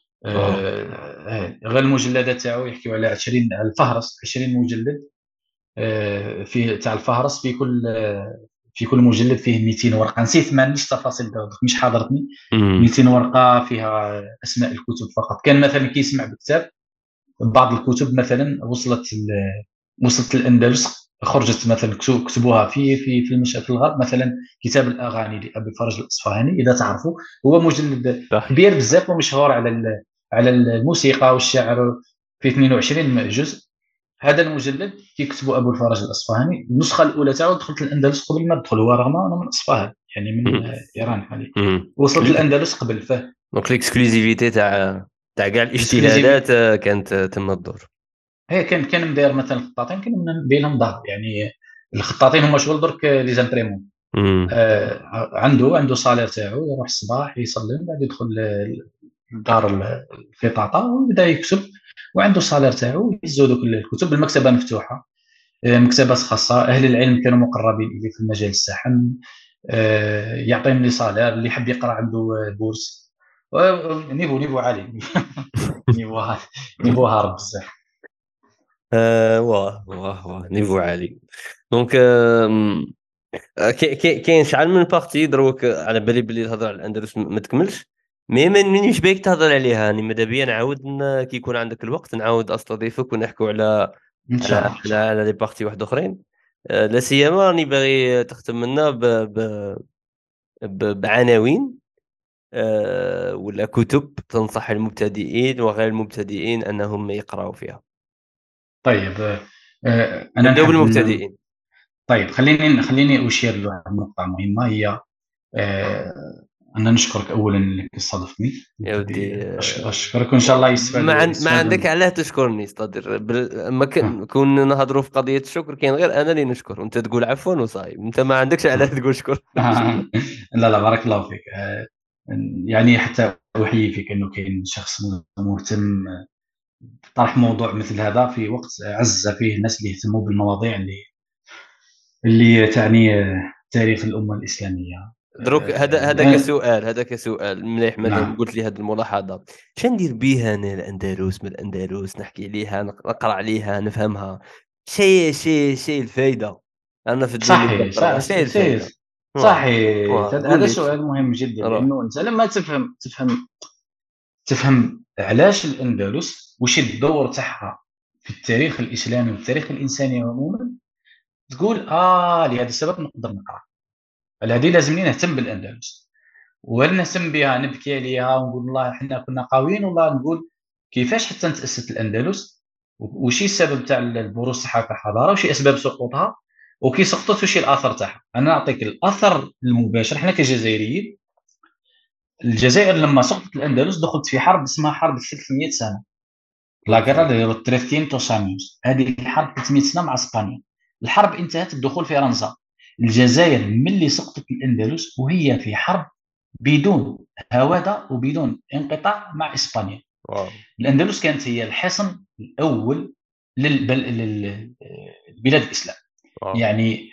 واو. غير المجلدات تاعو يحكيو على 20 الفهرس 20 مجلد في تاع الفهرس، في كل مجلد فيه 200 ورقه. نسيت، ما عنديش تفاصيل دابا، مش حاضرتني. مم. 200 ورقه فيها اسماء الكتب فقط. كان مثلا كيسمع بكتاب، بعض الكتب مثلا وصلت الاندلس، خرجت مثلا كتبوها في المنشأ في الغرب. مثلا كتاب الاغاني لابي فرج الاصفهاني، اذا تعرفوا، هو مجلد صح. كبير بزاف ومشهور على الموسيقى والشعر، في 22 جزء. هذا المجلد كيكتبوا ابو الفرج الاصفهاني. النسخه الاولى تاعو دخلت الاندلس قبل ما ادخل، هو رغم انه من اصفهان، يعني من مم. ايران حاليا. مم. وصلت الاندلس قبل دونك ليكسكلوزيفيتي تاع كاع الاجتهادات الاكسكلوزيفيتي. كانت تم الدور. هي كان مداير مثلا الخطاطين، كانوا بينهم ظهر يعني. الخطاطين هما شغل درك لي زامبريمون. مم. عنده صالير تاعو، يروح الصباح يصلي، من بعد يدخل لدار الخطاطه ويبدا يكتب. وعنده الصالير تاعو، يهزو دوك الكتب. المكتبه مفتوحه، مكتبات خاصه. اهل العلم كانوا مقربين اليه في المجال الساحن. يعطيهم لي صالير، اللي يحب يقرا عنده بورس. نيفو عالي. نيفو هارب، نيفو هارب بزاف. واه واه واه نيفو عالي. دونك كاين شحال من بارتي دروك على بالي بلي تهضر على الاندلس ما تكملش. مي مانيش بايك تهضر عليها، راني ماذا بيا نعاود كي يكون عندك الوقت نعاود استضيفك ونحكوا على ان شاء الله، ان شاء الله. لي بارتي واحد اخرين. لا سيما راني باغي تختم لنا بعناوين ولا كتب تنصح المبتدئين وغير المبتدئين انهم يقراوا فيها. طيب، انا نبداو نحب بالمبتدئين. طيب، خليني اشير لواحد النقطه مهمه. هي انا نشكرك اولا انك استضفتني. يا ودي اشكرك، وان شاء الله ما يستفادوا عندك علاه تشكرني صدر ما كون نهضروا في قضيه الشكر كاين غير انا اللي نشكر وانت تقول عفوا وصايب، انت ما عندكش علاه تقول شكر. لا لا، بارك الله فيك. يعني حتى احيي فيك انه كاين شخص مهتم طرح موضوع مثل هذا في وقت عز فيه الناس اللي يهتموا بالمواضيع اللي تعني تاريخ الامه الاسلاميه. دروك هذاك سؤال مليح. مثلا نعم. قلت لي هذه الملاحظه، شندير بيها انا الاندلس من الاندلس نحكي عليها نقرا عليها نفهمها؟ شيء الفايده. انا في الدين اللي صحيح، نقرا شيء الفايده. واه صحيح. واه قول هذا لي سؤال مهم جدا، روح. لانه انت لما تفهم علاش الاندلس، وش الدور تاعها في التاريخ الاسلامي والتاريخ الانساني عموما، تقول لهذا السبب نقدر نقرا. هذه لازمني نهتم بالاندلس، وهل نهتم بها نبكي عليها ونقول والله احنا كنا قاويين، والله نقول كيفاش حتى تاسست الاندلس، وشي السبب تاع البروز تاعها كحضاره، وشي اسباب سقوطها، وكي سقطت وشي الاثر تاعها. انا نعطيك الاثر المباشر. احنا كجزائريين، الجزائر لما سقطت الاندلس دخلت في حرب اسمها حرب 300 سنه، لا غيرا اوكي. دي los 300 años. هذه الحرب 300 سنه مع اسبانيا. الحرب انتهت بدخول فرنسا. الجزائر ملي سقطت الاندلس وهي في حرب بدون هوادة وبدون انقطاع مع اسبانيا. واو. الاندلس كانت هي الحصن الاول للبلاد الاسلام. واو. يعني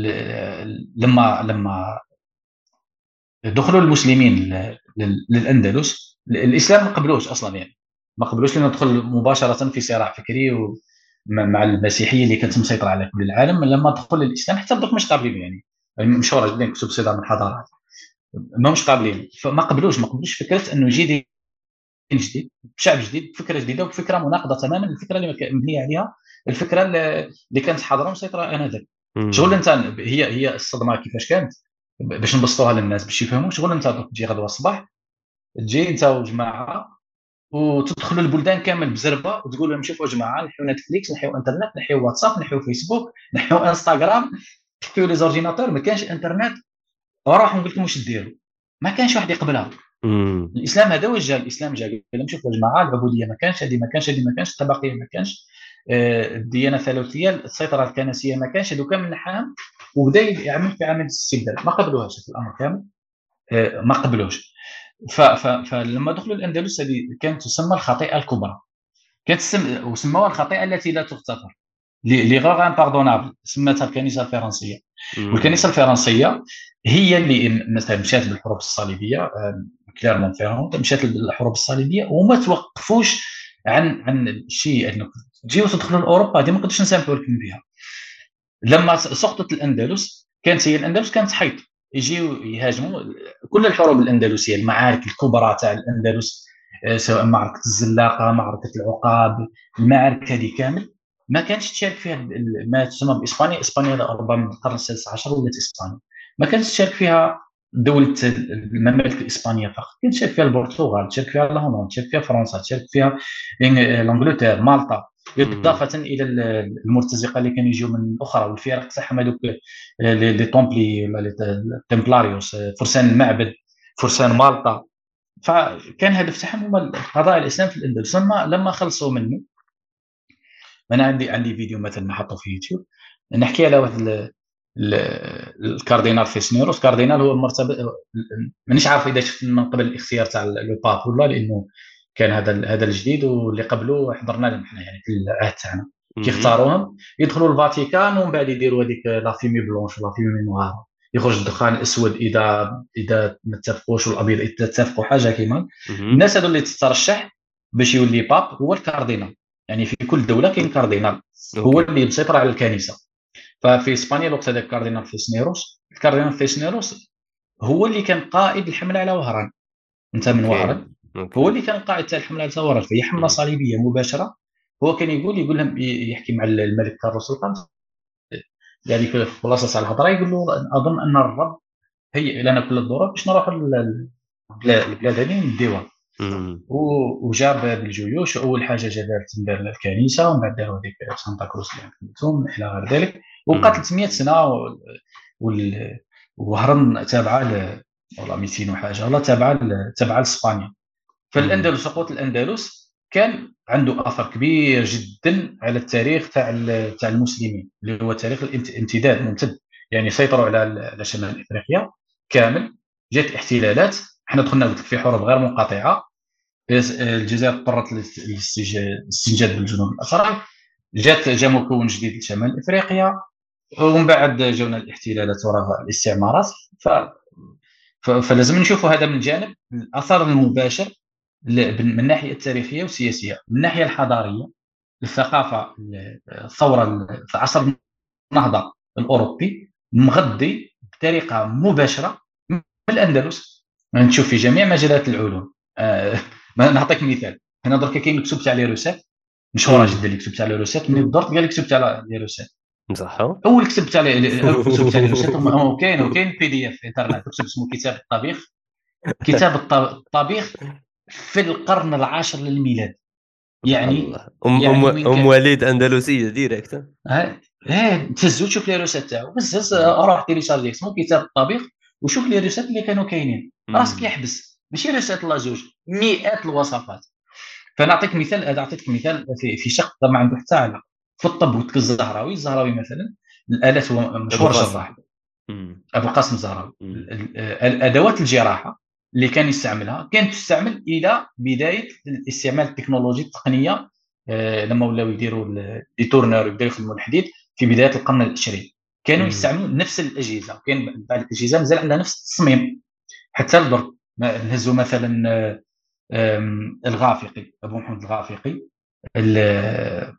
لما دخلوا المسلمين للاندلس، الاسلام ما قبلوش اصلا، يعني ما قبلوش لانه دخل مباشره في صراع فكري مع المسيحيه اللي كانت مسيطره على كل العالم. لما دخل الاسلام حتى بدوك مش قابلين، يعني مشهوره جدا كتب صيدا من الحضارات، ما مش قابلين. فما قبلوش فكره انه يجي دين جديد، شعب جديد، فكره جديده، وفكره مناقضه تماما للفكره اللي مبنيه عليها الفكره اللي كانت حاضره ومسيطره انذاك. شغل مم. انت، هي الصدمه كيفاش كانت، باش نبسطوها للناس باش يفهموا. شغل انت تجي غدوه الصباح، تجي انت وجماعه وتدخلوا البلدان كامل بزربه وتقول لهم شوفوا يا جماعه، نحيو نتفليكس، نحيو انترنت، نحيو واتساب، نحيو فيسبوك، نحيو انستغرام، نحيو لي زورديناتور. ما كانش انترنت، وراح نقول لكم واش ديروا. ما كانش واحد يقبلها. مم. الاسلام هذا واش جا؟ الاسلام جا قال لهم شوفوا يا جماعه، العبوديه ما كانش، هذه ما كانش، هذه ما كانش، الطبقيه ما كانش، الديانه الثالوثيه، السيطره الكنسيه ما كانش، هذو كامل نحاهم. وبدا يعمل في عمل الاستبدال. ما قبلوهاش في الامر كامل، ما قبلوش. فلما دخلوا الاندلس، هذه كانت تسمى الخطيئه الكبرى. وسموها الخطيئه التي لا تغتفر، لغور امباردونابل، سمتها الكنيسه الفرنسيه. والكنيسه مم. الفرنسيه هي اللي مثلا مشات بالحروب الصليبيه. كليرمون فيرون مشات بالحروب الصليبيه وما توقفوش عن الشيء انك تجيو تدخلوا لاوروبا. هذه ما نقدرش نسامحوا لكم فيها. لما سقطت الاندلس كانت هي الاندلس كانت حيط يجيو يهاجموا. كل الحروب الاندلسيه، المعارك الكبرى تاع الاندلس، سواء معركه الزلاقه، معركه العقاب، المعارك هذه كامل ما كانش تشارك فيها ما تسمى باسبانيا. اسبانيا ربما من القرن السادس عشر ولات اسبانيا، ما كانتش تشارك فيها دوله المملكه الاسبانيه فقط، كانت تشارك فيها البرتغال، تشارك فيها الهولندا، تشارك فيها فرنسا، تشارك فيها الانجلترا، مالطا، اضافه الى المرتزقه اللي كانوا يجوا من اخرى، والفرق تاعهم هذوك لي طومبلي ولا التمبلاريوس، فرسان المعبد، فرسان مالطا. فكان هدف تاعهم هو قضاء الاسلام في الاندلس. لما خلصوا منه، انا عندي فيديو مثلا نحطه في يوتيوب نحكي على واحد الكاردينال فيسنيروس. كاردينال هو المرتبه، مانيش عارف اذا شفت من قبل الاختيار تاع لو باب ولا، لانه كان هذا الجديد، واللي قبله حضرنا لهم احنا يعني في العهد تاعنا. كيختاروهم يدخلوا الفاتيكان، ومن بعد يديروا هذيك لا فيمي بلونش ولا فيمي نوار، يخرج الدخان الاسود اذا ما اتفقوش، والابيض اذا اتفقوا، حاجه كيما. الناس هذو اللي تترشح باش يولي باب هو الكاردينال. يعني في كل دوله كاين كاردينال، هو اوكي. اللي مسيطر على الكنيسه. ففي اسبانيا الوقت هذاك كاردينال فيسنيروس، الكاردينال فيسنيروس هو اللي كان قائد الحمله على وهران. انت من اوكي. وهران، هو اوكي. اللي كان قائد تاع الحمله على وهران، فهي حمله مم. صليبيه مباشره. هو كان يقول لهم، يحكي مع الملك كارلوس الخامس، ذلك في خلاصه الهضره، يقول له اظن ان الرب هيئ لنا كل الظروف باش نروحوا البلاد هذه نديوها. مم. وجاب بالجيوش. اول حاجه دار الكنيسه، ومن بعد داروا هذيك سانتا كروس اللي عندكم الى غير ذلك. وبقى مم. 300 سنه وهرم تابعه والله 200 وحاجه، والله تابعه لاسبانيا. مم. فالاندلس، سقوط الاندلس كان عنده اثر كبير جدا على التاريخ تاع المسلمين، اللي هو تاريخ الامتداد ممتد. يعني سيطروا على شمال افريقيا كامل. جات احتلالات، احنا دخلنا في حروب غير منقطعه. الجزائر اضطرت للاستنجاد بالجنود الاتراك. جا مكون جديد لشمال افريقيا، ومن بعد جاونا الاحتلالات وراء الاستعمارات. فلازم نشوفوا هذا من جانب الاثر المباشر من الناحيه التاريخيه والسياسيه. من الناحيه الحضاريه، الثقافه، الثوره في عصر النهضه الاوروبي مغذي بطريقه مباشره من الاندلس. نشوف في جميع مجالات العلوم. نعطيك مثال. هنا درك كاين الكتب تاع لي روسات مشهوره مم. جدا، الكتب تاع لي روسات. من درت قال لك كتب تاع لي روسات. صح. اول كتب تاع الكتب تاع لي روسات وكاين بي دي اف في الانترنت، كتب اسمه كتاب الطبيخ. كتاب الطبيخ في القرن العاشر للميلاد. سبحان يعني الله. وين ام كان. وليد اندلسيه ديريكت. تهزو تشوف لي روسات تاعو، بس روح تيليشارجي اسمه كتاب الطبيخ، وشوف لي روسات اللي كانوا كاينين. راسك مم. يحبس، ماشي روسات لا زوج، مئات الوصفات. فنعطيك مثال، هذا اعطيتك مثال في شق ما عنده حتى علاقه. في الطب، وتك الزهراوي مثلا، الالات، هو ابو مشهور القاسم. جراح، مم. ابو القاسم الزهراوي. مم. الادوات الجراحه اللي كان يستعملها كانت تستعمل الى بدايه الاستعمال التكنولوجي التقنيه. لما ولاو يديروا لي تورنور، يبداو يخدموا الحديد في بدايه القرن العشرين، كانوا مم. يستعملوا نفس الاجهزه. كان بعض الاجهزه مازال عندها نفس التصميم حتى لدرك. نهزوا مثلا الغافقي، ابو محمد الغافقي، ال-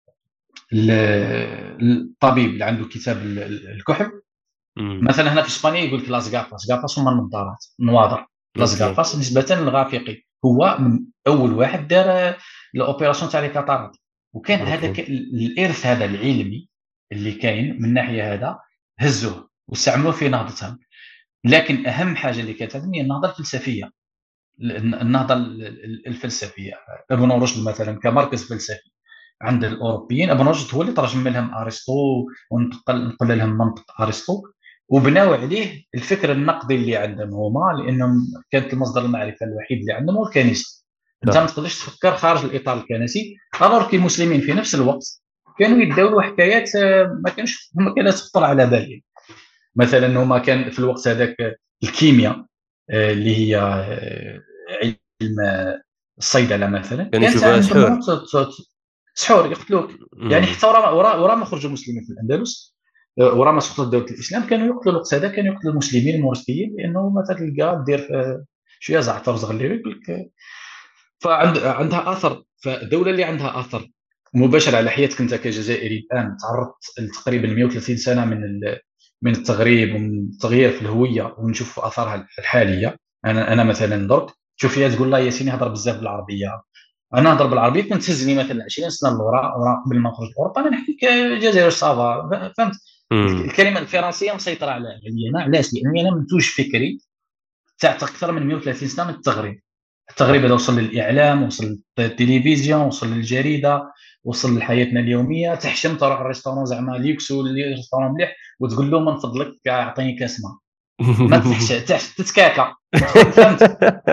الطبيب اللي عنده كتاب الكحل. مم. مثلا هنا في اسبانيا يقول لك لاس غافاس. غافاس هما النظارات، النواظر. لاس اوكي. غافاس نسبه للغافقي هو من اول واحد دار الاوبيراسيون تاع لي كاتارات. وكان اوكي. هذا الارث هذا العلمي اللي كاين من ناحيه هذا، هزوه واستعملوه في نهضتهم. لكن اهم حاجه اللي كانت هي النهضه الفلسفيه. النهضه الفلسفيه، ابن رشد مثلا كمركز فلسفي عند الاوروبيين. ابن رشد هو اللي ترجم لهم ارسطو، ونقل لهم منطق ارسطو، وبناو عليه الفكر النقدي اللي عندهم هما، لانهم كانت المصدر المعرفه الوحيد اللي عندهم هو الكنيسه. انت ما صح. تقدرش تفكر خارج الاطار الكنسي. الوغ كي المسلمين في نفس الوقت كانوا يداولوا حكايات ما كانت تخطر على بالهم. مثلا هما كان في الوقت هذاك الكيمياء، اللي هي علم الصيدله مثلا، كان كانت يشوفها عندهم سحور. سحور يقتلوك. يعني مم. حتى ورا ما خرجوا المسلمين في الاندلس، ورا ما سقطت دوله الاسلام، كانوا يقتلوا الوقت هذا، كانوا يقتلوا المسلمين المرسيين، لانه مثلا تلقى دير شويه زعتر صغير يقول لك. عندها اثر. فالدوله اللي عندها اثر مباشر على حياتك انت كجزائري الان. تعرضت لتقريبا 130 سنه من التغريب ومن التغيير في الهويه، ونشوف اثارها الحاليه. انا مثلا درك تشوف فيها تقول لا ياسين هضر بزاف بالعربيه. انا نهضر بالعربيه كنت تهزني مثلا 20 سنه للوراء قبل ما نخرج لاوروبا. انا نحكي كجزائر صافا، فهمت. امم. الكلمه الفرنسيه مسيطره عليا انا. علاش؟ لاني انا منتوج فكري تاع اكثر من 130 سنه من التغريب. التغريب هذا وصل للاعلام، وصل للتلفزيون، وصل للجريده، وصل لحياتنا اليوميه. تحشم تروح الريستورون زعما ليكس ولا ريستورون مليح وتقول له من فضلك اعطيني كاس ماء. ما تتكاكا تدخل، فهمت.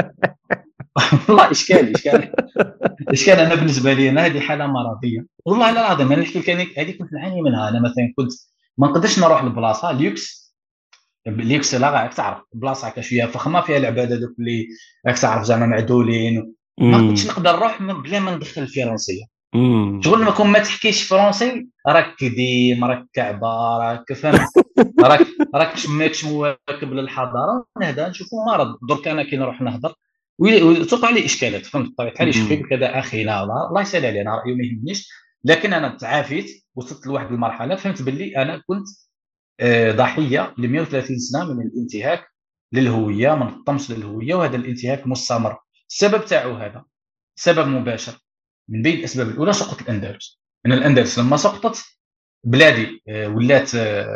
والله اشكال. انا بالنسبه لي انا هذه حاله مرضيه والله لا العظيم. انا نحكي لك هذه كنت نعاني منها. انا مثلا كنت ما نقدرش نروح لبلاصه ليكس لا راك تعرف بلاصه هكا شويه فخمه فيها العباد هذوك اللي راك تعرف زعما معدولين. ما كنتش امم. نقدر نروح بلا ما ندخل الفرنسيه. امم. شغل ما كون ما تحكيش فرنسي راك قديم، راك كعبه، راك فهمت. راك ماكش مواكب للحضاره. هذا نشوفه مرض. درك انا كي نروح نهضر وتوقع لي اشكالات، فهمت بطبيعه الحال يشوف فيك كذا اخينا الله يسهل عليه. انا رايي ما يهمنيش، لكن انا تعافيت. وصلت لواحد المرحله فهمت باللي انا كنت ضحيه ل 130 سنه من الانتهاك للهويه، من الطمس للهويه. وهذا الانتهاك مستمر. السبب تاعو هذا سبب مباشر. من بين الاسباب الاولى سقوط الاندلس. من الاندلس لما سقطت بلادي ولات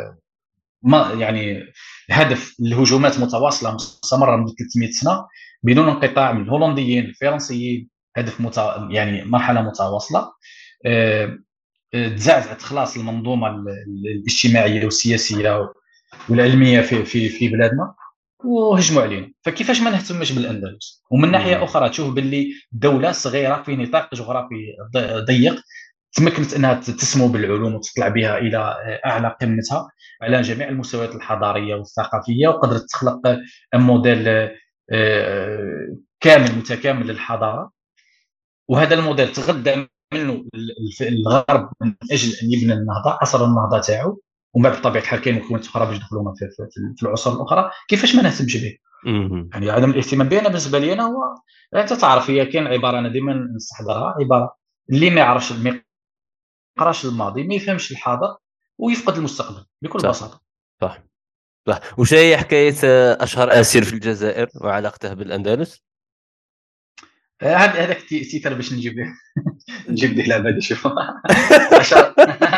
ما يعني هدف الهجومات متواصله مستمره من 300 سنه بدون انقطاع من الهولنديين الفرنسيين. هدف يعني مرحله متواصله. آه، تزعزعت خلاص المنظومه الاجتماعيه والسياسيه والعلميه في بلادنا وهجموا علينا. فكيفاش ما نهتمش بالاندلس؟ ومن ناحيه امم. اخرى تشوف باللي دوله صغيره في نطاق جغرافي ضيق تمكنت انها تسمو بالعلوم وتطلع بها الى اعلى قمتها على جميع المستويات الحضاريه والثقافيه، وقدرت تخلق موديل كامل متكامل للحضاره. وهذا الموديل تغذى منه الغرب من اجل ان يبني النهضه، عصر النهضه تاعو. ومن بعد بطبيعه الحال كاين مكونات اخرى باش يدخلونا في العصور الاخرى. كيفاش ما نهتمش به؟ امم. يعني عدم الاهتمام به انا بالنسبه لي انا هو انت تعرف. هي كاين عباره انا دائما نستحضرها، عباره اللي ما يقراش الماضي ما يفهمش الحاضر ويفقد المستقبل بكل صح. بساطه. صح. صح. وش هي حكاية أشهر أسير في الجزائر وعلاقته بالأندلس؟ هذاك تيتر باش نجيب نجيب دي لعبه شوف. اشهر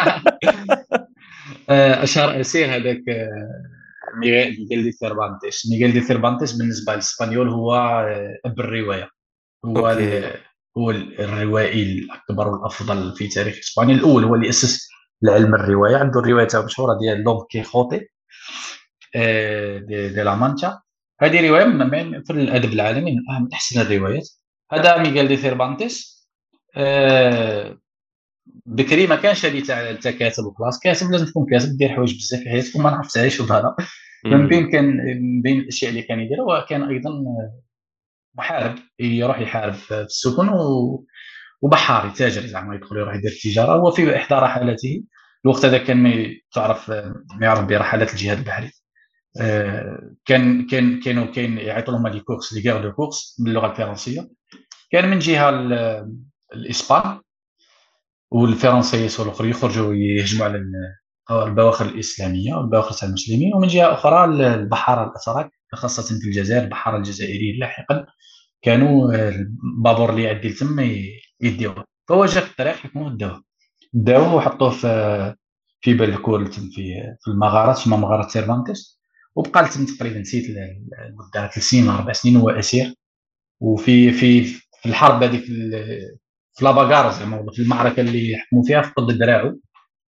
اشهر اسير هذاك ميغيل دي سيرفانتيس. ميغيل دي سيرفانتيس بالنسبه للاسبانيول هو اب الروايه. هو أوكي. هو الروائي الاكبر والافضل في تاريخ اسبانيا. الاول هو اللي اسس العلم الروايه. عنده الروايه تاعو مشهوره ديال دون كيخوتي دي لا مانشا. هذه روايه في الادب العالمي من اهم احسن الروايات. هذا ميغيل دي سيرفانتيس. آه، بكري ما كانش هذه تاع كاتب وخلاص. كاتب لازم تكون كاتب دير حوايج بزاف في حياتك وما نعرف تعيش بهذا. امم. من بين الاشياء اللي كان يديرها هو كان ايضا محارب. يروح يحارب في السفن وبحاري تاجر زعما يدخل يروح يدير التجاره. هو في احدى رحلاته الوقت هذا كان تعرف ما يعرف برحلات الجهاد البحري. كانوا يعيطوا لهم لي كورس لي غير دو كورس باللغه الفرنسيه. كان من جهه الاسبان والفرنسيين والاخرين يخرجوا يهجموا على البواخر الاسلاميه والبواخر تاع المسلمين. ومن جهه اخرى البحاره الاتراك خاصه في الجزائر البحاره الجزائريين لاحقا كانوا البابور اللي يعدي لتم يديوه. فهو جا في الطريق حكموه داوه وحطوه في بالكول تم في المغارات تسمى مغاره سيرفانتيس. وبقى تم تقريبا نسيت المده 3 سنين 4 سنين هو اسير. وفي الحرب هذيك في لاباغار زعما ولا في المعركه اللي حكموا فيها فقد ذراعه.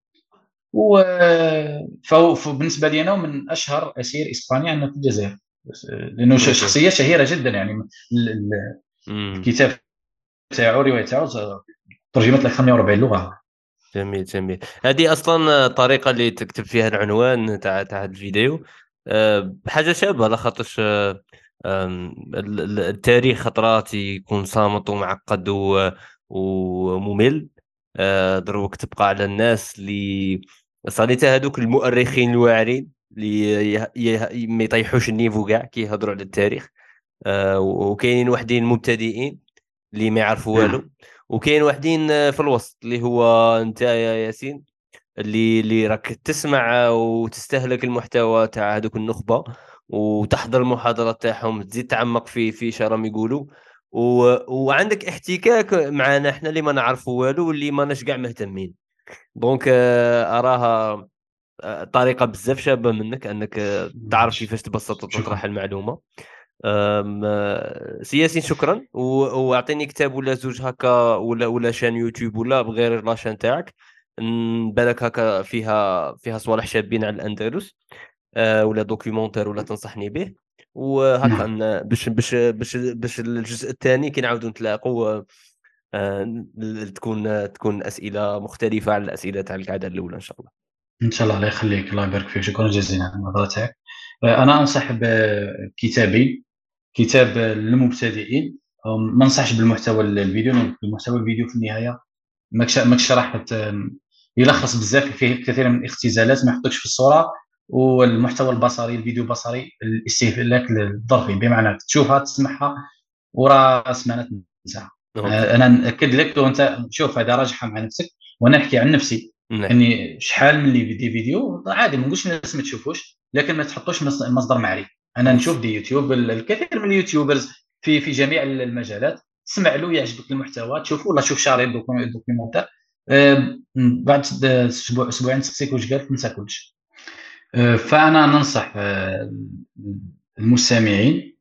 فهو بالنسبه لي انا من اشهر اسير اسبانيا عندنا في الجزائر. لانه أوكي. شخصيه شهيره جدا يعني. امم. الكتاب تاعو الروايه تاعو ترجمت ل 48 لغه. جميل جميل. هذه أصلا الطريقة اللي تكتب فيها العنوان تاع هذا الفيديو حاجة شابة لاخاطرش التاريخ خطرات يكون صامت ومعقد وممل. دروك تبقى على الناس اللي صانيتا هذوك المؤرخين الواعرين اللي ما يطيحوش النيفو كاع كي يهضروا على التاريخ. وكاينين وحدين مبتدئين اللي ما يعرفوا والو. وكاين واحدين في الوسط اللي هو انت يا ياسين، اللي راك تسمع وتستهلك المحتوى تاع هذوك النخبه، وتحضر المحاضرات تاعهم، تزيد تعمق في ايش راهم يقولوا، و... وعندك احتكاك معنا احنا اللي ما نعرفوا والو واللي ما ناش كاع مهتمين. دونك اراها طريقه بزاف شابه منك انك تعرف ماشي. كيفاش تبسط شكرا. وتطرح المعلومه. سي ياسين شكرا، واعطيني كتاب ولا زوج هكا، ولا شان يوتيوب ولا بغير لاشان تاعك، بالك هكا فيها صوالح شابين على الاندلس، ولا دوكيومونتير ولا تنصحني به، وهكا نعم باش الجزء الثاني كي نعاودوا نتلاقوا، تكون اسئله مختلفه على الاسئله تاع القعده الاولى ان شاء الله. ان شاء الله. الله يخليك، الله يبارك فيك، شكرا جزيلا على المبادره تاعك. انا انصح بكتابين. كتاب للمبتدئين. ما انصحش بالمحتوى الفيديو، لأن المحتوى الفيديو في النهايه ماكش راح يلخص بزاف، فيه كثير من الاختزالات، ما يحطكش في الصوره. والمحتوى البصري، الفيديو البصري، الاستهلاك الظرفي، بمعنى تشوفها تسمعها ورا سمعنا تنساها. اوكي. انا ناكد لك، وانت شوف هذا راجعها مع نفسك. وانا نحكي عن نفسي مليح. اني شحال من اللي دي فيديو عادي، ما نقولش الناس ما تشوفوش، لكن ما تحطوش مصدر معرفي. انا نشوف دي يوتيوب، الكثير من اليوتيوبرز في جميع المجالات. تسمع له، يعجبك المحتوى تشوفه، ولا تشوف شاري دوكيومونتير. بعد اسبوعين تسقسيك واش قال، تنسى كلشي. فانا ننصح المستمعين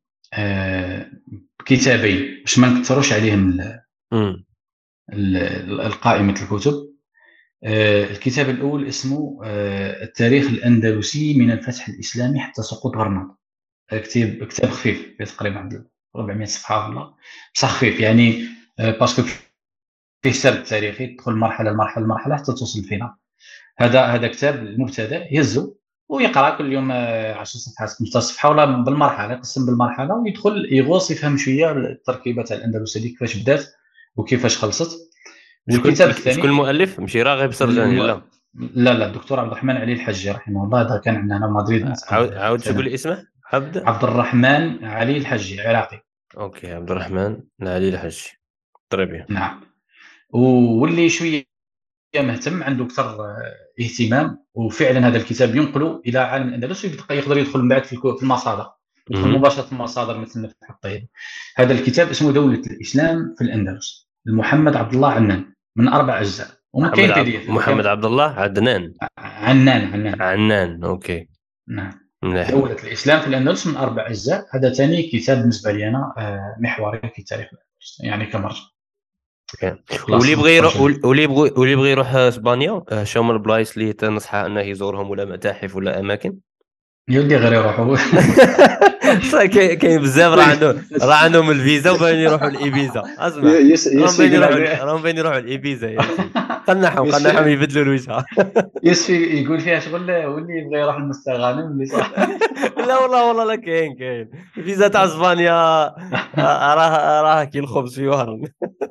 بكتابين باش ما نكثروش عليهم امم القائمه الكتب. الكتاب الأول اسمه التاريخ الأندلسي من الفتح الإسلامي حتى سقوط غرناطة. كتاب خفيف، فيه تقريبا 400 صفحة ولا، بصح خفيف يعني. باسكو فيه سرد تاريخي، تدخل مرحلة حتى توصل للفينال. هذا كتاب المبتدئ يهزو ويقرا كل يوم 10 صفحات 15 صفحه، ولا بالمرحله، يقسم بالمرحله ويدخل يغوص يفهم شويه التركيبه تاع الاندلس هذيك كيفاش بدات وكيفاش خلصت. والكتاب شكون الثاني المؤلف؟ مشي راغب سرجاني؟ لا. لا، الدكتور عبد الرحمن علي الحجي رحمه الله، هذا كان عندنا هنا في مدريد نتقبل عاود شو كتابه. لي اسمه؟ عبد. عبد الرحمن علي الحجي، عراقي. اوكي، عبد الرحمن علي الحجي. طري بيان. نعم. واللي شويه مهتم عنده اكثر اهتمام، وفعلا هذا الكتاب ينقله الى عالم الاندلس، يقدر يدخل من بعد في المصادر، يدخل مباشره في المصادر مثل فتح الطيب. هذا الكتاب اسمه دوله الاسلام في الاندلس، لمحمد عبد الله عنان، من 4 اجزاء، وما كاين بي دي اف اذا محمد كان. عبد الله عدنان. عنان. عنان، اوكي. نعم. مليح. دولة الإسلام في الأندلس من 4 أجزاء. هذا ثاني كتاب بالنسبة لي أنا محوري في تاريخ الأندلس، يعني كمرجع. اوكي. خلاص واللي يبغي يروح اسبانيا، شو من البلايص اللي تنصحه انه يزورهم، ولا متاحف ولا اماكن؟ يودي غير يروحوا. صح، كاين بزاف راه عندهم الفيزا وباين يروحوا الايبيزا. اسمع، راهم باين يروحوا الايبيزا يا سيدي. قنعهم يبدلوا الوجهه. يسفي يقول فيها شغل، واللي يبغى يروح المستغانم اللي صح. لا والله لا، كاين الفيزا تاع اسبانيا، راه كي الخبز في وهران.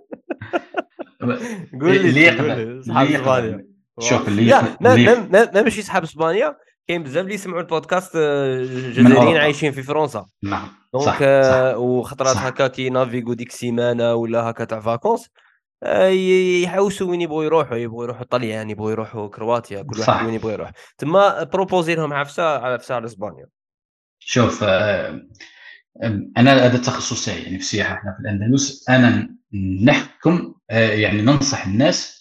قول اللي يقدر لي صحاب اسبانيا. شوف يا اللي ما ماشي صحاب اسبانيا، كاين بزاف اللي يسمعوا البودكاست من جزائريين اوروبا. عايشين في فرنسا. نعم دونك صح وخطرات صح. هكا كي نافيغو ديك سيمانه ولا هكا تاع فاكونس، يحوسوا وين يبغوا يروحوا طليان، يبغوا يروحوا كرواتيا، كل واحد وين صح. يبغى يروح. تما بروبوزي لهم عفسه على اسبانيا. شوف انا هذا التخصص تاعي يعني في السياحه، احنا في الاندلس. انا نحكم يعني ننصح الناس،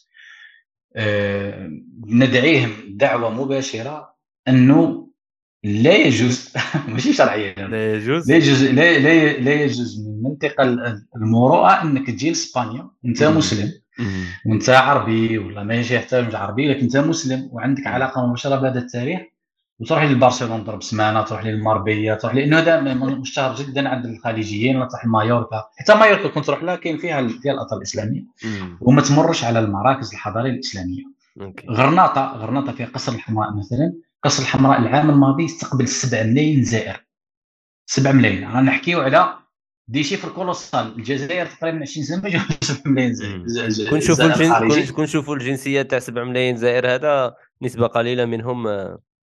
ندعيهم دعوه مباشره انه لا يجوز ماشي شرعيا، لا لا يجوز. يجوز لا يجوز من منطقه المروءه انك تجي لاسبانيا وانت مسلم، وانت عربي، ولا ماشي يحتاج عربي، لكن انت مسلم وعندك علاقه مباشره بهذا التاريخ، وتروح لبرشلونه ضرب سمانه، تروح للماربيه، تروح، لانه هذا مشتهر جدا عند الخليجيين، ولا تروح مايوركا. حتى مايوركا كنت تروح لها، كاين فيها الاثار الاسلاميه، وما تمرش على المراكز الحضاريه الاسلاميه. غرناطه فيها قصر الحمراء مثلا. قصر الحمراء العام الماضي استقبل 7 ملايين زائر. 7 ملايين، رانا نحكيو على دي شيفر كولوسال. الجزائر تقريبا 20 سنه ما جاوش 7 ملايين زائر خارجي. كون نشوفوا الجنسيه تاع 7 ملايين زائر، هذا نسبه قليله منهم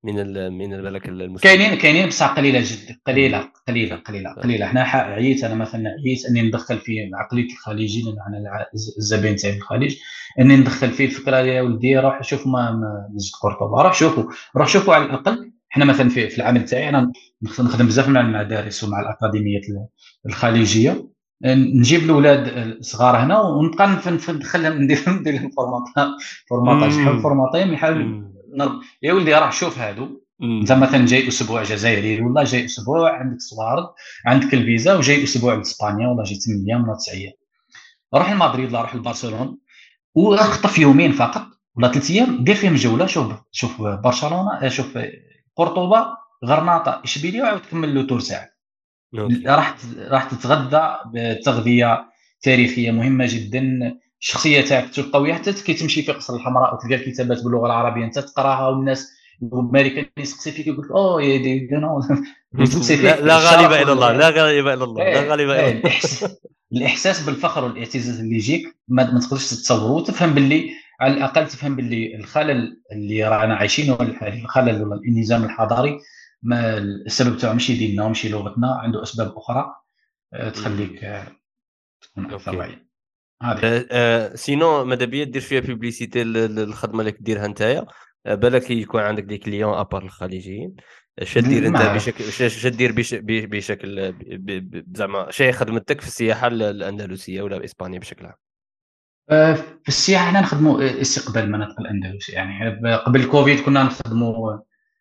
من بالك المسلمين؟ كاينين بصح قليله جدا، مم. قليله. حنا عييت انا مثلا، عييت اني ندخل في عقليه الخليجي، لان انا الزبائن تاعي من الخليج، اني ندخل فيه الفكره يا ولدي روح شوف مسجد قرطبه، روح شوفوا على الاقل. حنا مثلا في العمل تاعي انا نخدم بزاف مع المدارس ومع الاكاديميات الخليجيه. نجيب الاولاد الصغار هنا ونبقى ندخلهم، ندير لهم فورماطاج، نحاول مم. فورماطيهم، يحاول مم. يا ولدي راح شوف هادو. انت مم. مثلا جاي اسبوع جزائري، والله جاي اسبوع عندك صوارد، عندك الفيزا، وجاي اسبوع لاسبانيا، ولا جيت 8 ايام ولا 9 ايام. روح لمدريد، لا روح لبرشلونه، واخطف يومين فقط ولا 3 ايام، دير فيهم جوله، شوف برشلونه، شوف قرطبه، غرناطه، اشبيليه، وعاود تكمل له تور ساعه. اوكي. راح تتغذى بتغذيه تاريخيه مهمه جدا. الشخصيه تاعك تلقاوية حتى كي تمشي في قصر الحمراء وتلقى الكتابات باللغه العربيه، انت تقراها، والناس الامريكان يسقسي فيك، يقول لك اوه يا نو يسقسي لا فيك لا غالب الشرف الا الله، لا غالب الا الله، لا غالب الا الله. الاحساس بالفخر والاعتزاز اللي يجيك ما تقدرش تتصوره، وتفهم باللي على الاقل تفهم باللي الخلل اللي رانا عايشينه، الخلل ولا الانهزام الحضاري، ما السبب تاعو ماشي ديننا وماشي لغتنا، عنده اسباب اخرى مم. تخليك تكون اكثر اوكي. وعي. هذه سينو ماذا بيا دير فيها بيبليسيتي للخدمه اللي كديرها نتايا. بالك يكون عندك دي كليون ابار الخليجيين. اش دير ما انت عرف. بشكل اش دير بشكل زعما شي خدمتك في السياحه الاندلسيه ولا باسبانيا بشكل عام؟ في السياحه حنا نخدموا استقبال مناطق الاندلس، يعني قبل الكوفيد كنا نخدموا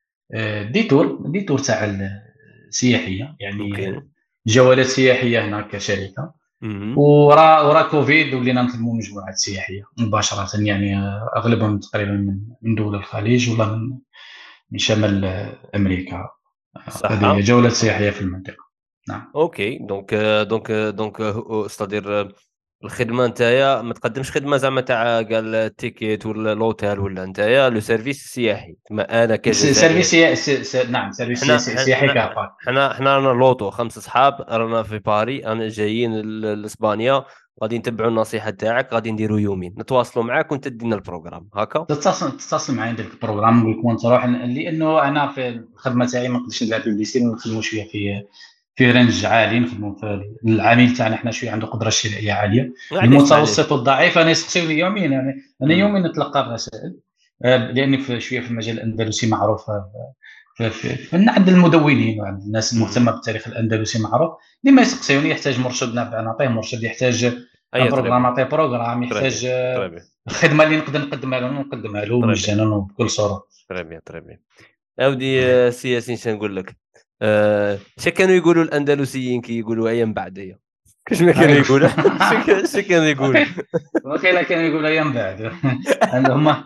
ديتور تاع السياحيه، يعني اوكي. جولات سياحيه هناك كشركه. اها. ورا كوفيد ولينا نخدموا مجموعات سياحيه مباشره، يعني اغلبهم تقريبا من دول الخليج، ولا من شمال امريكا. هذه صحه. جولات سياحيه في المنطقه. نعم. اوكي. دونك استدير الخدمه نتايا ما تقدمش خدمه زعما تاع قال التيكيت ولا لوتيل، ولا نتايا لو سيرفيس سياحي كما انا سيرفيس كجزائري. نعم، سيرفيس حنا سياحي حنا كافة. حنا رانا لوطو 5 صحاب رانا في باري، انا جايين لاسبانيا، غادي نتبعوا النصيحه تاعك، غادي نديروا يومين نتواصلوا معاك وانت تدينا البروغرام هكا. تتصل معي ندير البروغرام، نقول لك وين تروح، لانه انا في الخدمه تاعي ما نقدرش ندير بيبليسيتي، نخدموا شويه في رينج عالي، نخدموا في العميل تاعنا احنا شويه عنده قدره شرائيه عاليه. معليش معليش. المتوسط والضعيف انا يسقسيوني يوميا، يعني انا امم. يوميا نتلقى الرسائل، لاني في شويه في المجال الاندلسي معروف، عند المدونين وعند الناس امم. المهتمه بالتاريخ الاندلسي معروف. لما يسقسيوني يحتاج مرشد، نعطيه مرشد، يحتاج اي بروغرام، تريبي. نعطيه بروغرام، تريبي. يحتاج تريبي. الخدمه اللي نقدر نقدمها له تريبي. مجانا وبكل صوره. تريبي. تريبي. اودي سي ياسين شنقول لك. اش كانوا يقولوا الاندلسيين كي يقولوا ايام بعديه؟ كاش ما كانوا يقولوا؟ اش كانوا يقولوا؟ وكاين كانوا يقولوا ايام بعد هما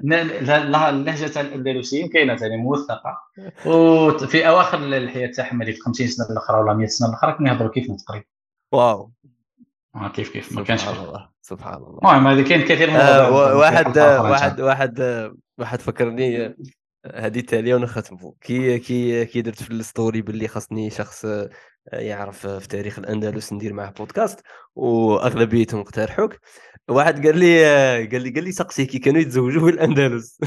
اللهجه تاع الاندلسيين كاينه ثاني موثقه، وفي اواخر الحياه تاعهم هذيك 50 سنه الاخرى ولا 100 سنه الاخرى كانوا يهضروا كيفنا تقريبا. واو. كيف ما كانش سبحان فرق. الله سبحان الله. المهم هذه كاين كثير من المواضيع، ربما في واحد حلقه اخرى ان شاء الله. واحد فكرني هذه تالية ونختموا كي درت في الستوري باللي خاصني شخص يعرف في تاريخ الأندلس ندير معه بودكاست، وأغلبيتهم اقترحوك. واحد قال لي سقسي كي كانوا يتزوجوا في الأندلس.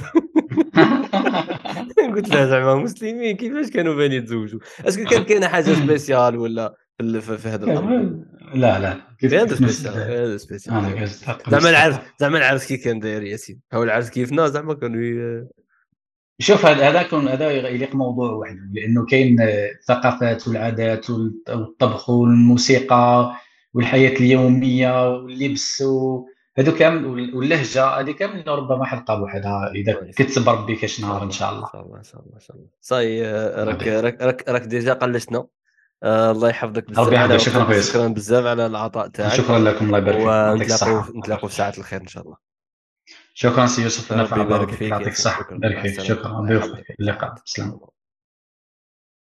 قلت له زعما مسلمين كيفاش كانوا باني يتزوجوا؟ اسكو كان كاينه حاجه سبيسيال ولا في هذا الامر؟ لا هذا كيف نفس سبيسيال، هذا سبيسيال انا زعما. كنت تقبل الثقه. زعما العرس كي كان داير ياسين، هو العرس كيفنا زعما كانوا شوف هذا يليق موضوع وحده، لانه كاين الثقافات والعادات والطبخ والموسيقى والحياه اليوميه واللبس هذو كامل، واللهجه هذه كامل، ربما حلقه بوحدها اذا نايس. كتب ربي ان كاش شاء نهار ان الله شاء ان الله. شاء الله ان شاء الله ان شاء الله صاي. راك هذه راك راك راك ديجا قلشنا. الله يحفظك ربي بزاف على يحفظك، شكرا وقتك، خويا يوسف. شكرا بزاف على العطاء تاعك. شكرا لكم، الله يبارك فيكم، يعطيك ونتلاقوا الصحه. نتلاقوا في ساعة الخير ان شاء الله. شكرا سي يوسف، ربي نفع الله يبارك بك، فيك يعطيك ياسين، الصحه، شكرا، يبارك مع فيك، السلامة، شكرا، الله ربي يوفقك، يحفظك، اللقاء، سلامتك. بسلام.